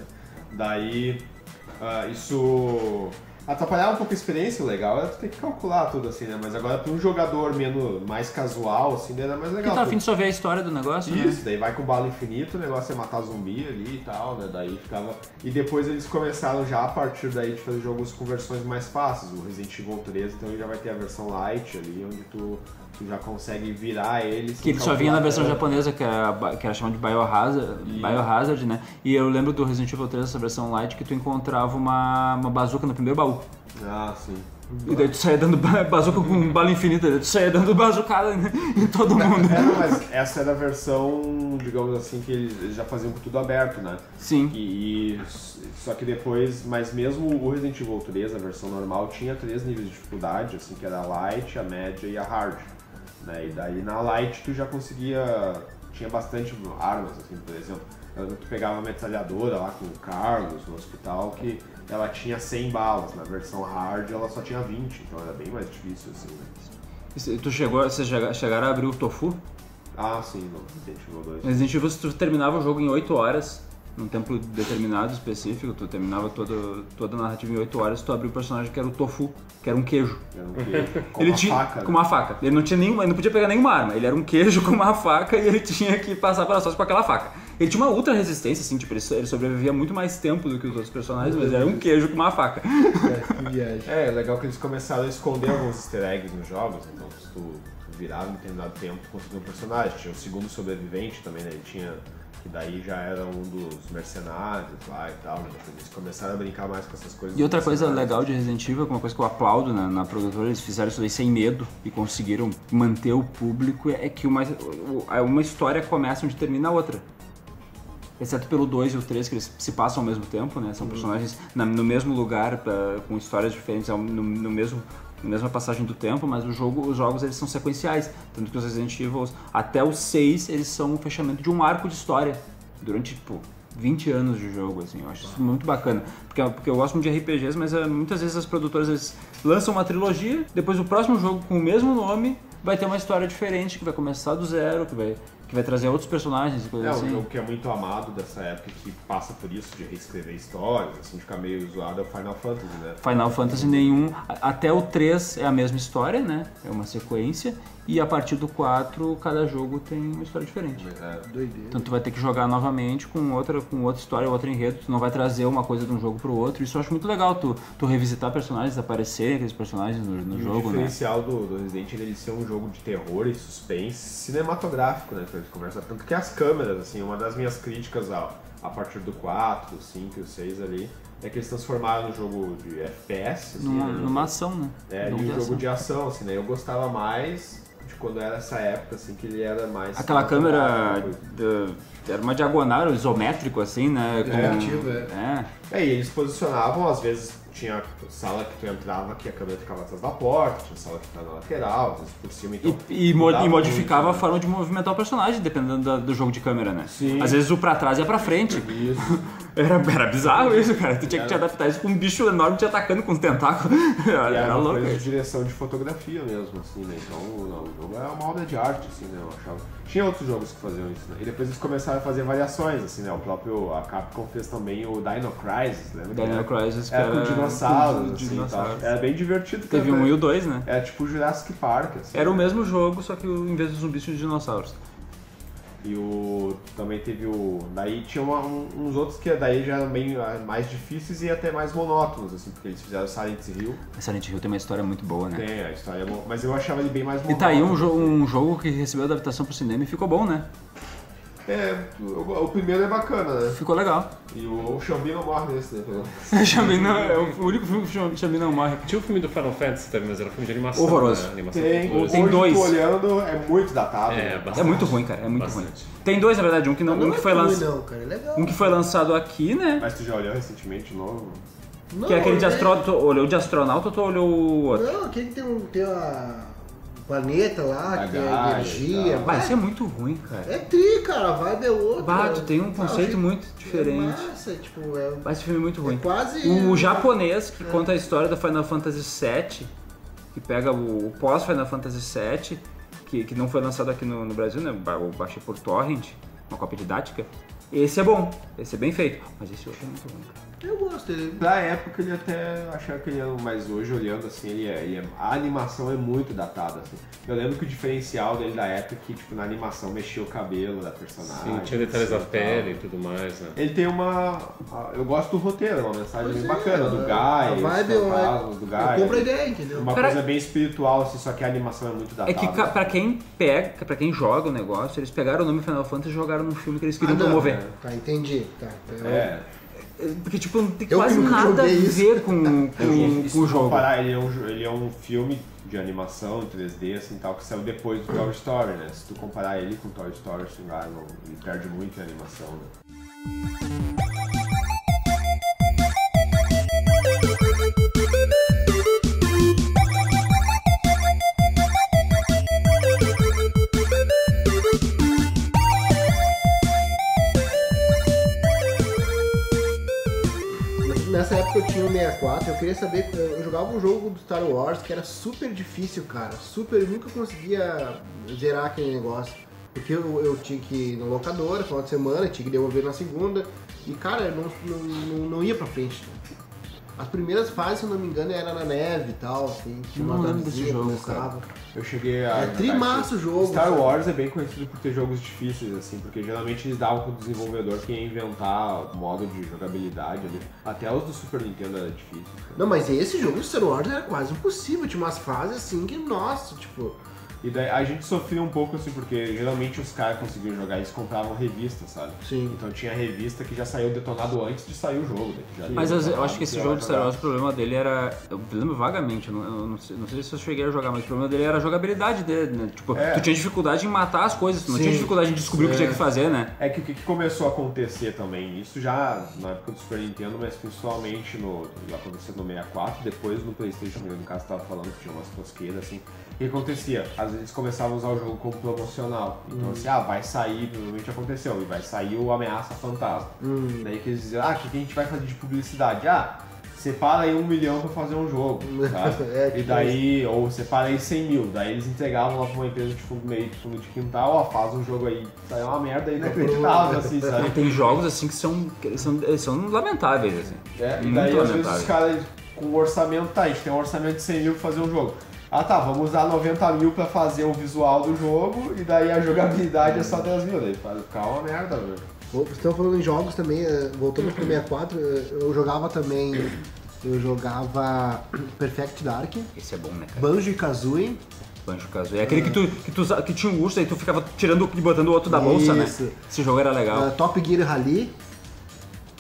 Speaker 3: Daí, ah, isso atrapalhava um pouco a experiência, o legal era tu ter que calcular tudo, assim, né? Mas agora para um jogador menos, mais casual, assim, daí era mais legal.
Speaker 5: Porque tá
Speaker 3: tu-
Speaker 5: afim de só ver a história do negócio, né?
Speaker 3: Isso, daí vai com bala infinita, o negócio é matar zumbi ali e tal, né? Daí ficava. E depois eles começaram já a partir daí de fazer jogos com versões mais fáceis. O Resident Evil três, então ele já vai ter a versão light ali, onde tu, tu já consegue virar ele.
Speaker 5: Que ele só vinha na versão japonesa, que era, ba- que era chamada de Biohazard,
Speaker 3: E-
Speaker 5: Biohazard, né? E eu lembro do Resident Evil três, essa versão light, que tu encontrava uma, uma bazuca no primeiro baú.
Speaker 3: Ah, sim.
Speaker 5: E daí tu saía dando ba- bazuca com bala infinita, daí tu saía dando bazucada em todo mundo.
Speaker 3: É, não, mas essa era a versão, digamos assim, que eles eles já faziam com tudo aberto, né?
Speaker 5: Sim.
Speaker 3: E, e- só que depois, mas mesmo o Resident Evil três, a versão normal, tinha três níveis de dificuldade, assim, que era a light, a média e a hard. Né? E daí na light tu já conseguia, tinha bastante armas, assim, por exemplo. Tu pegava uma metralhadora lá com o Carlos no hospital, que ela tinha cem balas, na versão hard ela só tinha vinte, então era bem mais difícil, assim, né?
Speaker 5: E cê- tu chegou, vocês chega- chegaram a abrir o Tofu?
Speaker 3: Ah, sim, no Resident Evil dois.
Speaker 5: Resident Evil, tu terminava o jogo em oito horas, num tempo determinado, específico, tu terminava toda, toda a narrativa em oito horas, tu abriu o personagem que era o Tofu, que era um queijo.
Speaker 3: Era um queijo com
Speaker 5: ele
Speaker 3: uma
Speaker 5: tinha,
Speaker 3: faca,
Speaker 5: com
Speaker 3: né?
Speaker 5: uma faca. Ele não tinha nenhuma, ele não podia pegar nenhuma arma. Ele era um queijo com uma faca e ele tinha que passar pelas costas com aquela faca. Ele tinha uma ultra resistência, assim, tipo, ele so- ele sobrevivia muito mais tempo do que os outros personagens, mas ele era um queijo com uma faca.
Speaker 4: É, que viagem.
Speaker 3: É, legal que eles começaram a esconder alguns easter eggs nos jogos, então se tu virava em determinado tempo, tu conseguia um personagem. Tinha o segundo sobrevivente também, né? Ele tinha, que daí já era um dos mercenários lá e tal, né? Eles começaram a brincar mais com essas coisas.
Speaker 5: E outra
Speaker 3: dos
Speaker 5: coisa
Speaker 3: mercenários.
Speaker 5: legal de Resident Evil, que é uma coisa que eu aplaudo na, na produtora, eles fizeram isso daí sem medo e conseguiram manter o público, é que uma, o- uma história começa onde termina a outra. Exceto pelo dois e o três, que eles se passam ao mesmo tempo, né? São personagens na- no mesmo lugar, pra- com histórias diferentes, ao- no, no mesmo, na mesma passagem do tempo, mas o jogo, os jogos eles são sequenciais. Tanto que os Resident Evil, até os seis, eles são o fechamento de um arco de história. Durante, tipo, vinte anos de jogo, assim. Eu acho isso muito bacana. Porque, porque eu gosto muito de R P Gs, mas uh, muitas vezes as produtoras eles lançam uma trilogia, depois o próximo jogo com o mesmo nome vai ter uma história diferente, que vai começar do zero, que vai... que vai trazer outros personagens e coisas
Speaker 3: É, um
Speaker 5: assim.
Speaker 3: jogo que é muito amado dessa época, que passa por isso, de reescrever histórias, assim, de ficar meio zoado, é o Final Fantasy, né?
Speaker 5: Final Fantasy nenhum, a- até o três é a mesma história, né? É uma sequência. E a partir do quatro, cada jogo tem uma história diferente.
Speaker 3: É,
Speaker 4: Doideira.
Speaker 5: Então tu vai ter que jogar novamente com outra, com outra história, outro enredo. Tu não vai trazer uma coisa de um jogo pro outro. Isso eu acho muito legal, tu, tu revisitar personagens, aparecer aqueles personagens no, no
Speaker 3: E o
Speaker 5: jogo, né?
Speaker 3: diferencial do, do Resident Evil é ele ser um jogo de terror e suspense cinematográfico, né? Que a gente conversa tanto que as câmeras, assim, uma das minhas críticas ao, a partir do quatro, cinco e o seis ali, é que eles transformaram no jogo de F P S. Assim,
Speaker 5: numa,
Speaker 3: né?
Speaker 5: numa ação, né?
Speaker 3: É, e um jogo de ação, assim, né? Eu gostava mais de quando era essa época, assim, que ele era mais...
Speaker 5: Aquela câmera de, era uma diagonal, isométrico, assim, né? Com,
Speaker 4: é.
Speaker 5: é.
Speaker 3: É, e eles posicionavam, às vezes tinha sala que tu entrava que a câmera ficava atrás da porta, tinha sala que ficava na lateral, às vezes por cima. Então,
Speaker 5: e, e, mo e modificava
Speaker 3: muito,
Speaker 5: a forma de movimentar o personagem, dependendo da, do jogo de câmera, né?
Speaker 3: Sim.
Speaker 5: Às vezes o pra trás ia pra frente.
Speaker 3: Isso.
Speaker 5: Era, era bizarro isso, cara. Tu tinha que te adaptar isso com um bicho enorme te atacando com os tentáculos. Era,
Speaker 3: e era,
Speaker 5: era
Speaker 3: uma
Speaker 5: louco.
Speaker 3: coisa de direção de fotografia mesmo, assim, né? Então o jogo é uma obra de arte, assim, né? Eu achava. Tinha outros jogos que faziam isso, né? E depois eles começaram a fazer variações, assim, né? O próprio, a Capcom fez também o Dino Crisis, lembra?
Speaker 5: Dino Crisis, que
Speaker 3: era com dinossauros,
Speaker 5: com
Speaker 3: assim,
Speaker 5: dinossauros.
Speaker 3: Era bem divertido.
Speaker 5: Teve um e o dois, né?
Speaker 3: É tipo o Jurassic Park, assim.
Speaker 5: Era o
Speaker 3: né?
Speaker 5: mesmo jogo, só que em vez de zumbis tinha dinossauros.
Speaker 3: E o também teve o... Daí tinha uma, um, uns outros que daí já eram bem mais difíceis e até mais monótonos, assim, porque eles fizeram Silent Hill.
Speaker 5: Silent Hill tem uma história muito boa, né?
Speaker 3: Tem, a história é boa, mas eu achava ele bem mais
Speaker 5: E
Speaker 3: monótono.
Speaker 5: tá aí um, jo um jogo que recebeu adaptação pro cinema e ficou bom, né?
Speaker 3: É, o, o primeiro é bacana, né?
Speaker 5: Ficou legal.
Speaker 3: E o, o Xambi não morre nesse, né?
Speaker 5: Xambi não, é o único filme que o Xambi não morre.
Speaker 1: Tinha o filme do Final Fantasy também, mas era um filme de animação.
Speaker 5: Horroroso.
Speaker 1: Né? Animação
Speaker 3: Tem,
Speaker 1: horrorosa.
Speaker 5: Tem
Speaker 3: hoje
Speaker 5: dois.
Speaker 3: tô olhando, é muito datado.
Speaker 1: É,
Speaker 3: né?
Speaker 1: bastante.
Speaker 5: É muito ruim, cara. É muito
Speaker 1: Bastante.
Speaker 5: ruim. Tem dois, na verdade. Um que, não,
Speaker 4: Não
Speaker 5: um que
Speaker 4: é
Speaker 5: foi
Speaker 4: ruim,
Speaker 5: lançado.
Speaker 4: não, cara, é legal.
Speaker 5: Um que foi lançado aqui, né?
Speaker 3: Mas tu já olhou recentemente de novo?
Speaker 4: Não,
Speaker 5: Que é aquele de
Speaker 4: é-
Speaker 5: astronauta. Tu olhou de astronauta ou tu olhou o outro?
Speaker 4: Não, aquele que tem um, tem uma... um planeta lá,
Speaker 3: A
Speaker 4: que tem
Speaker 3: Gaia
Speaker 4: energia.
Speaker 3: e tal.
Speaker 5: Vai, isso é muito ruim, cara.
Speaker 4: É tri, cara, a vibe é outra.
Speaker 5: Bah, tu tem um conceito
Speaker 4: Não,
Speaker 5: muito
Speaker 4: é
Speaker 5: diferente.
Speaker 4: massa, tipo, é,
Speaker 5: Mas esse filme é muito ruim.
Speaker 4: é quase...
Speaker 5: O japonês, que conta a história do Final Fantasy sete, que pega o, o pós-Final Fantasy sete, que, que não foi lançado aqui no, no Brasil, né? Eu baixei por torrent, uma cópia didática. Esse é bom, esse é bem feito, mas esse outro é muito ruim, cara.
Speaker 4: Eu gosto dele.
Speaker 3: Na época ele até achava que ele era, mas hoje olhando assim, ele é, ele é, a animação é muito datada, assim. Eu lembro que o diferencial dele da época é que, tipo, na animação mexia o cabelo da personagem.
Speaker 1: Sim, tinha detalhes da
Speaker 3: assim,
Speaker 1: pele e
Speaker 3: tal.
Speaker 1: tudo mais, né?
Speaker 3: Ele tem uma... Eu gosto do roteiro, é uma mensagem
Speaker 4: Pois
Speaker 3: bem
Speaker 4: é,
Speaker 3: bacana, do
Speaker 4: a-
Speaker 3: Guy,
Speaker 4: a vibe
Speaker 3: os
Speaker 4: eu-
Speaker 3: fantasmas do Guy.
Speaker 4: Eu compro a ideia, entendeu?
Speaker 3: Uma
Speaker 5: Cara,
Speaker 3: coisa bem espiritual, assim, só que a animação é muito datada.
Speaker 5: É que ca- pra quem pega, pra quem joga o negócio, eles pegaram o nome Final Fantasy e jogaram num filme que eles queriam
Speaker 4: Ah, não,
Speaker 5: promover.
Speaker 3: né?
Speaker 4: Tá, entendi. Tá. Eu-
Speaker 3: É,
Speaker 5: Porque, tipo, não tem
Speaker 4: Eu
Speaker 5: quase
Speaker 4: que nunca
Speaker 5: nada a
Speaker 4: joguei isso.
Speaker 5: ver com,
Speaker 3: e
Speaker 5: com,
Speaker 3: se
Speaker 5: com o
Speaker 3: tu
Speaker 5: jogo.
Speaker 3: comparar, ele é, um, jo- ele é um filme de animação em três D, assim, tal, que saiu depois do Toy Story, né? Se tu comparar ele com Toy Story, assim, lá, não, ele perde muito em animação, né?
Speaker 4: Nessa época eu tinha o sessenta e quatro, eu queria saber, eu jogava um jogo do Star Wars que era super difícil, cara, super, eu nunca conseguia zerar aquele negócio, porque eu, eu tinha que ir na locadora, final de semana, tinha que devolver na segunda, e cara, não, não, não, não ia pra frente. As primeiras fases, se eu não me engano, era na neve e tal, assim, tinha
Speaker 5: Não
Speaker 4: uma
Speaker 5: lembro desse
Speaker 4: navezinha,
Speaker 5: jogo,
Speaker 4: começava.
Speaker 3: Eu cheguei a...
Speaker 4: É trimaço o jogo.
Speaker 3: Star
Speaker 4: sabe?
Speaker 3: Wars é bem conhecido por ter jogos difíceis, assim, porque geralmente eles davam pro desenvolvedor que ia inventar o modo de jogabilidade ali. Até os do Super Nintendo era difícil.
Speaker 4: Não, mas esse jogo de Star Wars era quase impossível, tinha umas fases assim que, nossa, tipo...
Speaker 3: E daí a gente sofria um pouco, assim, porque geralmente os caras conseguiam jogar, eles compravam revista, sabe?
Speaker 4: Sim.
Speaker 3: Então tinha revista que já saiu detonado antes de sair o jogo. Daí já
Speaker 5: Mas eu,
Speaker 3: detonado,
Speaker 5: eu acho que esse
Speaker 3: ia
Speaker 5: jogo
Speaker 3: lá
Speaker 5: de Star
Speaker 3: jogar.
Speaker 5: Wars, o problema dele era. Eu lembro vagamente, eu não, eu não, sei, não sei se eu cheguei a jogar, mas o problema dele era a jogabilidade dele, né? Tipo,
Speaker 3: É.
Speaker 5: tu tinha dificuldade em matar as coisas, tu não
Speaker 4: Sim.
Speaker 5: tinha dificuldade em descobrir o que tinha que fazer, né?
Speaker 3: É que o que que começou a acontecer também, isso já na época do Super Nintendo, mas principalmente no, aconteceu no sessenta e quatro, depois no PlayStation, no caso tava falando que tinha umas tosqueiras assim. O que acontecia? Às vezes eles começavam a usar o jogo como promocional. Então assim, ah, vai sair, provavelmente aconteceu, e vai sair o Ameaça Fantasma. Daí que eles diziam, ah, o que que a gente vai fazer de publicidade? Ah, separa aí um milhão pra fazer um jogo, sabe?
Speaker 4: É,
Speaker 3: E
Speaker 4: tipo
Speaker 3: daí, ou separa aí cem mil, daí eles entregavam lá pra uma empresa de fundo meio de fundo de quintal, ó, faz um jogo aí, saiu uma merda aí, inacreditável, assim, sabe?
Speaker 5: Tem jogos assim que são, que eles são, eles são lamentáveis, assim.
Speaker 3: É, e
Speaker 5: Muito
Speaker 3: daí às vezes
Speaker 5: lamentável.
Speaker 3: os caras com o orçamento, tá, a gente tem um orçamento de cem mil pra fazer um jogo. Ah tá, vamos usar noventa mil pra fazer o visual do jogo e daí a jogabilidade é só dez mil, daí faz ficar uma merda, velho.
Speaker 4: Vocês estão falando em jogos também, eh, voltando pro sessenta e quatro, eh, eu jogava também, eu jogava Perfect Dark,
Speaker 5: Esse é bom, né, cara?
Speaker 4: Banjo-Kazooie,
Speaker 5: Banjo-Kazooie. É aquele que, tu, que, tu, usa- que tinha um urso aí tu ficava tirando e botando o outro da bolsa, né?
Speaker 4: Isso.
Speaker 5: Esse jogo era legal.
Speaker 4: eh, Top Gear Rally,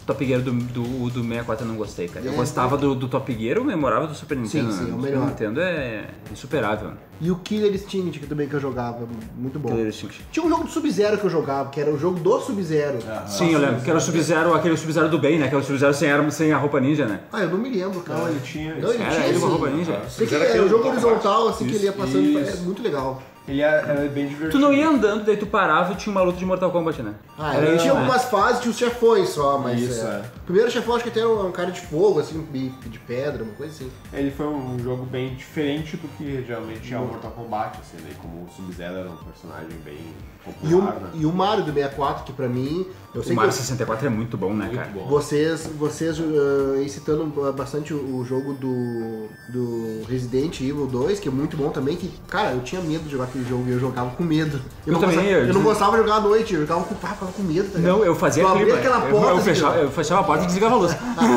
Speaker 5: Top Gear do, do, do sessenta e quatro eu não gostei, cara. Eu
Speaker 4: É,
Speaker 5: gostava do, do Top Gear, eu memorava do Super Nintendo.
Speaker 4: sim,
Speaker 5: né?
Speaker 4: é o
Speaker 5: Do
Speaker 4: melhor.
Speaker 5: Super Nintendo é insuperável.
Speaker 4: E o Killer Instinct, que também que eu jogava, muito bom.
Speaker 5: Killer Instinct.
Speaker 4: Tinha um jogo do Sub-Zero que eu jogava, que era o jogo do Sub-Zero.
Speaker 5: Sim, eu lembro, que era o Sub-Zero, aquele Sub-Zero do bem, né? Que é o Sub-Zero sem, arma, sem a roupa ninja, né?
Speaker 4: Ah, eu não me lembro, cara.
Speaker 3: Não, ele tinha.
Speaker 4: Não, ele
Speaker 5: Era
Speaker 4: tinha
Speaker 5: ele com a
Speaker 4: sim.
Speaker 5: roupa ninja.
Speaker 4: Sei que
Speaker 3: Era
Speaker 4: era um
Speaker 3: aquele
Speaker 4: jogo
Speaker 3: combate.
Speaker 4: horizontal, assim, que ele ia passando,
Speaker 3: Isso.
Speaker 4: é muito legal.
Speaker 3: Ele era, era bem divertido.
Speaker 5: Tu não ia andando, daí tu parava e tinha uma luta de Mortal Kombat, né?
Speaker 4: Ah,
Speaker 5: Era
Speaker 4: ele
Speaker 5: isso,
Speaker 4: tinha
Speaker 5: né?
Speaker 4: algumas fases, tinha os chefões só, mas...
Speaker 3: Isso,
Speaker 4: é.
Speaker 3: é.
Speaker 4: O primeiro chefão acho que até era um cara de fogo, assim, de de pedra, uma coisa assim.
Speaker 3: Ele foi um jogo bem diferente do que geralmente é o Mortal Kombat, assim, né? Como o Sub-Zero era um personagem bem
Speaker 4: E o,
Speaker 3: popular, né?
Speaker 4: e o Mario do sessenta e quatro, que pra mim... Eu
Speaker 5: O
Speaker 4: sei
Speaker 5: Mario
Speaker 4: que
Speaker 5: sessenta e quatro é muito bom, né,
Speaker 3: Muito
Speaker 5: cara?
Speaker 3: bom.
Speaker 4: vocês, vocês uh, aí citando bastante o, o jogo do, do Resident Evil dois, que é muito bom também, que, cara, eu tinha medo de jogar aquele jogo e eu jogava com medo. Eu,
Speaker 5: Eu
Speaker 4: não,
Speaker 5: também,
Speaker 4: gostava,
Speaker 5: eu
Speaker 4: eu não
Speaker 5: des-
Speaker 4: gostava de jogar à noite, eu jogava com, pá, ficava com medo. Tá ligado?
Speaker 5: Não, eu fazia
Speaker 4: eu abria
Speaker 5: clima.
Speaker 4: aquela
Speaker 5: Eu-
Speaker 4: porta,
Speaker 5: eu,
Speaker 4: assim,
Speaker 5: fechava, eu fechava a porta e desligava a luz.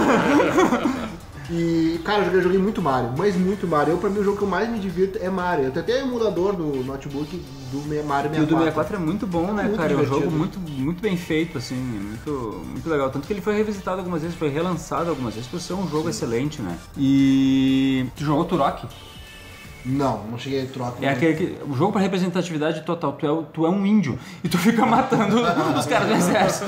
Speaker 4: E, cara, eu joguei, eu joguei muito Mario, mas muito Mario. Eu, pra mim, o jogo que eu mais me divirto é Mario. Eu tenho até emulador no notebook do me- Mario
Speaker 5: E o do
Speaker 4: sessenta e
Speaker 5: sessenta e
Speaker 4: quatro.
Speaker 5: quatro é muito bom, né,
Speaker 4: Muito
Speaker 5: cara? É um
Speaker 4: divertido.
Speaker 5: jogo muito, muito bem feito, assim, muito, muito legal. Tanto que ele foi revisitado algumas vezes, foi relançado algumas vezes por ser um jogo excelente, né? E tu jogou Turok?
Speaker 4: Não, não cheguei a troca.
Speaker 5: É aquele que, o jogo pra representatividade total, tu é, o- tu é um índio e tu fica matando os caras do exército.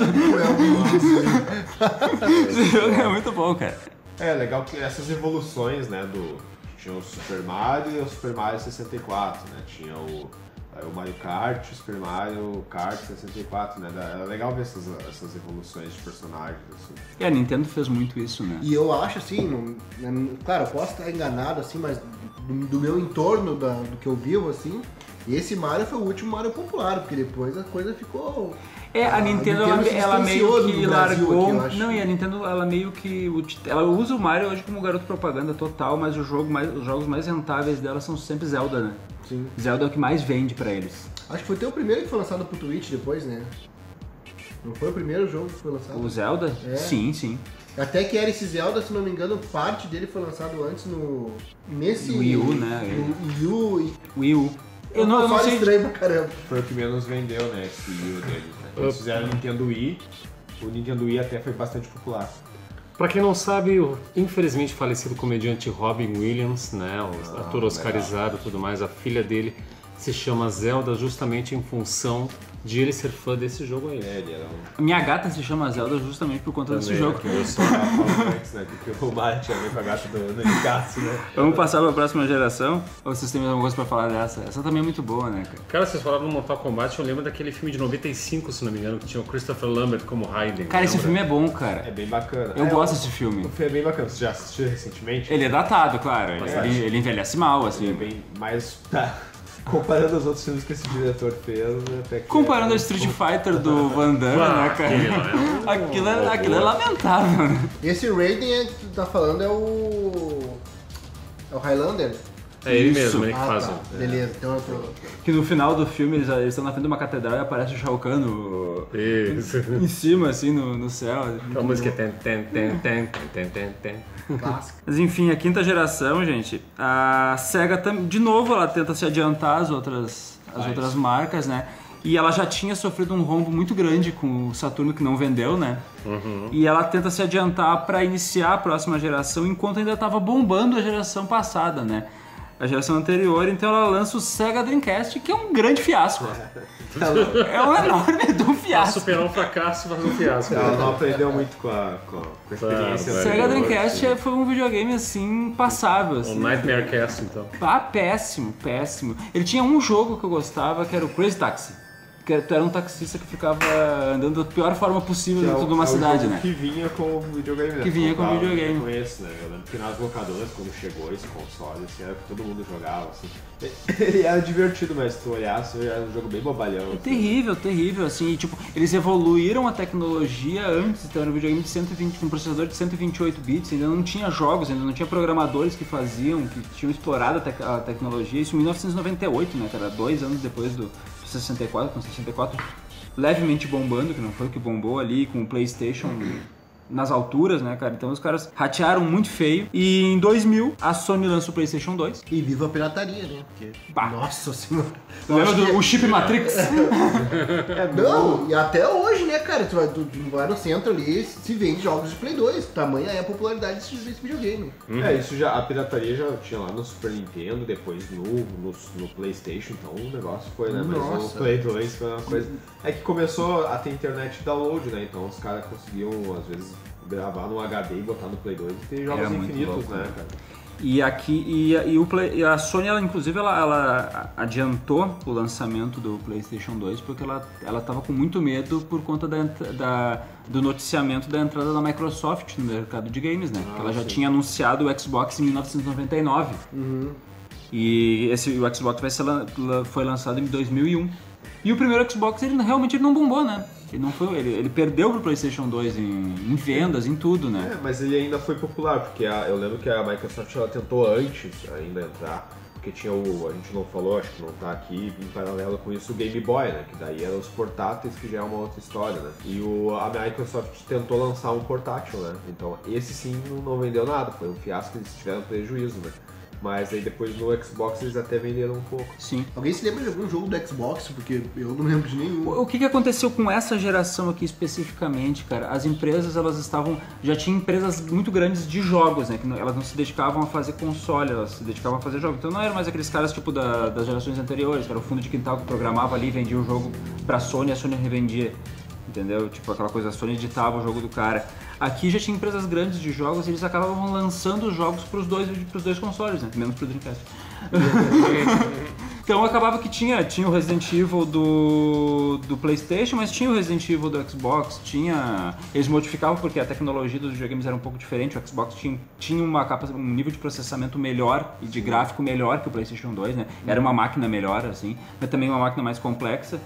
Speaker 5: Esse jogo é muito bom, cara.
Speaker 3: É, legal que essas evoluções, né, do... Tinha o Super Mario e o Super Mario sessenta e quatro, né? Tinha o, aí o Mario Kart, o Super Mario Kart sessenta e quatro, né? Era legal ver essas, essas evoluções de personagens, assim.
Speaker 5: E a Nintendo fez muito isso, né?
Speaker 4: E eu acho assim, não- não- claro, eu posso estar enganado assim, mas do, do meu entorno, da- do que eu vivo assim, esse Mario foi o último Mario popular, porque depois a coisa ficou...
Speaker 5: É, a
Speaker 4: a
Speaker 5: Nintendo,
Speaker 4: Nintendo
Speaker 5: ela,
Speaker 4: se
Speaker 5: ela
Speaker 4: distanciou
Speaker 5: meio que
Speaker 4: do Brasil
Speaker 5: largou.
Speaker 4: aqui, eu acho.
Speaker 5: Não, e a Nintendo, ela meio que. ut- Ela usa o Mario hoje como garoto propaganda total, mas o jogo mais, os jogos mais rentáveis dela são sempre Zelda, né?
Speaker 4: Sim.
Speaker 5: Zelda é o que mais vende pra eles.
Speaker 4: Acho que foi até o primeiro que foi lançado pro Twitch depois, né? Não foi o primeiro jogo que foi lançado?
Speaker 5: O Zelda?
Speaker 4: É.
Speaker 5: Sim, sim.
Speaker 4: Até que era esse Zelda, se não me engano, parte dele foi lançado antes no... Nesse...
Speaker 5: No Wii U, né?
Speaker 4: No Wii U. e-
Speaker 5: Wii U. Eu não, eu não
Speaker 4: Fala
Speaker 5: sei.
Speaker 4: estranho pra caramba.
Speaker 3: Foi o que menos vendeu, né, esse Wii U deles, né? Eles fizeram o Nintendo Wii, o Nintendo Wii até foi bastante popular.
Speaker 1: Pra quem não sabe, o infelizmente falecido comediante Robin Williams, né, o ator oscarizado e tudo mais, a filha dele se chama Zelda justamente em função de ele ser fã desse jogo aí.
Speaker 3: É, ele era um...
Speaker 5: A minha gata se chama Zelda justamente por conta desse jogo.
Speaker 3: Que eu só falo antes, né, porque o Mario tinha a ver com a gata do Ana Gato, né?
Speaker 5: Vamos passar pra próxima geração? Ou vocês têm mais alguma coisa pra falar dessa? Essa também é muito boa, né, cara?
Speaker 1: Cara, vocês falaram do Mortal Kombat, eu lembro daquele filme de noventa e cinco, se não me engano, que tinha o Christopher Lambert como Raiden.
Speaker 5: Cara, esse
Speaker 1: lembra?
Speaker 5: filme é bom,
Speaker 3: É
Speaker 5: cara.
Speaker 3: bem bacana.
Speaker 5: Eu
Speaker 3: é,
Speaker 5: gosto
Speaker 3: o-
Speaker 5: desse filme.
Speaker 3: O filme é bem bacana. Você já assistiu recentemente?
Speaker 5: Ele é datado, claro. Ele,
Speaker 3: Bastante.
Speaker 5: ele- ele envelhece mal, assim.
Speaker 3: Ele é bem mais... Tá. Comparando os outros filmes que esse diretor fez, até que...
Speaker 5: Comparando
Speaker 3: é,
Speaker 5: ao Street Fighter do Van Damme,
Speaker 1: Ah,
Speaker 5: né, cara?
Speaker 1: aquele lá é um
Speaker 5: Aquilo é, aquilo é lamentável, né?
Speaker 4: Esse Raiden é, que tu tá falando é o... É o Highlander?
Speaker 1: É ele
Speaker 5: Isso.
Speaker 1: mesmo, ele que
Speaker 4: Ah,
Speaker 1: faz
Speaker 4: tá.
Speaker 1: o...
Speaker 4: Beleza, então eu tô...
Speaker 5: Que no final do filme eles eles estão na frente de uma catedral e aparece o Shao Kahn no-
Speaker 1: Isso.
Speaker 5: em cima, assim, no, no céu.
Speaker 1: A música é ten, ten, ten, ten, ten, ten, ten.
Speaker 4: Clássico.
Speaker 5: Mas enfim, a quinta geração, gente, a SEGA, tam- de novo, ela tenta se adiantar às outras, às outras marcas, né? E ela já tinha sofrido um rombo muito grande com o Saturno que não vendeu, né? E ela tenta se adiantar para iniciar a próxima geração enquanto ainda estava bombando a geração passada, né? A geração anterior, então ela lança o Sega Dreamcast, que é um grande fiasco. É um enorme de um
Speaker 1: Pra
Speaker 5: fiasco.
Speaker 1: superar um fracasso, faz um fiasco.
Speaker 3: Ela não aprendeu muito com a, com a, com a experiência.
Speaker 1: Claro,
Speaker 5: Sega
Speaker 3: anterior,
Speaker 5: Dreamcast
Speaker 3: assim.
Speaker 5: foi um videogame assim passável,
Speaker 1: O
Speaker 5: assim.
Speaker 1: Nightmare Cast, então.
Speaker 5: Ah, péssimo, péssimo. Ele tinha um jogo que eu gostava, que era o Crazy Taxi. Que era- tu era um taxista que ficava andando da pior forma possível
Speaker 3: Que é
Speaker 5: dentro
Speaker 3: o-
Speaker 5: de uma
Speaker 3: é o
Speaker 5: cidade,
Speaker 3: jogo
Speaker 5: né?
Speaker 3: Que vinha com o videogame. né?
Speaker 5: Que vinha com o
Speaker 3: Comprava,
Speaker 5: videogame.
Speaker 3: Eu conheço, né? Eu lembro que nas locadoras, quando chegou esse console, assim, era que todo mundo jogava, assim. Ele era divertido, mas se tu olhasse, era um jogo bem bobalhão. assim.
Speaker 5: Terrível, terrível, assim, e, tipo, eles evoluíram a tecnologia antes, então era um videogame de cento e vinte, com um processador de cento e vinte e oito bits, ainda não tinha jogos, ainda não tinha programadores que faziam, que tinham explorado a, tec- a tecnologia, isso em mil novecentos e noventa e oito, né, cara, dois anos depois do sessenta e quatro, com sessenta e quatro levemente bombando, que não foi o que bombou ali, com o PlayStation nas alturas, né, cara? Então os caras ratearam muito feio. E em dois mil, a Sony lançou o PlayStation dois.
Speaker 4: E viva a pirataria, né? Porque,
Speaker 5: bah.
Speaker 4: Nossa senhora.
Speaker 5: Lembra do
Speaker 4: que...
Speaker 5: o chip Matrix?
Speaker 4: É, não, e até hoje, né, cara? Tu vai, tu, tu vai no centro ali, se vende jogos de Play dois. Tamanha é a popularidade desse, desse videogame.
Speaker 3: Uhum. É, isso já, a pirataria já tinha lá no Super Nintendo, depois no, no, no PlayStation, então o negócio foi, né? Mas
Speaker 4: Nossa.
Speaker 3: o Play dois foi uma coisa... É que começou a ter internet de download, né? Então os caras conseguiam, às vezes, gravar no H D e botar no Play dois e ter jogos infinitos, louco, né, cara?
Speaker 5: E aqui, e, e, o Play, e a Sony, ela, inclusive, ela, ela adiantou o lançamento do PlayStation dois porque ela, ela tava com muito medo por conta da, da, do noticiamento da entrada da Microsoft no mercado de games, né? Ah, porque ela já sim. tinha anunciado o Xbox em mil novecentos e noventa e nove. Uhum. E esse, o Xbox vai ser, foi lançado em dois mil e um. E o primeiro Xbox, ele realmente ele não bombou, né? Ele, não foi, ele, ele perdeu pro PlayStation dois em, em vendas, em tudo, né?
Speaker 3: É, mas ele ainda foi popular, porque a, eu lembro que a Microsoft ela tentou antes ainda entrar, porque tinha o, a gente não falou, acho que não tá aqui, em paralelo com isso, o Game Boy, né? Que daí eram os portáteis, que já é uma outra história, né? E o, a Microsoft tentou lançar um portátil, né? Então esse sim não, não vendeu nada, foi um fiasco, eles tiveram prejuízo, né? Mas aí depois no Xbox eles até venderam um pouco.
Speaker 5: Sim.
Speaker 4: Alguém se lembra de algum jogo do Xbox? Porque eu não lembro de nenhum.
Speaker 5: O que, que aconteceu com essa geração aqui especificamente, cara? As empresas, elas estavam... Já tinha empresas muito grandes de jogos, né? Que não, elas não se dedicavam a fazer console, elas se dedicavam a fazer jogos. Então não eram mais aqueles caras tipo da, das gerações anteriores, que era o fundo de quintal que programava ali, vendia o jogo pra Sony e a Sony revendia. Entendeu? Tipo aquela coisa, a Sony editava o jogo do cara. Aqui já tinha empresas grandes de jogos e eles acabavam lançando os jogos pros dois, pros dois consoles, né? Menos pro Dreamcast. Então acabava que tinha, tinha o Resident Evil do, do PlayStation, mas tinha o Resident Evil do Xbox, tinha... Eles modificavam porque a tecnologia dos videogames era um pouco diferente, o Xbox tinha, tinha uma capa, um nível de processamento melhor e de gráfico melhor que o PlayStation dois, né? Era uma máquina melhor, assim, mas também uma máquina mais complexa.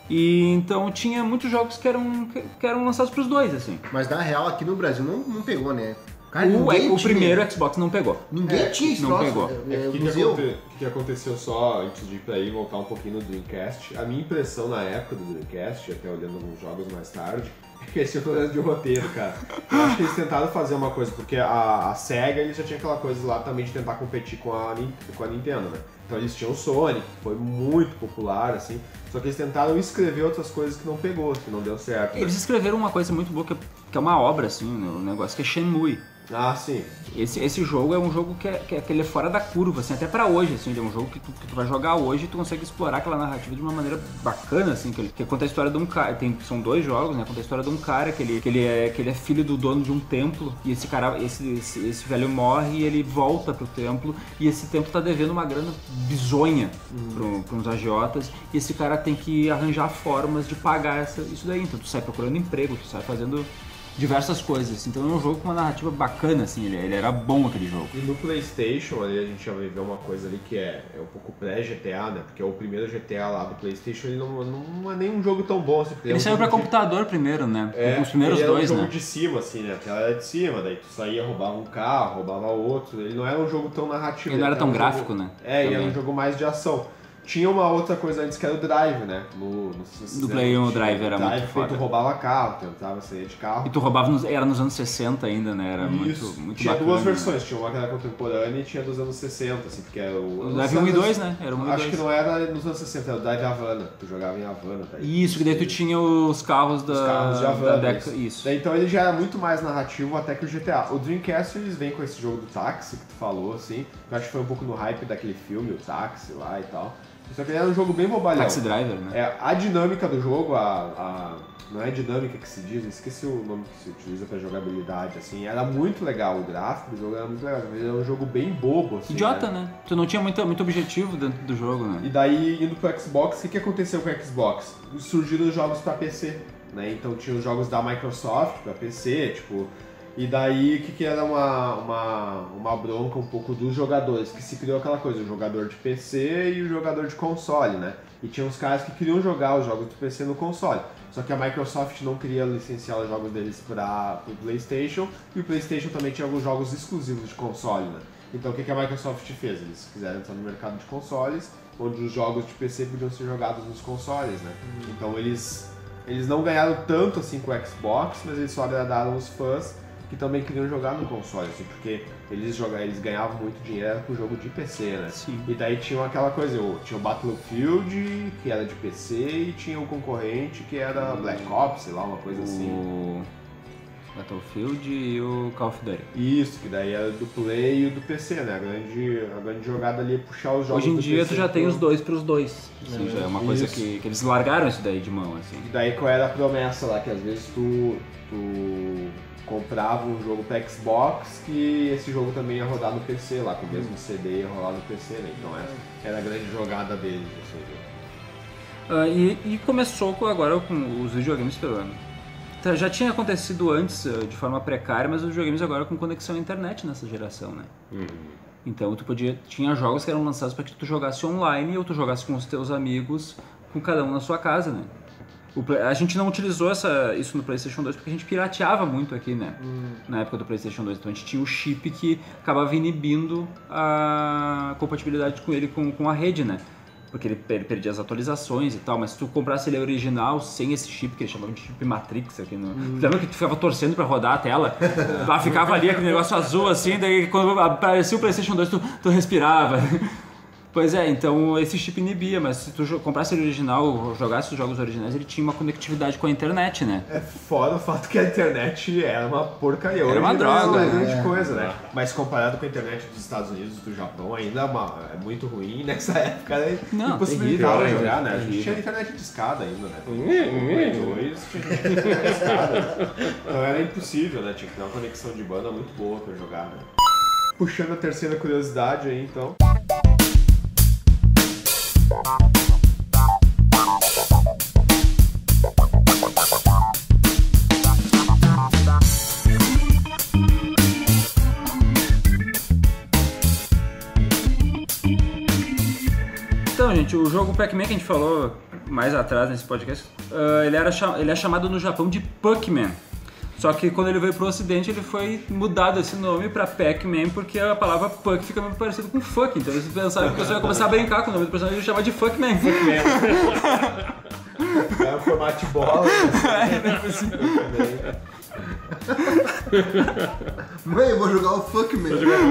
Speaker 5: E então tinha muitos jogos que eram, que eram lançados pros dois, assim.
Speaker 4: Mas na real aqui no Brasil não, não pegou, né?
Speaker 5: Cara, o, o primeiro Xbox não pegou.
Speaker 4: Ninguém é, tinha isso,
Speaker 5: não pegou.
Speaker 3: É, é, o que, que, aconte, que aconteceu só antes de ir pra aí voltar um pouquinho no Dreamcast? A minha impressão na época do Dreamcast, até olhando alguns jogos mais tarde, é que esse é o problema de roteiro, cara. Eu acho que eles tentaram fazer uma coisa, porque a, a SEGA eles já tinha aquela coisa lá também de tentar competir com a, com a Nintendo, né? Então eles tinham o Sonic, que foi muito popular, assim, só que eles tentaram escrever outras coisas que não pegou, que não deu certo. Né?
Speaker 5: Eles escreveram uma coisa muito boa, que é, que é uma obra, assim, um negócio que é Shenmue.
Speaker 3: Ah, sim.
Speaker 5: Esse, esse jogo é um jogo que, é, que, é, que ele é fora da curva, assim, até pra hoje, assim, é um jogo que tu, que tu vai jogar hoje e tu consegue explorar aquela narrativa de uma maneira bacana, assim, que, ele, que conta a história de um cara, tem, são dois jogos, né, conta a história de um cara que ele, que, ele é, que ele é filho do dono de um templo, e esse cara, esse, esse, esse velho morre e ele volta pro templo, e esse templo tá devendo uma grana bizonha hum. para uns agiotas, e esse cara tem que arranjar formas de pagar essa, isso daí, então tu sai procurando emprego, tu sai fazendo... diversas coisas, então é um jogo com uma narrativa bacana, assim, ele, ele era bom aquele jogo.
Speaker 3: E no PlayStation, ali a gente já viveu uma coisa ali que é, é um pouco pré-G T A, né, porque o primeiro G T A lá do PlayStation, ele não, não é nem um jogo tão bom, assim.
Speaker 5: Ele
Speaker 3: é um
Speaker 5: saiu pra
Speaker 3: de...
Speaker 5: computador primeiro, né,
Speaker 3: é,
Speaker 5: os primeiros
Speaker 3: ele
Speaker 5: dois,
Speaker 3: era um jogo
Speaker 5: né.
Speaker 3: de cima, assim, né, a tela era de cima, daí tu saía, roubava um carro, roubava outro, ele não era um jogo tão narrativo.
Speaker 5: Ele não era tão
Speaker 3: um
Speaker 5: gráfico,
Speaker 3: jogo...
Speaker 5: né.
Speaker 3: É, também. Ele era um jogo mais de ação. Tinha uma outra coisa antes que era o Drive, né? No, no,
Speaker 5: no Play um o Drive era
Speaker 3: drive,
Speaker 5: muito foda.
Speaker 3: Tu roubava carro, tentava sair de carro.
Speaker 5: E tu roubava, nos, era nos anos sessenta ainda, né? Era
Speaker 3: Isso.
Speaker 5: muito, muito
Speaker 3: tinha
Speaker 5: bacana.
Speaker 3: Duas versões, tinha uma que era contemporânea e tinha dos anos sessenta, assim, porque era o...
Speaker 5: O Drive um e dois, né? Era um e
Speaker 3: Acho
Speaker 5: dois.
Speaker 3: que não era nos anos sessenta, era o Drive Havana, tu jogava em Havana. Tá?
Speaker 5: Isso, que daí tu tinha os carros da...
Speaker 3: Os carros de Havana,
Speaker 5: da
Speaker 3: isso.
Speaker 5: isso.
Speaker 3: Daí, então ele já era muito mais narrativo até que o G T A. O Dreamcast, eles vêm com esse jogo do táxi que tu falou, assim, eu acho que foi um pouco no hype daquele filme, o táxi lá e tal. Só que ele era um jogo bem bobalhão.
Speaker 5: Taxi Driver, né?
Speaker 3: É, a dinâmica do jogo, a, a, não é dinâmica que se diz, esqueci o nome que se utiliza pra jogabilidade, assim, era muito legal, o gráfico do jogo era muito legal, mas era um jogo bem bobo, assim.
Speaker 5: Idiota,
Speaker 3: né?
Speaker 5: né? Tu não tinha muito, muito objetivo dentro do jogo, né?
Speaker 3: E daí, indo pro Xbox, o que, que aconteceu com o Xbox? Surgiram os jogos pra P C, né? Então tinha os jogos da Microsoft pra P C, tipo... E daí, o que, que era uma, uma, uma bronca um pouco dos jogadores, que se criou aquela coisa, o jogador de P C e o jogador de console, né? E tinha uns caras que queriam jogar os jogos do P C no console. Só que a Microsoft não queria licenciar os jogos deles para o PlayStation, e o PlayStation também tinha alguns jogos exclusivos de console, né? Então o que, que a Microsoft fez? Eles quiseram entrar no mercado de consoles, onde os jogos de P C podiam ser jogados nos consoles, né? Então eles, eles não ganharam tanto assim com o Xbox, mas eles só agradaram os fãs. que também queriam jogar no console, assim, porque eles, jogavam, eles ganhavam muito dinheiro com o jogo de P C, né?
Speaker 5: Sim.
Speaker 3: E daí tinha aquela coisa, tinha o Battlefield, que era de P C, e tinha o concorrente, que era Black Ops, sei lá, uma coisa
Speaker 5: o...
Speaker 3: assim.
Speaker 5: Battlefield e o Call of Duty.
Speaker 3: Isso, que daí era do Play e o do P C, né? A grande, a grande jogada ali é puxar os jogos
Speaker 5: Hoje em
Speaker 3: do
Speaker 5: dia
Speaker 3: P C
Speaker 5: tu já
Speaker 3: pro...
Speaker 5: tem os dois pros dois. Assim,
Speaker 3: É,
Speaker 5: já é uma coisa
Speaker 3: isso.
Speaker 5: que, que eles largaram isso daí de mão, assim.
Speaker 3: E daí qual era a promessa lá? Que às vezes tu, tu comprava um jogo pra Xbox que esse jogo também ia rodar no P C lá, com o mesmo C D ia rolar no P C, né? Então essa era a grande jogada deles, assim.
Speaker 5: Uh, e, e começou com, agora com os videogames pelo ano. Já tinha acontecido antes uh, de forma precária, mas os videogames agora com conexão à internet nessa geração, né?
Speaker 1: Uhum.
Speaker 5: Então tu podia, tinha jogos que eram lançados para que tu jogasse online ou tu jogasse com os teus amigos, com cada um na sua casa, né? O, a gente não utilizou essa, isso no PlayStation dois porque a gente pirateava muito aqui, né? Hum. Na época do PlayStation dois. Então a gente tinha o chip que acabava inibindo a compatibilidade com ele com, com a rede, né? Porque ele perdia as atualizações e tal, mas se tu comprasse ele original, sem esse chip, que eles chamavam de chip Matrix aqui no... Hum. Lembra que tu ficava torcendo pra rodar a tela? Lá ficava ali aquele negócio azul assim, daí quando aparecia o PlayStation dois tu, tu respirava. Pois é, então esse chip inibia, mas se tu comprasse ele original, jogasse os jogos originais, ele tinha uma conectividade com a internet, né?
Speaker 3: É fora o fato que a internet era uma porcaria.
Speaker 5: Era uma droga,
Speaker 3: não é
Speaker 5: né?
Speaker 3: grande coisa, né? Mas comparado com a internet dos Estados Unidos e do Japão, ainda é, uma, é muito ruim. Nessa época era
Speaker 5: não,
Speaker 3: impossibilitava
Speaker 5: terrível,
Speaker 3: jogar, né? A
Speaker 5: terrível.
Speaker 3: gente tinha internet de escada ainda, né? dois, tinha internet de escada. Então era impossível, né? Tinha que ter uma conexão de banda muito boa pra jogar, né? Puxando a terceira curiosidade aí, então...
Speaker 5: Então, gente, o jogo Pac-Man que a gente falou mais atrás nesse podcast, uh, ele, era, ele é chamado no Japão de Puckman. Só que quando ele veio pro ocidente, ele foi mudado esse nome pra Pac-Man, porque a palavra Puck fica muito parecida com fuck. Então eles pensaram que o pessoal ia começar a brincar com o nome do personagem e chamar de Fuckman. Fuckman.
Speaker 3: É o formato de bola.
Speaker 5: É, não é possível.
Speaker 4: Mãe, eu vou jogar o Fuckman.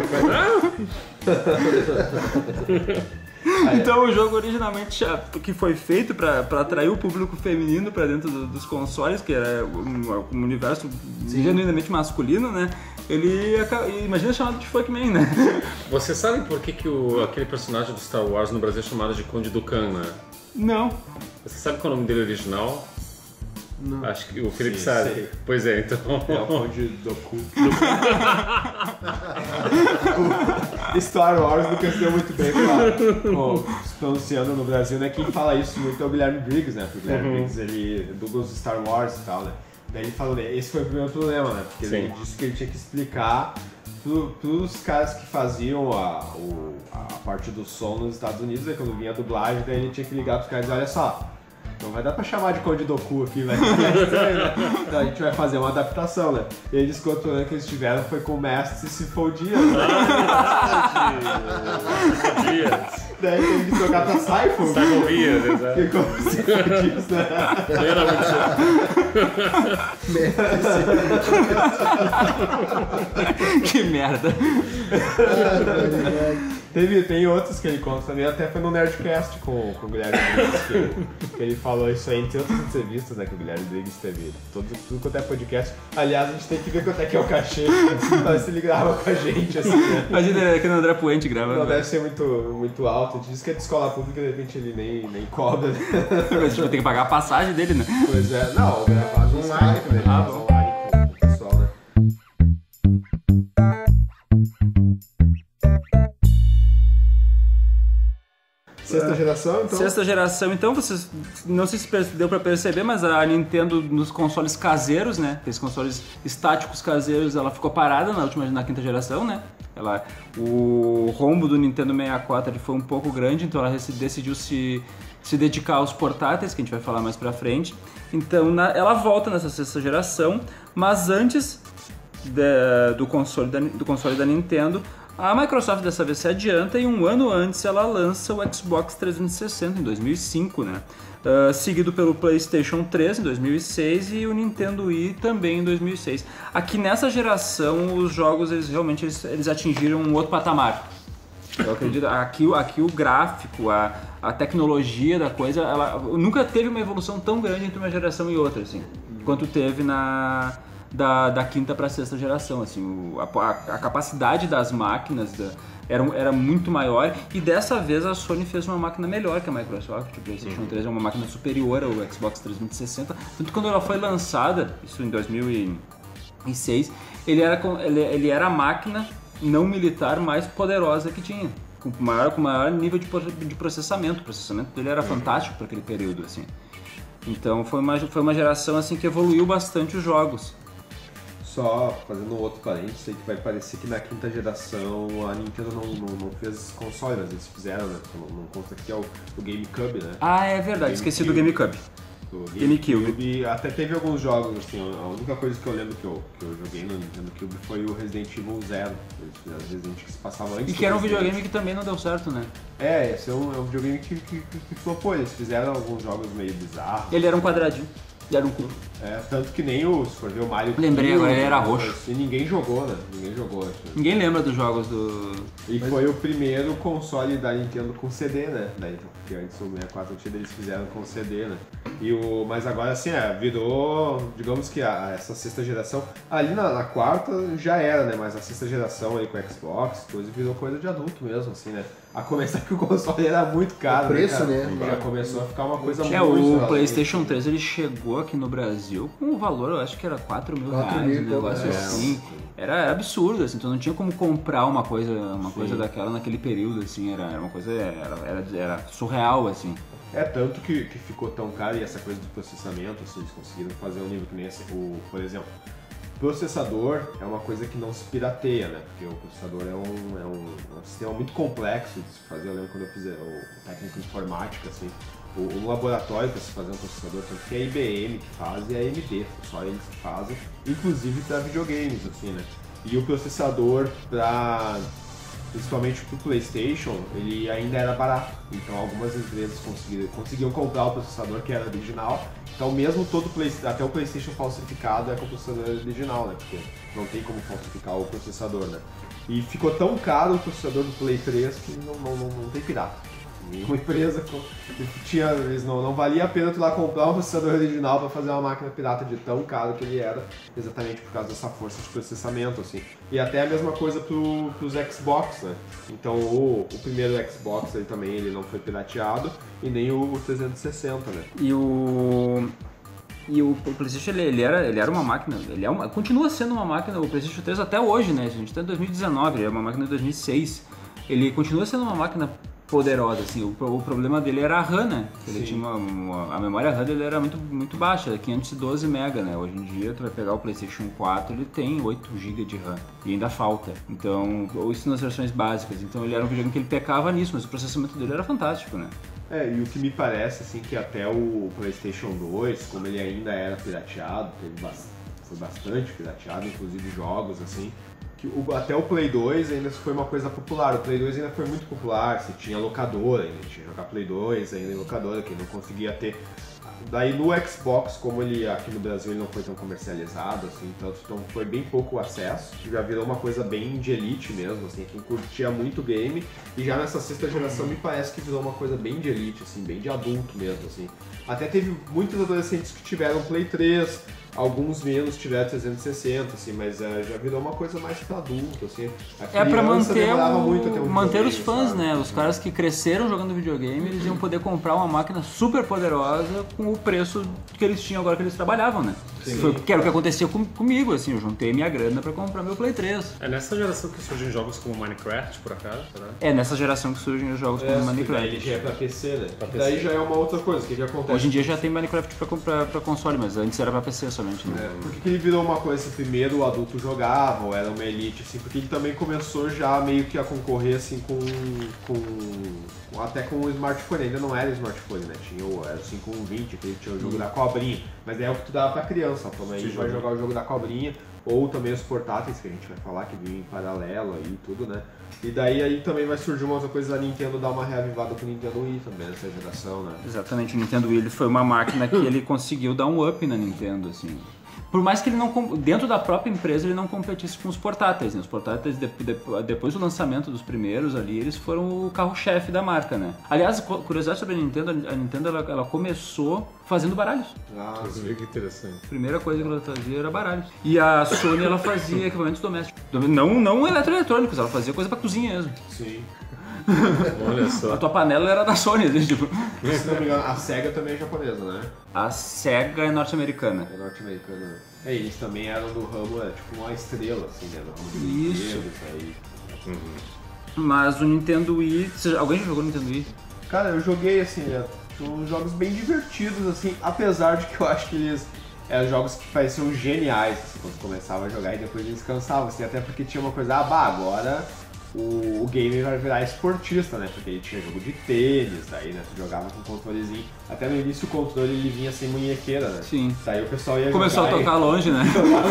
Speaker 5: Então o jogo originalmente que foi feito para atrair o público feminino para dentro do, dos consoles, que era um, um universo Sim. genuinamente masculino, né? Ele imagina chamado de Fuckman, né?
Speaker 1: Você sabe por que, que o, aquele personagem do Star Wars no Brasil é chamado de Conde Dooku, né?
Speaker 5: Não.
Speaker 1: Você sabe qual é o nome dele original?
Speaker 4: Não.
Speaker 1: Acho que o Felipe
Speaker 3: Sim,
Speaker 1: sabe.
Speaker 3: sei.
Speaker 1: Pois é, então.
Speaker 3: É o Conde Dooku. Star Wars nunca se deu muito bem com pronunciando no Brasil, né? Quem fala isso muito é o Guilherme Briggs, né? Porque o Guilherme
Speaker 1: Uhum.
Speaker 3: Briggs, ele dubla os Star Wars e tal, né? Daí ele falou, esse foi o primeiro problema, né? Porque
Speaker 1: Sim.
Speaker 3: ele disse que ele tinha que explicar pro, pros caras que faziam a, o, a parte do som nos Estados Unidos, né? Quando vinha a dublagem, daí ele tinha que ligar pros caras e dizer, olha só, não vai dar pra chamar de Conde Dooku aqui, vai ficar estranho, né? Então a gente vai fazer uma adaptação, né? E eles, que o problema que eles tiveram foi com o mestre Sifo-Dyas, né?
Speaker 1: Dias.
Speaker 3: Daí teve que trocar pra Saifo.
Speaker 1: Simon Dias, exato.
Speaker 3: Ficou Sifo-Dyas, né?
Speaker 1: Era muito
Speaker 5: Que merda.
Speaker 3: Teve, tem outros que ele conta também, até foi no Nerdcast com, com o Guilherme Briggs, que, que ele falou isso aí, entre outras entrevistas, né, que o Guilherme Briggs teve, todo, tudo quanto é podcast. Aliás, a gente tem que ver quanto é que é o cachê, pra ver se ele grava com a gente, assim, né?
Speaker 5: Imagina que no André Puente grava.
Speaker 3: Não deve ser muito, muito alto, a gente diz que é de escola pública, de repente ele nem, nem cobra, né?
Speaker 5: A gente vai ter que pagar a passagem dele, né?
Speaker 3: Pois é, não, gravar no Skype, né?
Speaker 5: Ah,
Speaker 3: Faz online com, com o pessoal, né? Sexta geração, então?
Speaker 5: Sexta geração, então, vocês não sei se deu pra perceber, mas a Nintendo nos consoles caseiros, né, aqueles consoles estáticos caseiros, ela ficou parada na última, na quinta geração, né? Ela, o rombo do Nintendo sessenta e quatro ele foi um pouco grande, então ela decidiu se, se dedicar aos portáteis, que a gente vai falar mais pra frente. Então na, ela volta nessa sexta geração, mas antes de, do, console da, do console da Nintendo, a Microsoft dessa vez se adianta e um ano antes ela lança o Xbox trezentos e sessenta, em dois mil e cinco, né? Uh, seguido pelo PlayStation três em dois mil e seis e o Nintendo Wii também em dois mil e seis. Aqui nessa geração os jogos eles realmente eles, eles atingiram um outro patamar. Eu acredito, aqui, aqui o gráfico, a, a tecnologia da coisa, ela nunca teve uma evolução tão grande entre uma geração e outra, assim, quanto teve na, da, da quinta para a sexta geração, assim, o, a, a capacidade das máquinas da, era, era muito maior e dessa vez a Sony fez uma máquina melhor que a Microsoft, o PlayStation três é uma máquina superior ao Xbox trezentos e sessenta, tanto que quando ela foi lançada, isso em dois mil e seis, ele era, ele, ele era a máquina não militar mais poderosa que tinha, com maior, com maior nível de, de processamento. O processamento dele era fantástico para aquele período, assim. Então foi uma, foi uma geração assim, que evoluiu bastante os jogos.
Speaker 3: Só fazendo um outro parênteses aí, que vai parecer que na quinta geração a Nintendo não, não, não fez console, mas eles fizeram, né? Não, não conta que é o, o GameCube, né?
Speaker 5: Ah, é verdade, esqueci do GameCube.
Speaker 3: Do
Speaker 5: GameCube.
Speaker 3: GameCube. Até teve alguns jogos, assim, a única coisa que eu lembro que eu, que eu joguei no Nintendo Cube foi o Resident Evil Zero. Eles fizeram Resident Evil que se passava antes.
Speaker 5: E que era um
Speaker 3: Resident.
Speaker 5: videogame que também não deu certo, né?
Speaker 3: É, esse é um, é um videogame que, que, que, que flopou. Eles fizeram alguns jogos meio bizarros.
Speaker 5: Ele era um quadradinho. Ele era um cubo.
Speaker 3: É, tanto que nem o, se for ver o Mario...
Speaker 5: Lembrei
Speaker 3: Kart,
Speaker 5: agora, ele era roxo.
Speaker 3: E ninguém jogou, né? Ninguém jogou. Acho.
Speaker 5: Ninguém lembra dos jogos do...
Speaker 3: E Mas... foi o primeiro console da Nintendo com C D, né? Daí, porque antes o sessenta e quatro tinha, eles fizeram com C D, né? E o... Mas agora, assim, é, virou... Digamos que a, essa sexta geração... Ali na, na quarta já era, né? Mas a sexta geração aí com o Xbox, coisa, virou coisa de adulto mesmo, assim, né? A começar que o console era muito caro,
Speaker 4: o preço,
Speaker 3: né?
Speaker 4: né?
Speaker 3: Já começou a ficar uma coisa
Speaker 5: é,
Speaker 3: muito...
Speaker 5: O PlayStation três ele chegou aqui no Brasil com um valor, eu acho que era quatro mil reais, um negócio
Speaker 3: é,
Speaker 5: assim. Era, era absurdo, assim, tu não tinha como comprar uma coisa, uma coisa daquela naquele período, assim, era, era uma coisa, era, era, era surreal, assim.
Speaker 3: É, tanto que, que ficou tão caro e essa coisa do processamento, assim, eles conseguiram fazer um nível que nem esse, o, por exemplo, processador é uma coisa que não se pirateia, né? Porque o processador é um, é um, é um sistema muito complexo de se fazer. Eu lembro quando eu fiz o técnico de informática, assim, o, o laboratório para se fazer um processador, tanto que é a I B M que faz e a A M D, só eles que fazem, inclusive para videogames, assim, né? E o processador para... principalmente pro PlayStation, ele ainda era barato. Então algumas empresas conseguiram, conseguiam comprar o processador que era original. Então mesmo todo Play, até o PlayStation falsificado é com o processador original, né? Porque não tem como falsificar o processador, né? E ficou tão caro o processador do Play três que não, não, não, não tem pirata. Nenhuma empresa tinha, não, não valia a pena tu lá comprar um processador original para fazer uma máquina pirata de tão caro que ele era, exatamente por causa dessa força de processamento, assim. E até a mesma coisa pro, pros Xbox, né? Então o, o primeiro Xbox ele também ele não foi pirateado e nem o, o trezentos e sessenta, né?
Speaker 5: E o... E o, o PlayStation, ele, ele, era, ele era uma máquina, ele é uma, continua sendo uma máquina, o PlayStation três até hoje, né? A gente está em dois mil e dezenove, ele é uma máquina de dois mil e seis. Ele continua sendo uma máquina poderosa, assim, o, o problema dele era a RAM, né? Ele Sim. tinha uma, uma, a memória RAM dele era muito, muito baixa, era quinhentos e doze mega, né? Hoje em dia, tu vai pegar o PlayStation quatro, ele tem oito gigas de RAM e ainda falta. Então, ou isso nas versões básicas. Então, ele era um videogame que ele pecava nisso, mas o processamento dele era fantástico, né?
Speaker 3: É, e o que me parece, assim, que até o PlayStation dois, como ele ainda era pirateado, teve bastante, foi bastante pirateado, inclusive jogos, assim, que o, até o Play dois ainda foi uma coisa popular. O Play dois ainda foi muito popular, você tinha locadora, ainda tinha jogar Play dois ainda em locadora, que não conseguia ter. Daí no Xbox, como ele aqui no Brasil ele não foi tão comercializado, assim, tanto, então foi bem pouco acesso, já virou uma coisa bem de elite mesmo, assim, quem curtia muito game, e já nessa sexta geração me parece que virou uma coisa bem de elite, assim, bem de adulto mesmo, assim. Até teve muitos adolescentes que tiveram Play três, alguns menos tiveram trezentos e sessenta, assim, mas é, já virou uma coisa mais pra adulto, assim.
Speaker 5: É pra manter, o...
Speaker 3: muito até um
Speaker 5: manter os fãs,
Speaker 3: sabe?
Speaker 5: Né? Os caras que cresceram jogando videogame, eles iam poder comprar uma máquina super poderosa com o preço que eles tinham agora que eles trabalhavam, né?
Speaker 3: Sim.
Speaker 5: Foi, que era o que acontecia com, comigo, assim, eu juntei minha grana pra comprar meu Play três.
Speaker 1: É nessa geração que surgem jogos como Minecraft, por acaso, será?
Speaker 5: É nessa geração que surgem os jogos
Speaker 3: é,
Speaker 5: como Minecraft.
Speaker 3: Daí já é pra P C, né? Pra P C. Daí já é uma outra coisa, que já acontece.
Speaker 5: Hoje em dia já tem Minecraft pra, pra, pra console, mas antes era pra P C somente, né?
Speaker 3: É, porque ele virou uma coisa assim, primeiro o adulto jogava, ou era uma elite, assim, porque ele também começou já meio que a concorrer, assim, com... com até com o smartphone, ainda não era smartphone, né? Tinha o, era o cinco um vinte, que ele tinha o jogo da cobrinha. Mas é o que tu dava pra criança, ó, toma aí,
Speaker 1: Sim,
Speaker 3: vai
Speaker 1: jogo.
Speaker 3: jogar o jogo da cobrinha, ou também os portáteis, que a gente vai falar, que vinham em paralelo aí e tudo, né? E daí aí também vai surgir uma outra coisa da Nintendo dar uma reavivada com o Nintendo Wii também, nessa geração, né?
Speaker 5: Exatamente, o Nintendo Wii ele foi uma máquina que ele conseguiu dar um up na Nintendo, assim. Por mais que ele não, dentro da própria empresa, ele não competisse com os portáteis, né? Os portáteis, de, de, depois do lançamento dos primeiros ali, eles foram o carro-chefe da marca, né? Aliás, curiosidade sobre a Nintendo, a Nintendo ela, ela começou fazendo baralhos.
Speaker 3: Ah,
Speaker 1: Você vê que interessante.
Speaker 5: A primeira coisa que ela fazia era baralhos. E a Sony, ela fazia equipamentos domésticos. Não, não eletroeletrônicos, ela fazia coisa pra cozinha mesmo.
Speaker 3: sim.
Speaker 1: Olha só.
Speaker 5: A tua panela era da Sony, assim, tipo...
Speaker 3: Se não me engano, a SEGA também é japonesa, né?
Speaker 5: A SEGA é norte-americana.
Speaker 3: É norte-americana, né? É, eles também eram do ramo, é tipo uma estrela, assim, né? No ramo de
Speaker 5: Isso.
Speaker 3: brinquedos, aí.
Speaker 5: Mas o Nintendo Wii... Você- Alguém já jogou no Nintendo Wii?
Speaker 3: Cara, eu joguei, assim, né? São jogos bem divertidos, assim, apesar de que eu acho que eles eram jogos que pareciam geniais, assim, quando começava a jogar e depois eles cansavam, assim, até porque tinha uma coisa, ah, bah, agora o, o game vai virar esportista, né? Porque ele tinha jogo de tênis, daí, né? Tu jogava com um controlezinho. Até no início o controle ele vinha sem munhequeira, né?
Speaker 5: Sim.
Speaker 3: Daí o pessoal ia
Speaker 5: Começou a
Speaker 3: jogar
Speaker 5: tocar longe, né?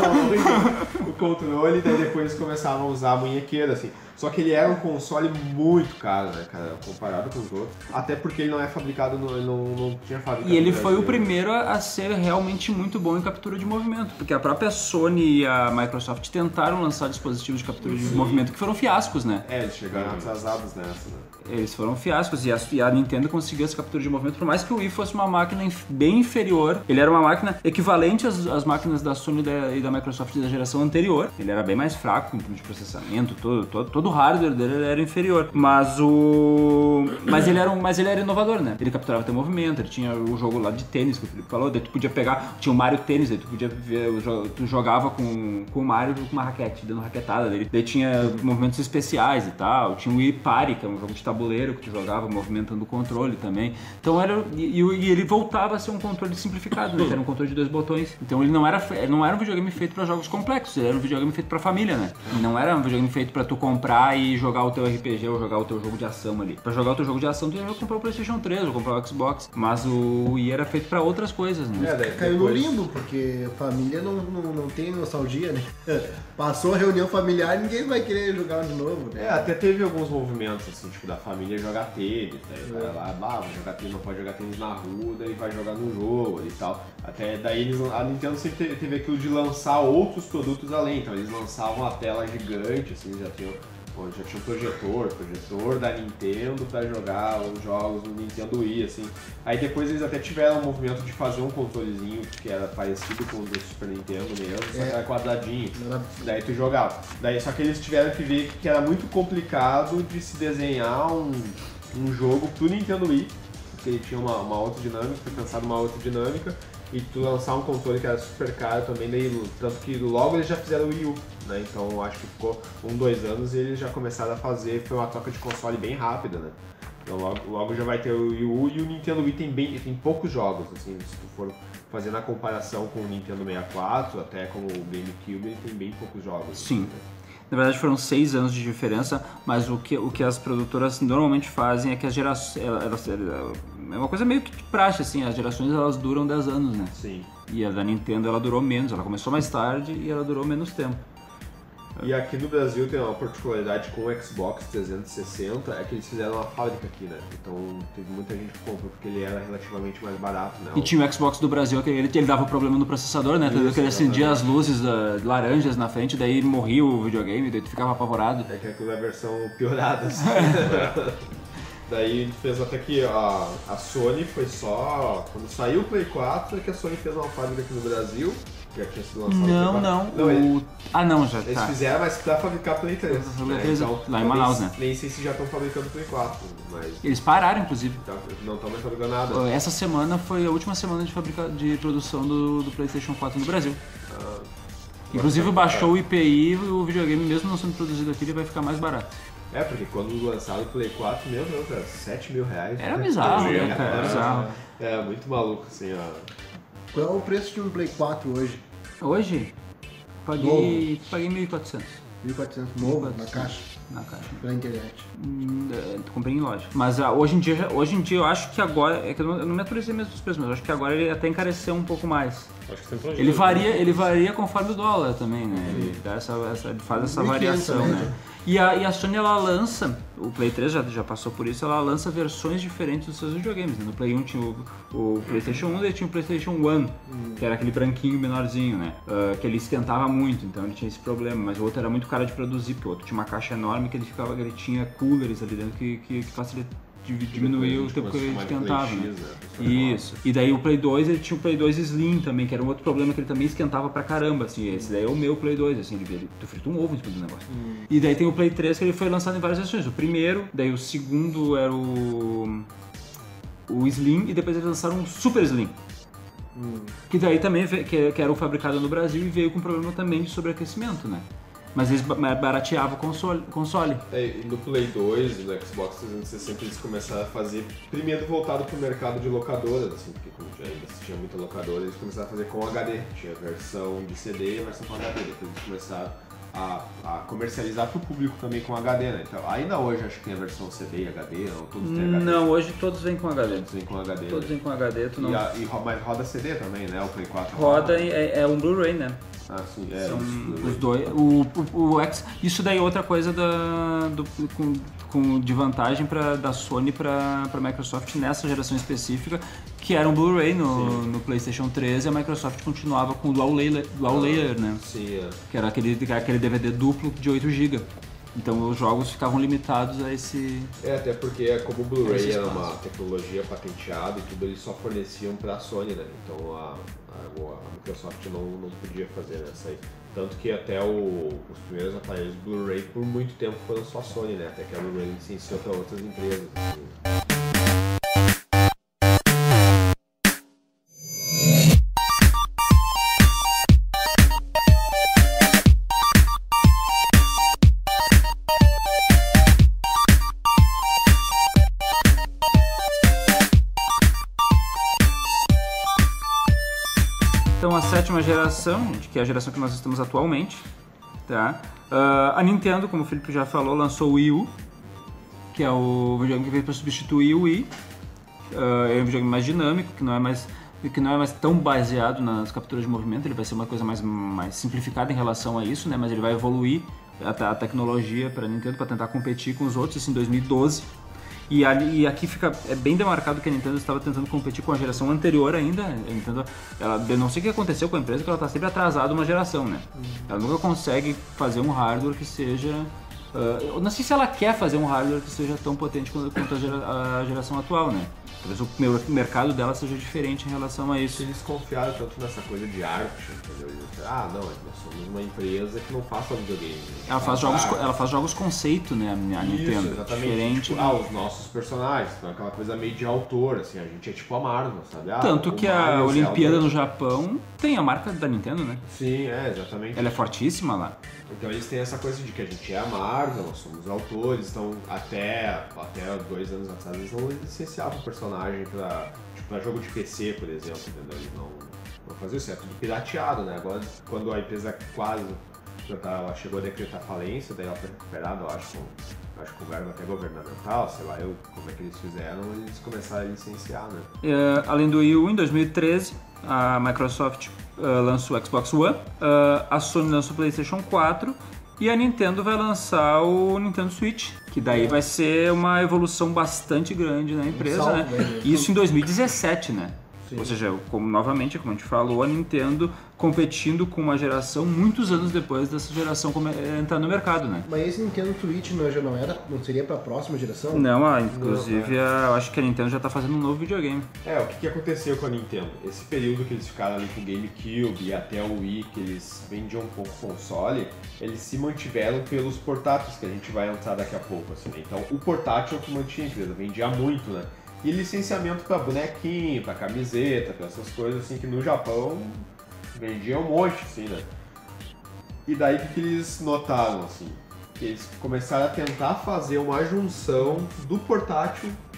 Speaker 3: e... o controle, daí depois eles começavam a usar a munhequeira, assim. Só que ele era um console muito caro, né, cara, comparado com os outros. Até porque ele não é fabricado, no, ele não, não tinha fábrica
Speaker 5: E ele
Speaker 3: no
Speaker 5: foi o
Speaker 3: Brasil.
Speaker 5: primeiro a ser realmente muito bom em captura de movimento, porque a própria Sony e a Microsoft tentaram lançar dispositivos de captura de movimento que foram fiascos, né?
Speaker 3: É, eles chegaram atrasados nessa, né?
Speaker 5: Eles foram fiascos e a, e a Nintendo conseguiu essa captura de movimento, por mais que o Wii fosse uma máquina inf- bem inferior. Ele era uma máquina equivalente às, às máquinas da Sony e da, e da Microsoft da geração anterior. Ele era bem mais fraco em termos de processamento, todo, todo, todo o hardware dele era inferior. Mas o... Mas ele, era um, mas ele era inovador, né? Ele capturava teu movimento, ele tinha o jogo lá de tênis que o Felipe falou, daí tu podia pegar, tinha o Mario Tênis, daí tu podia ver, tu jogava com, com o Mario com uma raquete, dando raquetada dele. Daí tinha movimentos especiais e tal, tinha o Wii Party, que é um jogo de tabuleiro que tu jogava movimentando o controle também. Então era... E, e ele voltava a ser um controle simplificado, né? Que era um controle de dois botões. Então ele não era, ele não era um videogame feito para jogos complexos, ele era um videogame feito pra família, né? E não era um videogame feito pra tu comprar e jogar o teu R P G ou jogar o teu jogo de ação ali. Pra jogar o teu jogo de ação, tu ia comprar o PlayStation três ou comprar o Xbox. Mas o Wii era feito pra outras coisas, né?
Speaker 3: É, daí
Speaker 4: Caiu
Speaker 3: depois-
Speaker 4: no limbo, porque família não, não, não tem nostalgia, né? Passou a reunião familiar, ninguém vai querer jogar de novo,
Speaker 3: É,
Speaker 4: né?
Speaker 3: até teve alguns movimentos, assim, tipo, da família jogar tênis, daí o cara lá, bah, vai jogar tênis, não pode jogar tênis na rua, daí vai jogar no jogo e tal. Até daí eles, a Nintendo sempre teve, teve aquilo de lançar outros produtos além, então eles lançavam uma tela gigante, assim, já tinham, pô, já tinha um projetor, projetor da Nintendo pra jogar os jogos no Nintendo Wii, assim. Aí depois eles até tiveram um movimento de fazer um controlezinho que era parecido com o do Super Nintendo mesmo, só que era quadradinho.
Speaker 4: Era-
Speaker 3: Daí tu jogava. Daí, só que eles tiveram que ver que era muito complicado de se desenhar um, um jogo pro Nintendo Wii, porque ele tinha uma, uma outra dinâmica, foi pensado uma outra dinâmica, e tu lançar um controle que era super caro também, daí, tanto que logo eles já fizeram o Wii U, né? Então eu acho que ficou um, dois anos e eles já começaram a fazer, foi uma troca de console bem rápida, né? Então logo, logo já vai ter o Wii U e o Nintendo Wii tem, bem, tem poucos jogos, assim, se tu for fazendo a comparação com o Nintendo sessenta e quatro, até com o GameCube, ele tem bem poucos jogos.
Speaker 5: Sim.
Speaker 3: né?
Speaker 5: Na verdade foram seis anos de diferença, mas o que, o que as produtoras normalmente fazem é que as gerações... Elas, é uma coisa meio que de praxe, assim, as gerações elas duram dez anos, né?
Speaker 3: Sim.
Speaker 5: E a da Nintendo ela durou menos, ela começou mais tarde e ela durou menos tempo.
Speaker 3: E aqui no Brasil tem uma particularidade com o Xbox trezentos e sessenta, é que eles fizeram uma fábrica aqui, né? Então teve muita gente que comprou porque ele era relativamente mais barato, né?
Speaker 5: E tinha o Xbox do Brasil, que ele, ele dava problema no processador, né?
Speaker 3: Isso,
Speaker 5: que ele acendia
Speaker 3: exatamente.
Speaker 5: as luzes da, laranjas na frente, daí morria o videogame, daí tu ficava apavorado.
Speaker 3: É que aquilo é a versão piorada, assim. Daí ele fez até que a, a Sony foi só... Quando saiu o Play quatro, é que a Sony fez uma fábrica aqui no Brasil, já tinha sido lançado o Play
Speaker 5: Não,
Speaker 3: quatro.
Speaker 5: não.
Speaker 3: Não,
Speaker 5: o...
Speaker 3: eles,
Speaker 5: Ah, não, já
Speaker 3: eles
Speaker 5: tá.
Speaker 3: fizeram, mas pra fabricar Play três.
Speaker 5: Pra
Speaker 3: né?
Speaker 5: fabricar
Speaker 3: Então,
Speaker 5: lá em
Speaker 3: eu
Speaker 5: Manaus,
Speaker 3: nem,
Speaker 5: né?
Speaker 3: Nem sei se já estão fabricando Play quatro, mas
Speaker 5: Eles pararam, inclusive.
Speaker 3: tá, não estão mais fabricando nada.
Speaker 5: Essa semana foi a última semana de, fabrica... de produção do, do PlayStation quatro no Brasil.
Speaker 3: Ah,
Speaker 5: Inclusive baixou o I P I e o videogame, mesmo não sendo produzido aqui, ele vai ficar mais barato.
Speaker 3: É, porque quando lançaram o Play quatro, meu Deus, era sete mil reais.
Speaker 5: Era bizarro,
Speaker 3: É,
Speaker 5: né, cara? Era
Speaker 3: era-
Speaker 5: bizarro.
Speaker 3: É, muito maluco, assim, ó.
Speaker 4: Qual é o preço de um Play quatro hoje?
Speaker 5: Hoje, paguei, paguei mil e quatrocentos.
Speaker 4: mil e quatrocentos novo na caixa.
Speaker 5: na caixa.
Speaker 4: Pela internet.
Speaker 5: Hum, é, comprei em loja. Mas ah, hoje, em dia, hoje em dia eu acho que agora, é que eu não, eu não me atualizei mesmo dos preços, mas eu acho que agora ele até encareceu um pouco mais.
Speaker 1: Acho que tem pra
Speaker 5: Ele varia, ele varia conforme o dólar também, né? Ele, dá essa, essa, ele faz essa variação, né? E a, e a Sony, ela lança, o Play três já, já passou por isso, ela lança versões diferentes dos seus videogames, né? No Play um tinha o, o PlayStation um, daí tinha o PlayStation um, hum. que era aquele branquinho menorzinho, né? Uh, que ele esquentava muito, então ele tinha esse problema, mas o outro era muito caro de produzir, porque o outro tinha uma caixa enorme que ele ficava, ele tinha coolers ali dentro que, que, que facilitava. Diminuiu o tempo que ele esquentava. Né? Isso. E daí o Play dois, ele tinha o Play dois Slim também, que era um outro problema, que ele também esquentava pra caramba, assim. Esse daí é o meu Play dois, assim, ele, ele, tu frita um ovo em cima do negócio. Hum. E daí tem o Play três, que ele foi lançado em várias versões. O primeiro, daí o segundo era o o Slim, e depois eles lançaram um Super Slim. Hum. Que daí também, que, que era o fabricado no Brasil e veio com problema também de sobreaquecimento, né? Mas eles barateavam o console. console.
Speaker 3: É, e no Play dois e no Xbox trezentos e sessenta eles começaram a fazer, primeiro voltado para o mercado de locadoras, assim, porque como já ainda tinha muita locadora, eles começaram a fazer com H D. Tinha a versão de C D e a versão com H D. Depois eles começaram a, a comercializar para o público também com H D, né? Então, ainda hoje acho que tem a versão C D e H D, não? Todos têm H D.
Speaker 5: Não, hoje todos vêm com H D.
Speaker 3: Todos vêm com H D.
Speaker 5: Todos vêm com H D, tu não...
Speaker 3: E, a, e mas roda C D também, né? O Play quatro
Speaker 5: roda. Roda é, é um Blu-ray, né?
Speaker 3: Ah, sim, é.
Speaker 5: São isso, os dois. O, o, o X, isso daí é outra coisa da, do, com, com, de vantagem pra, da Sony para a Microsoft nessa geração específica, que era um Blu-ray no, no PlayStation três, e a Microsoft continuava com o Dual Layer, Dual ah, Layer, né?
Speaker 3: Sim, é.
Speaker 5: Que era aquele, aquele D V D duplo de oito gigas. Então os jogos ficavam limitados a esse...
Speaker 3: É, até porque como o Blu-ray era uma tecnologia patenteada e tudo, eles só forneciam para a Sony, né? Então a, a, a Microsoft não, não podia fazer essa aí. Tanto que até o, os primeiros aparelhos Blu-ray por muito tempo foram só a Sony, né? Até que a Blu-ray licenciou para outras empresas. Assim.
Speaker 5: Então a sétima geração, que é a geração que nós estamos atualmente, tá? Uh, a Nintendo, como o Felipe já falou, lançou o Wii U, que é o videogame que veio para substituir o Wii. Uh, é um videogame mais dinâmico, que não é mais que não é mais tão baseado nas capturas de movimento. Ele vai ser uma coisa mais, mais simplificada em relação a isso, né? Mas ele vai evoluir a, a tecnologia para a Nintendo para tentar competir com os outros, isso em dois mil e doze. E, ali, e aqui fica é bem demarcado que a Nintendo estava tentando competir com a geração anterior ainda. A Nintendo, ela, eu não sei o que aconteceu com a empresa, que ela está sempre atrasada uma geração, né? Ela nunca consegue fazer um hardware que seja... Uh, eu não sei se ela quer fazer um hardware que seja tão potente quanto, quanto a, gera, a geração atual, né? Talvez o mercado dela seja diferente em relação a isso.
Speaker 3: Eles confiaram tanto nessa coisa de arte, entendeu? Ah, não, nós somos uma empresa que não faz só videogame.
Speaker 5: Ela faz, jogos, ela faz jogos conceito, né, a Nintendo.
Speaker 3: Isso, exatamente.
Speaker 5: Diferente,
Speaker 3: tipo, ah, os nossos personagens, então aquela coisa meio de autor, assim, a gente é tipo a Marvel, sabe? Ah,
Speaker 5: tanto que a Olimpíada no Japão tem a marca da Nintendo, né?
Speaker 3: Sim, é, exatamente.
Speaker 5: Ela é fortíssima lá.
Speaker 3: Então eles têm essa coisa de que a gente é a Marvel, nós somos autores, então até, até dois anos atrás eles não licenciavam o personagem pra, tipo, pra jogo de P C, por exemplo, entendeu? Eles não, não faziam isso, é tudo pirateado, né? Agora, quando a empresa quase já tá, ela chegou a decretar falência, daí ela foi recuperada, eu acho, com, acho que com verba até governamental, sei lá eu como é que eles fizeram, eles começaram a licenciar, né?
Speaker 5: É, além do Wii U, em dois mil e treze, a Microsoft uh, lança o Xbox One, uh, a Sony lança o PlayStation quatro e a Nintendo vai lançar o Nintendo Switch, que daí vai ser uma evolução bastante grande na empresa, um salve, né? Isso em dois mil e dezessete, né? Sim. Ou seja, como, novamente, como a gente falou, a Nintendo competindo com uma geração muitos anos depois dessa geração entrar no mercado, né?
Speaker 4: Mas esse Nintendo Switch não, já não, era, não seria para a próxima geração?
Speaker 5: Não, ah, inclusive não, é. Eu acho que a Nintendo já está fazendo um novo videogame.
Speaker 3: É, o que, que aconteceu com a Nintendo? Esse período que eles ficaram ali com o GameCube e até o Wii, que eles vendiam um pouco console, eles se mantiveram pelos portáteis, que a gente vai entrar daqui a pouco, assim, né? Então o portátil é o que mantinha a empresa, vendia muito, né? E licenciamento para bonequinho, para camiseta, para essas coisas assim que no Japão vendia um monte, assim, né? E daí o que eles notaram, assim? Que eles começaram a tentar fazer uma junção do portátil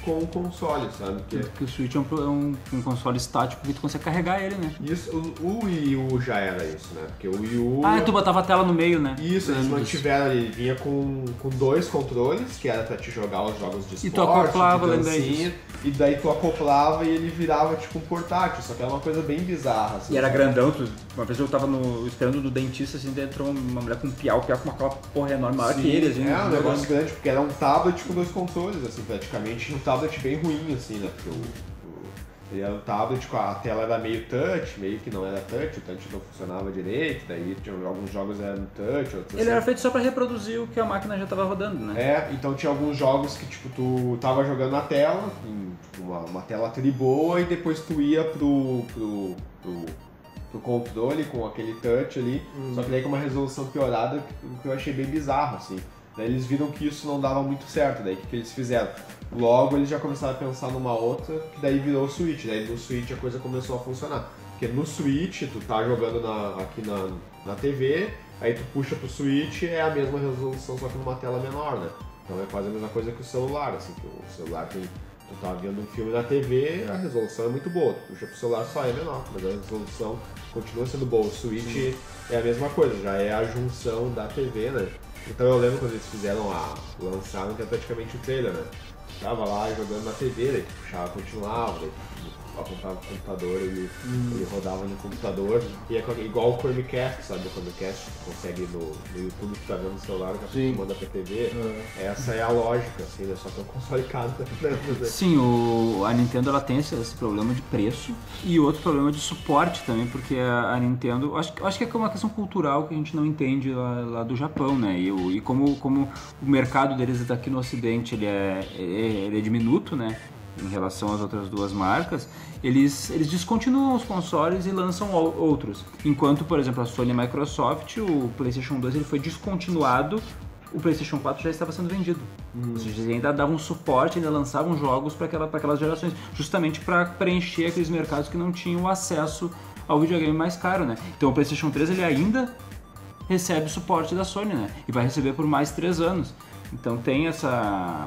Speaker 3: com o console, sabe? Porque
Speaker 5: Porque o Switch é um, é um, um console estático que tu consegue carregar ele, né?
Speaker 3: isso, o, o Wii U já era isso, né? Porque o Wii U...
Speaker 5: Ah, tu botava a tela no meio, né?
Speaker 3: Isso, eles
Speaker 5: Lembro disso.
Speaker 3: mantiveram ali, vinha com, com dois controles, que era pra te jogar os jogos de esporte,
Speaker 5: E tu acoplava,
Speaker 3: de
Speaker 5: lembrei
Speaker 3: dancinha,
Speaker 5: disso.
Speaker 3: e daí tu acoplava e ele virava tipo um portátil, só que era uma coisa bem bizarra. Assim,
Speaker 5: E era
Speaker 3: sabe?
Speaker 5: grandão, tu, uma vez eu tava no, esperando no dentista, assim, daí entrou uma mulher com um piau, o piau com aquela porra enorme, maior
Speaker 3: Sim,
Speaker 5: que ele, assim.
Speaker 3: é um
Speaker 5: jogando.
Speaker 3: negócio grande, porque era um tablet com dois controles, assim, praticamente, um tablet bem ruim, assim, né, porque o, o, ele era um tablet com a tela era meio touch, meio que não era touch, o touch não funcionava direito, daí tinha alguns jogos eram touch, outros
Speaker 5: Ele
Speaker 3: assim.
Speaker 5: era feito só pra reproduzir o que a máquina já tava rodando, né?
Speaker 3: É, então tinha alguns jogos que, tipo, tu tava jogando na tela, em, tipo, uma, uma tela tri boa, e depois tu ia pro, pro, pro, pro controle com aquele touch ali,
Speaker 4: Hum.
Speaker 3: só que daí com uma resolução piorada, que, que eu achei bem bizarro, assim. Daí eles viram que isso não dava muito certo, daí o que, que eles fizeram? Logo eles já começaram a pensar numa outra, que daí virou o Switch, daí no Switch a coisa começou a funcionar. Porque no Switch, tu tá jogando na, aqui na, na T V, aí tu puxa pro Switch, é a mesma resolução, só que numa tela menor, né? Então é quase a mesma coisa que o celular, assim, que o celular tem... Tu tá vendo um filme na T V, a resolução é muito boa, tu puxa pro celular só é menor, mas a resolução continua sendo boa. O Switch Sim. é a mesma coisa, já é a junção da T V, né? Então eu lembro quando eles fizeram a... lançaram que é praticamente o trailer, né? Tava lá jogando na T V, daí tu puxava, continuava, daí apontava o computador, ele, hum. ele rodava no computador, e é igual o Chromecast, sabe? O Chromecast tu consegue no, no YouTube, tu tá vendo no celular, que tu manda pra T V. Uhum. Essa é a lógica, assim, né? Só que é um console caro.
Speaker 5: Sim, o, a Nintendo ela tem esse, esse problema de preço e outro problema de suporte também, porque a, a Nintendo, acho, acho que é uma questão cultural que a gente não entende lá, lá do Japão, né? E, e como, como o mercado deles aqui no Ocidente ele é, ele é diminuto, né? Em relação às outras duas marcas, eles, eles descontinuam os consoles e lançam outros. Enquanto, por exemplo, a Sony e a Microsoft, o PlayStation dois ele foi descontinuado, o PlayStation quatro já estava sendo vendido. Hum. Ou seja, eles ainda davam suporte, ainda lançavam jogos para aquela, para aquelas gerações, justamente para preencher aqueles mercados que não tinham acesso ao videogame mais caro, né? Então o PlayStation três ele ainda recebe suporte da Sony, né? E vai receber por mais três anos. Então tem essa...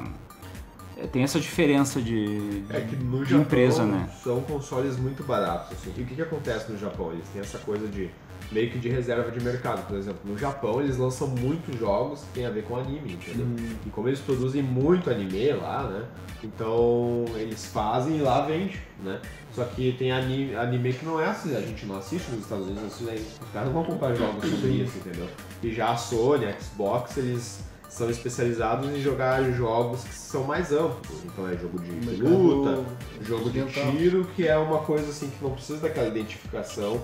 Speaker 5: Tem essa diferença de, de,
Speaker 3: é que no
Speaker 5: de
Speaker 3: Japão,
Speaker 5: empresa, né?
Speaker 3: São consoles muito baratos, assim. E o que, que acontece no Japão? Eles têm essa coisa de meio que de reserva de mercado. Por exemplo, no Japão eles lançam muitos jogos que tem a ver com anime, entendeu? Hum. E como eles produzem muito anime lá, né? Então eles fazem e lá vende, né? Só que tem anime, anime que não é assim, a gente não assiste nos Estados Unidos, assim, os caras não vão comprar jogos sobre isso, entendeu? E já a Sony, a Xbox, eles são especializados em jogar jogos que são mais amplos. Então é jogo de luta, jogo de tiro, que é uma coisa assim que não precisa daquela identificação.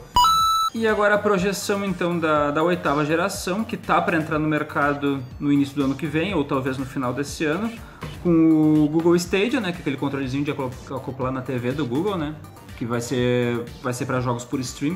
Speaker 5: E agora a projeção então da, da oitava geração, que tá para entrar no mercado no início do ano que vem, ou talvez no final desse ano, com o Google Stadia, né, que é aquele controlezinho de acoplar na T V do Google, né, que vai ser, vai ser para jogos por streaming.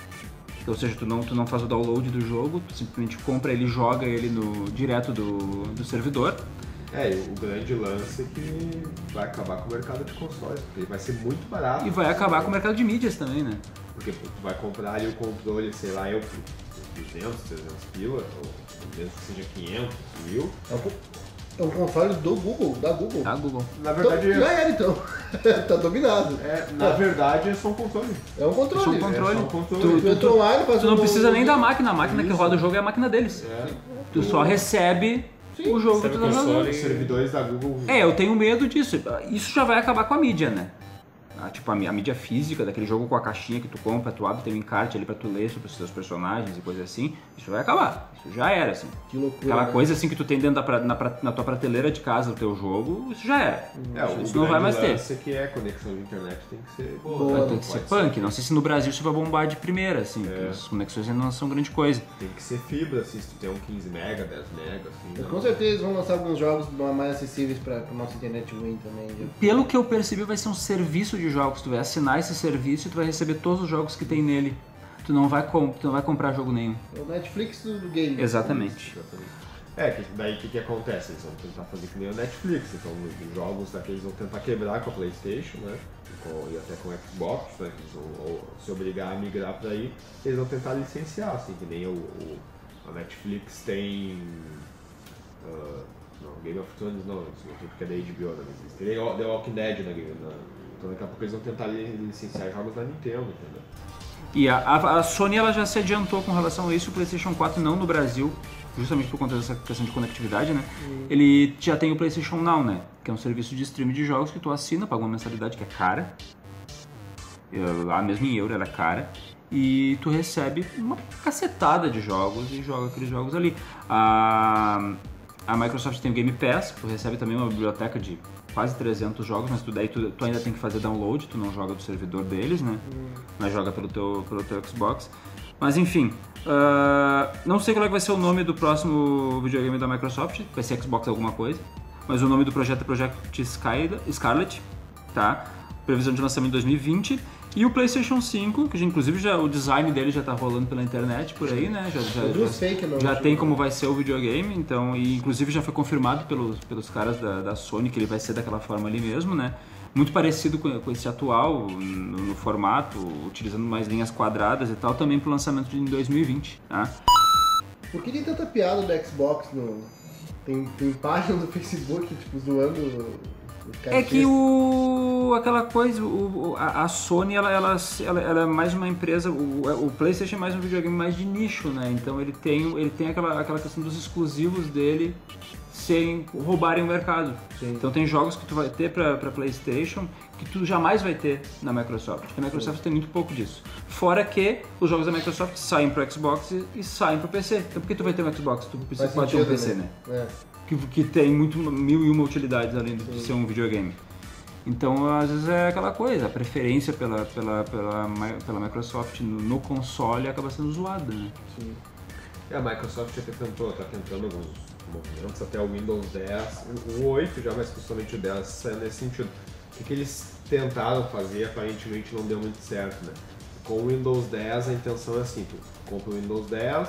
Speaker 5: Ou seja, tu não, tu não faz o download do jogo, tu simplesmente compra ele e joga ele no, direto do, do servidor.
Speaker 3: É, e o grande lance é que vai acabar com o mercado de consoles, porque ele vai ser muito barato.
Speaker 5: E vai acabar com o mercado de mídias também, né?
Speaker 3: Porque tu vai comprar ali o controle, sei lá, eu por duzentos, trezentos pila, ou mesmo que seja quinhentos, mil.
Speaker 4: É um console do Google, da Google.
Speaker 5: Da Google.
Speaker 3: Na verdade...
Speaker 4: Então, já era então. Tá dominado.
Speaker 3: É, na é. verdade é só um controle.
Speaker 4: É um controle.
Speaker 5: É só um controle.
Speaker 3: É só um controle.
Speaker 5: Tu, tu, tu, tu,
Speaker 4: online,
Speaker 5: tu não precisa
Speaker 4: um...
Speaker 5: nem da máquina, a máquina Isso. que roda o jogo é a máquina deles.
Speaker 3: É.
Speaker 5: Tu, tu só recebe Sim. o jogo
Speaker 3: Recebe
Speaker 5: que tu tá jogando.
Speaker 3: Os servidores da Google...
Speaker 5: É, eu tenho medo disso. Isso já vai acabar com a mídia, né? Ah, tipo, a, a mídia física, daquele jogo com a caixinha que tu compra, tu abre, tem um encarte ali pra tu ler sobre os seus personagens e coisa assim, isso vai acabar. Isso já era, assim.
Speaker 4: Que loucura.
Speaker 5: Aquela
Speaker 4: né?
Speaker 5: coisa assim que tu tem dentro da pra, na, na tua prateleira de casa, o teu jogo, isso já era.
Speaker 3: É,
Speaker 5: isso não vai mais ter.
Speaker 3: Isso que é conexão de internet tem que ser boa.
Speaker 4: boa
Speaker 5: vai ter que ser punk. Ser. Não sei se no Brasil isso vai bombar de primeira, assim,
Speaker 3: é.
Speaker 5: as conexões ainda não são grande coisa.
Speaker 3: Tem que ser fibra, assim, se tu tem um quinze mega, dez mega, assim.
Speaker 4: Com certeza vão lançar alguns jogos mais acessíveis pra, pra nossa internet ruim também. Já.
Speaker 5: Pelo que eu percebi, vai ser um serviço de jogos. Tu vai assinar esse serviço e tu vai receber todos os jogos que tem nele. Tu não vai, comp- tu não vai comprar jogo nenhum.
Speaker 4: É o Netflix do game.
Speaker 5: Exatamente.
Speaker 3: É, que daí o que, que acontece? Eles vão tentar fazer que nem o Netflix, então os jogos daqueles vão tentar quebrar com a PlayStation, né? E, com, e até com o Xbox, né? Que eles vão ou, se obrigar a migrar para aí, eles vão tentar licenciar, assim, que nem o, o a Netflix tem uh, Não, Game of Thrones não, porque é da H B O, não existe. Tem The Walking Dead na Game na, então daqui a pouco eles vão tentar licenciar jogos da Nintendo, entendeu?
Speaker 5: E a, a, a Sony ela já se adiantou com relação a isso, o PlayStation quatro não no Brasil, justamente por conta dessa questão de conectividade, né? Hum. Ele já tem o PlayStation Now, né? Que é um serviço de streaming de jogos que tu assina, paga uma mensalidade que é cara, lá mesmo em euro ela é cara, e tu recebe uma cacetada de jogos e joga aqueles jogos ali. A, a Microsoft tem o Game Pass, tu recebe também uma biblioteca de quase trezentos jogos, mas tu, daí tu, tu ainda tem que fazer download, tu não joga do servidor deles, né? Hum. Mas joga pelo teu, pelo teu Xbox. Mas enfim, uh, não sei qual é que vai ser o nome do próximo videogame da Microsoft, vai ser Xbox alguma coisa, mas o nome do projeto é Project Scarlet, tá? Previsão de lançamento em dois mil e vinte. E o PlayStation cinco, que já, inclusive já, o design dele já tá rolando pela internet por aí, né? Já, já, já, fake, não, já tem como vai ser o videogame, então, e inclusive já foi confirmado pelos, pelos caras da, da Sony que ele vai ser daquela forma ali mesmo, né? Muito parecido com, com esse atual, no, no formato, utilizando mais linhas quadradas e tal, também pro lançamento de, em dois mil e vinte, tá?
Speaker 4: Por que tem tanta piada do Xbox? No... Tem, tem página do Facebook, tipo, zoando...
Speaker 5: É que o aquela coisa, o, a, a Sony ela, ela, ela, ela é mais uma empresa, o, o PlayStation é mais um videogame mais de nicho, né? Então ele tem, ele tem aquela, aquela questão dos exclusivos dele serem, roubarem o mercado. Sim. Então tem jogos que tu vai ter pra, pra PlayStation que tu jamais vai ter na Microsoft, porque a Microsoft Sim. tem muito pouco disso. Fora que os jogos da Microsoft saem pro Xbox e, e saem pro P C. Então por que tu vai ter um Xbox? Tu precisa pode ter um P C, né? né? É. Que, que tem muito, mil e uma utilidades além de Sim. ser um videogame. Então, às vezes é aquela coisa, a preferência pela, pela, pela, pela Microsoft no, no console acaba sendo zoada, né?
Speaker 3: Sim. É, a Microsoft até tentou, está tentando alguns movimentos, até o Windows dez, o oito já, mas principalmente o dez saiu nesse sentido. O que, que eles tentaram fazer, aparentemente não deu muito certo, né? Com o Windows dez a intenção é assim, tu compra o Windows dez,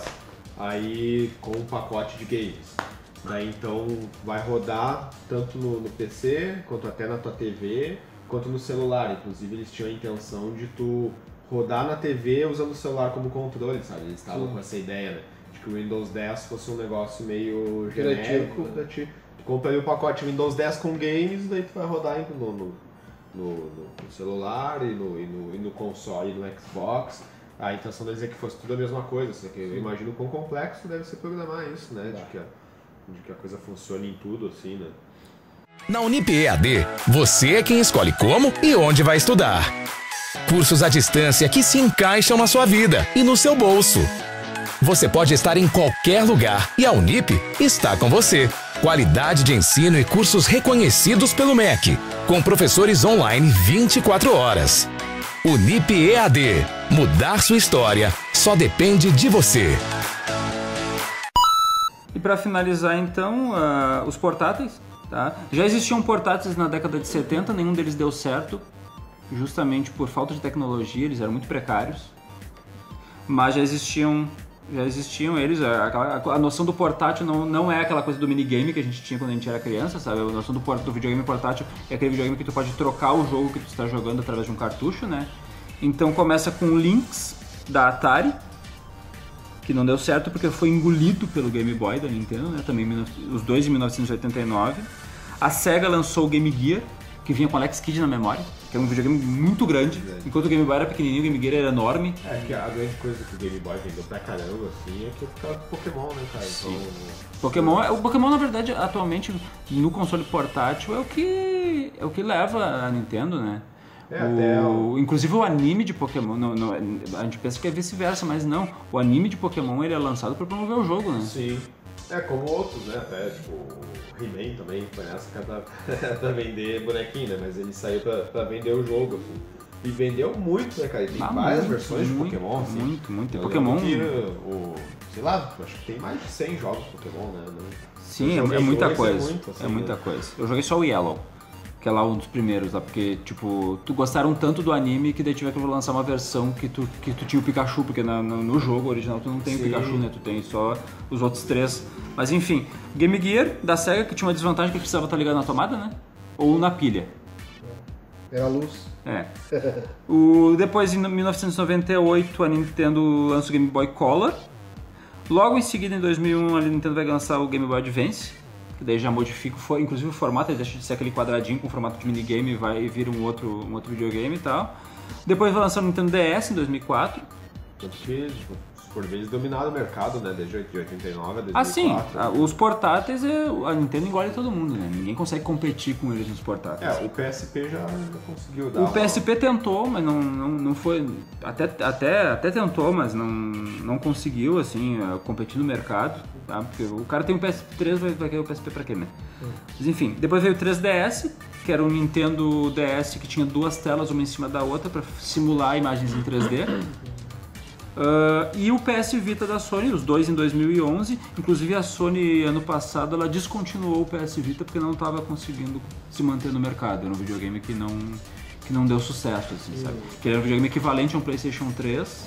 Speaker 3: aí com um pacote de games. Daí então vai rodar tanto no, no P C, quanto até na tua T V, quanto no celular. Inclusive eles tinham a intenção de tu rodar na T V usando o celular como controle, sabe? Eles estavam com essa ideia, né? De que o Windows dez fosse um negócio meio genérico. Né? Tu compra o pacote Windows dez com games, daí tu vai rodar no, no, no, no celular e no, e, no, e no console e no Xbox. A intenção deles é que fosse tudo a mesma coisa, assim, que eu imagino quão complexo deve ser programar isso, né? De que a, de que a coisa funcione em tudo, assim, né?
Speaker 6: Na Unip E A D, você é quem escolhe como e onde vai estudar. Cursos à distância que se encaixam na sua vida e no seu bolso. Você pode estar em qualquer lugar e a Unip está com você. Qualidade de ensino e cursos reconhecidos pelo M E C, com professores online vinte e quatro horas. Unip E A D. Mudar sua história só depende de você.
Speaker 5: E para finalizar então, uh, os portáteis, tá? Já existiam portáteis na década de setenta, nenhum deles deu certo, justamente por falta de tecnologia, eles eram muito precários, mas já existiam, já existiam eles, a, a, a noção do portátil não, não é aquela coisa do minigame que a gente tinha quando a gente era criança, sabe? A noção do, do videogame portátil é aquele videogame que tu pode trocar o jogo que tu está jogando através de um cartucho, né? Então começa com o Lynx da Atari, que não deu certo porque foi engolido pelo Game Boy da Nintendo, né? Também os dois em mil novecentos e oitenta e nove. A Sega lançou o Game Gear, que vinha com Alex Kidd na memória, que era um videogame muito grande, grande. Enquanto o Game Boy era pequenininho, o Game Gear era enorme.
Speaker 3: É que a grande coisa que o Game Boy vendeu pra caramba, assim, é que por causa do Pokémon, né, cara? Então,
Speaker 5: Pokémon, o Pokémon, na verdade, atualmente, no console portátil, é o que, é o que leva a Nintendo, né?
Speaker 3: É, até
Speaker 5: o, o... Inclusive o anime de Pokémon, não, não, a gente pensa que é vice-versa, mas não. O anime de Pokémon ele é lançado para promover o jogo, né?
Speaker 3: Sim. É, como outros, né? Até, tipo, o He-Man também foi nessa pra, pra vender bonequinho, né? Mas ele saiu pra, pra vender o jogo, assim. E vendeu muito, né, cara? Tem ah, várias muito, versões
Speaker 5: muito,
Speaker 3: de Pokémon, assim.
Speaker 5: Muito, muito. Tem
Speaker 3: Eu
Speaker 5: Pokémon...
Speaker 3: Que, o, sei lá, acho que tem mais de cem jogos de Pokémon, né?
Speaker 5: Sim, é, é muita coisa. É, muito, assim, é muita né? coisa. Eu joguei só o Yellow, que é lá um dos primeiros lá, porque, tipo, tu gostaram tanto do anime que daí tiveram que lançar uma versão que tu, que tu tinha o Pikachu, porque na, no, no jogo original tu não tem Sim. o Pikachu, né? Tu tem só os outros três. Mas enfim, Game Gear da Sega, que tinha uma desvantagem que precisava estar ligado na tomada, né? Ou na pilha.
Speaker 4: Era a luz.
Speaker 5: É. O, depois, em mil novecentos e noventa e oito, a Nintendo lança o Game Boy Color. Logo em seguida, em dois mil e um, a Nintendo vai lançar o Game Boy Advance. que daí já modifica, o, inclusive o formato, ele deixa de ser aquele quadradinho com formato de minigame e vai vir um outro, um outro videogame e tal. Depois vai lançar o Nintendo D S em dois mil e quatro.
Speaker 3: Tanto que, tipo, por vezes dominaram o mercado, né? Desde oitenta e nove a dois mil e quatro.
Speaker 5: Ah, sim. Os portáteis, a Nintendo engole todo mundo, né? Ninguém consegue competir com eles nos portáteis.
Speaker 3: É, o P S P já, já conseguiu dar.
Speaker 5: O P S P tentou, mas não, não, não foi... Até, até, até tentou, mas não, não conseguiu, assim, competir no mercado. Tá? Porque o cara tem um P S três, vai, vai querer o P S P pra quê, né? Hum. Mas enfim, depois veio o três D S, que era um Nintendo D S que tinha duas telas, uma em cima da outra, pra simular imagens em três D. Uh, e o P S Vita da Sony, os dois em dois mil e onze. Inclusive a Sony, ano passado, ela descontinuou o P S Vita porque não estava conseguindo se manter no mercado. Era um videogame que não, que não deu sucesso, assim, sabe? Que era um videogame equivalente a um PlayStation três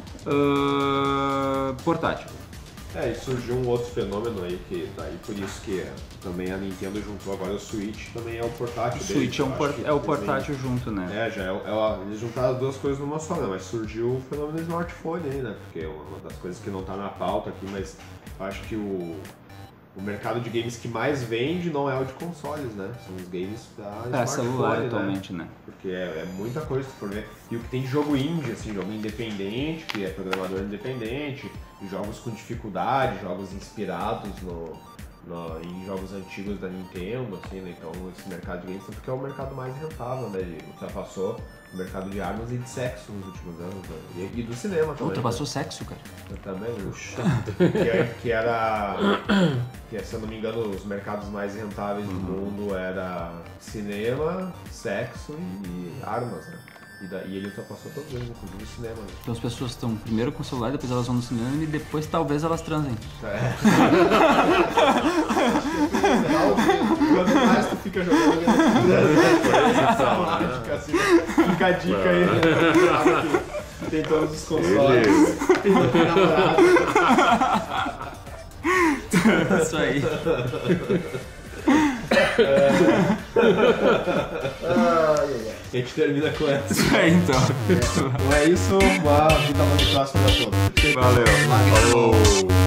Speaker 5: uh, portátil.
Speaker 3: É, e surgiu um outro fenômeno aí, que daí por isso que também a Nintendo juntou agora o Switch, também é o portátil
Speaker 5: O
Speaker 3: dele.
Speaker 5: Switch é, um por, é o portátil
Speaker 3: eles,
Speaker 5: junto, né?
Speaker 3: É, já é, é, eles juntaram as duas coisas numa só, né? Mas surgiu o fenômeno do smartphone aí, né? Porque é uma das coisas que não tá na pauta aqui, mas eu acho que o, o mercado de games que mais vende não é o de consoles, né? São os games da
Speaker 5: é, celular
Speaker 3: né?
Speaker 5: atualmente, né?
Speaker 3: Porque é, é muita coisa, se for ver. E o que tem de jogo indie, assim, jogo independente, que é programador independente, jogos com dificuldade, jogos inspirados no, no, em jogos antigos da Nintendo, assim, né? Então esse mercado de games porque é o mercado mais rentável, né? Ele ultrapassou o mercado de armas e de sexo nos últimos anos, né? E, e do cinema também.
Speaker 5: Ultrapassou
Speaker 3: né?
Speaker 5: sexo, cara.
Speaker 3: Eu também, puxa. Que, que era, que se eu não me engano, os mercados mais rentáveis do mundo era cinema, sexo e, e armas, né? E, da, e ele ultrapassou todos eles, inclusive o cinema. Né?
Speaker 5: Então as pessoas estão primeiro com o celular, depois elas vão no cinema e depois talvez elas transem.
Speaker 3: É. Quanto mais tu fica jogando, fica, assim, fica a dica aí. Tem todos os consoles. Tem todo namorado.
Speaker 5: Isso aí.
Speaker 3: É. A gente termina com essa.
Speaker 5: Isso aí, então.
Speaker 3: Então é isso, uma vida mais próxima a todos.
Speaker 5: Valeu.
Speaker 3: Falou.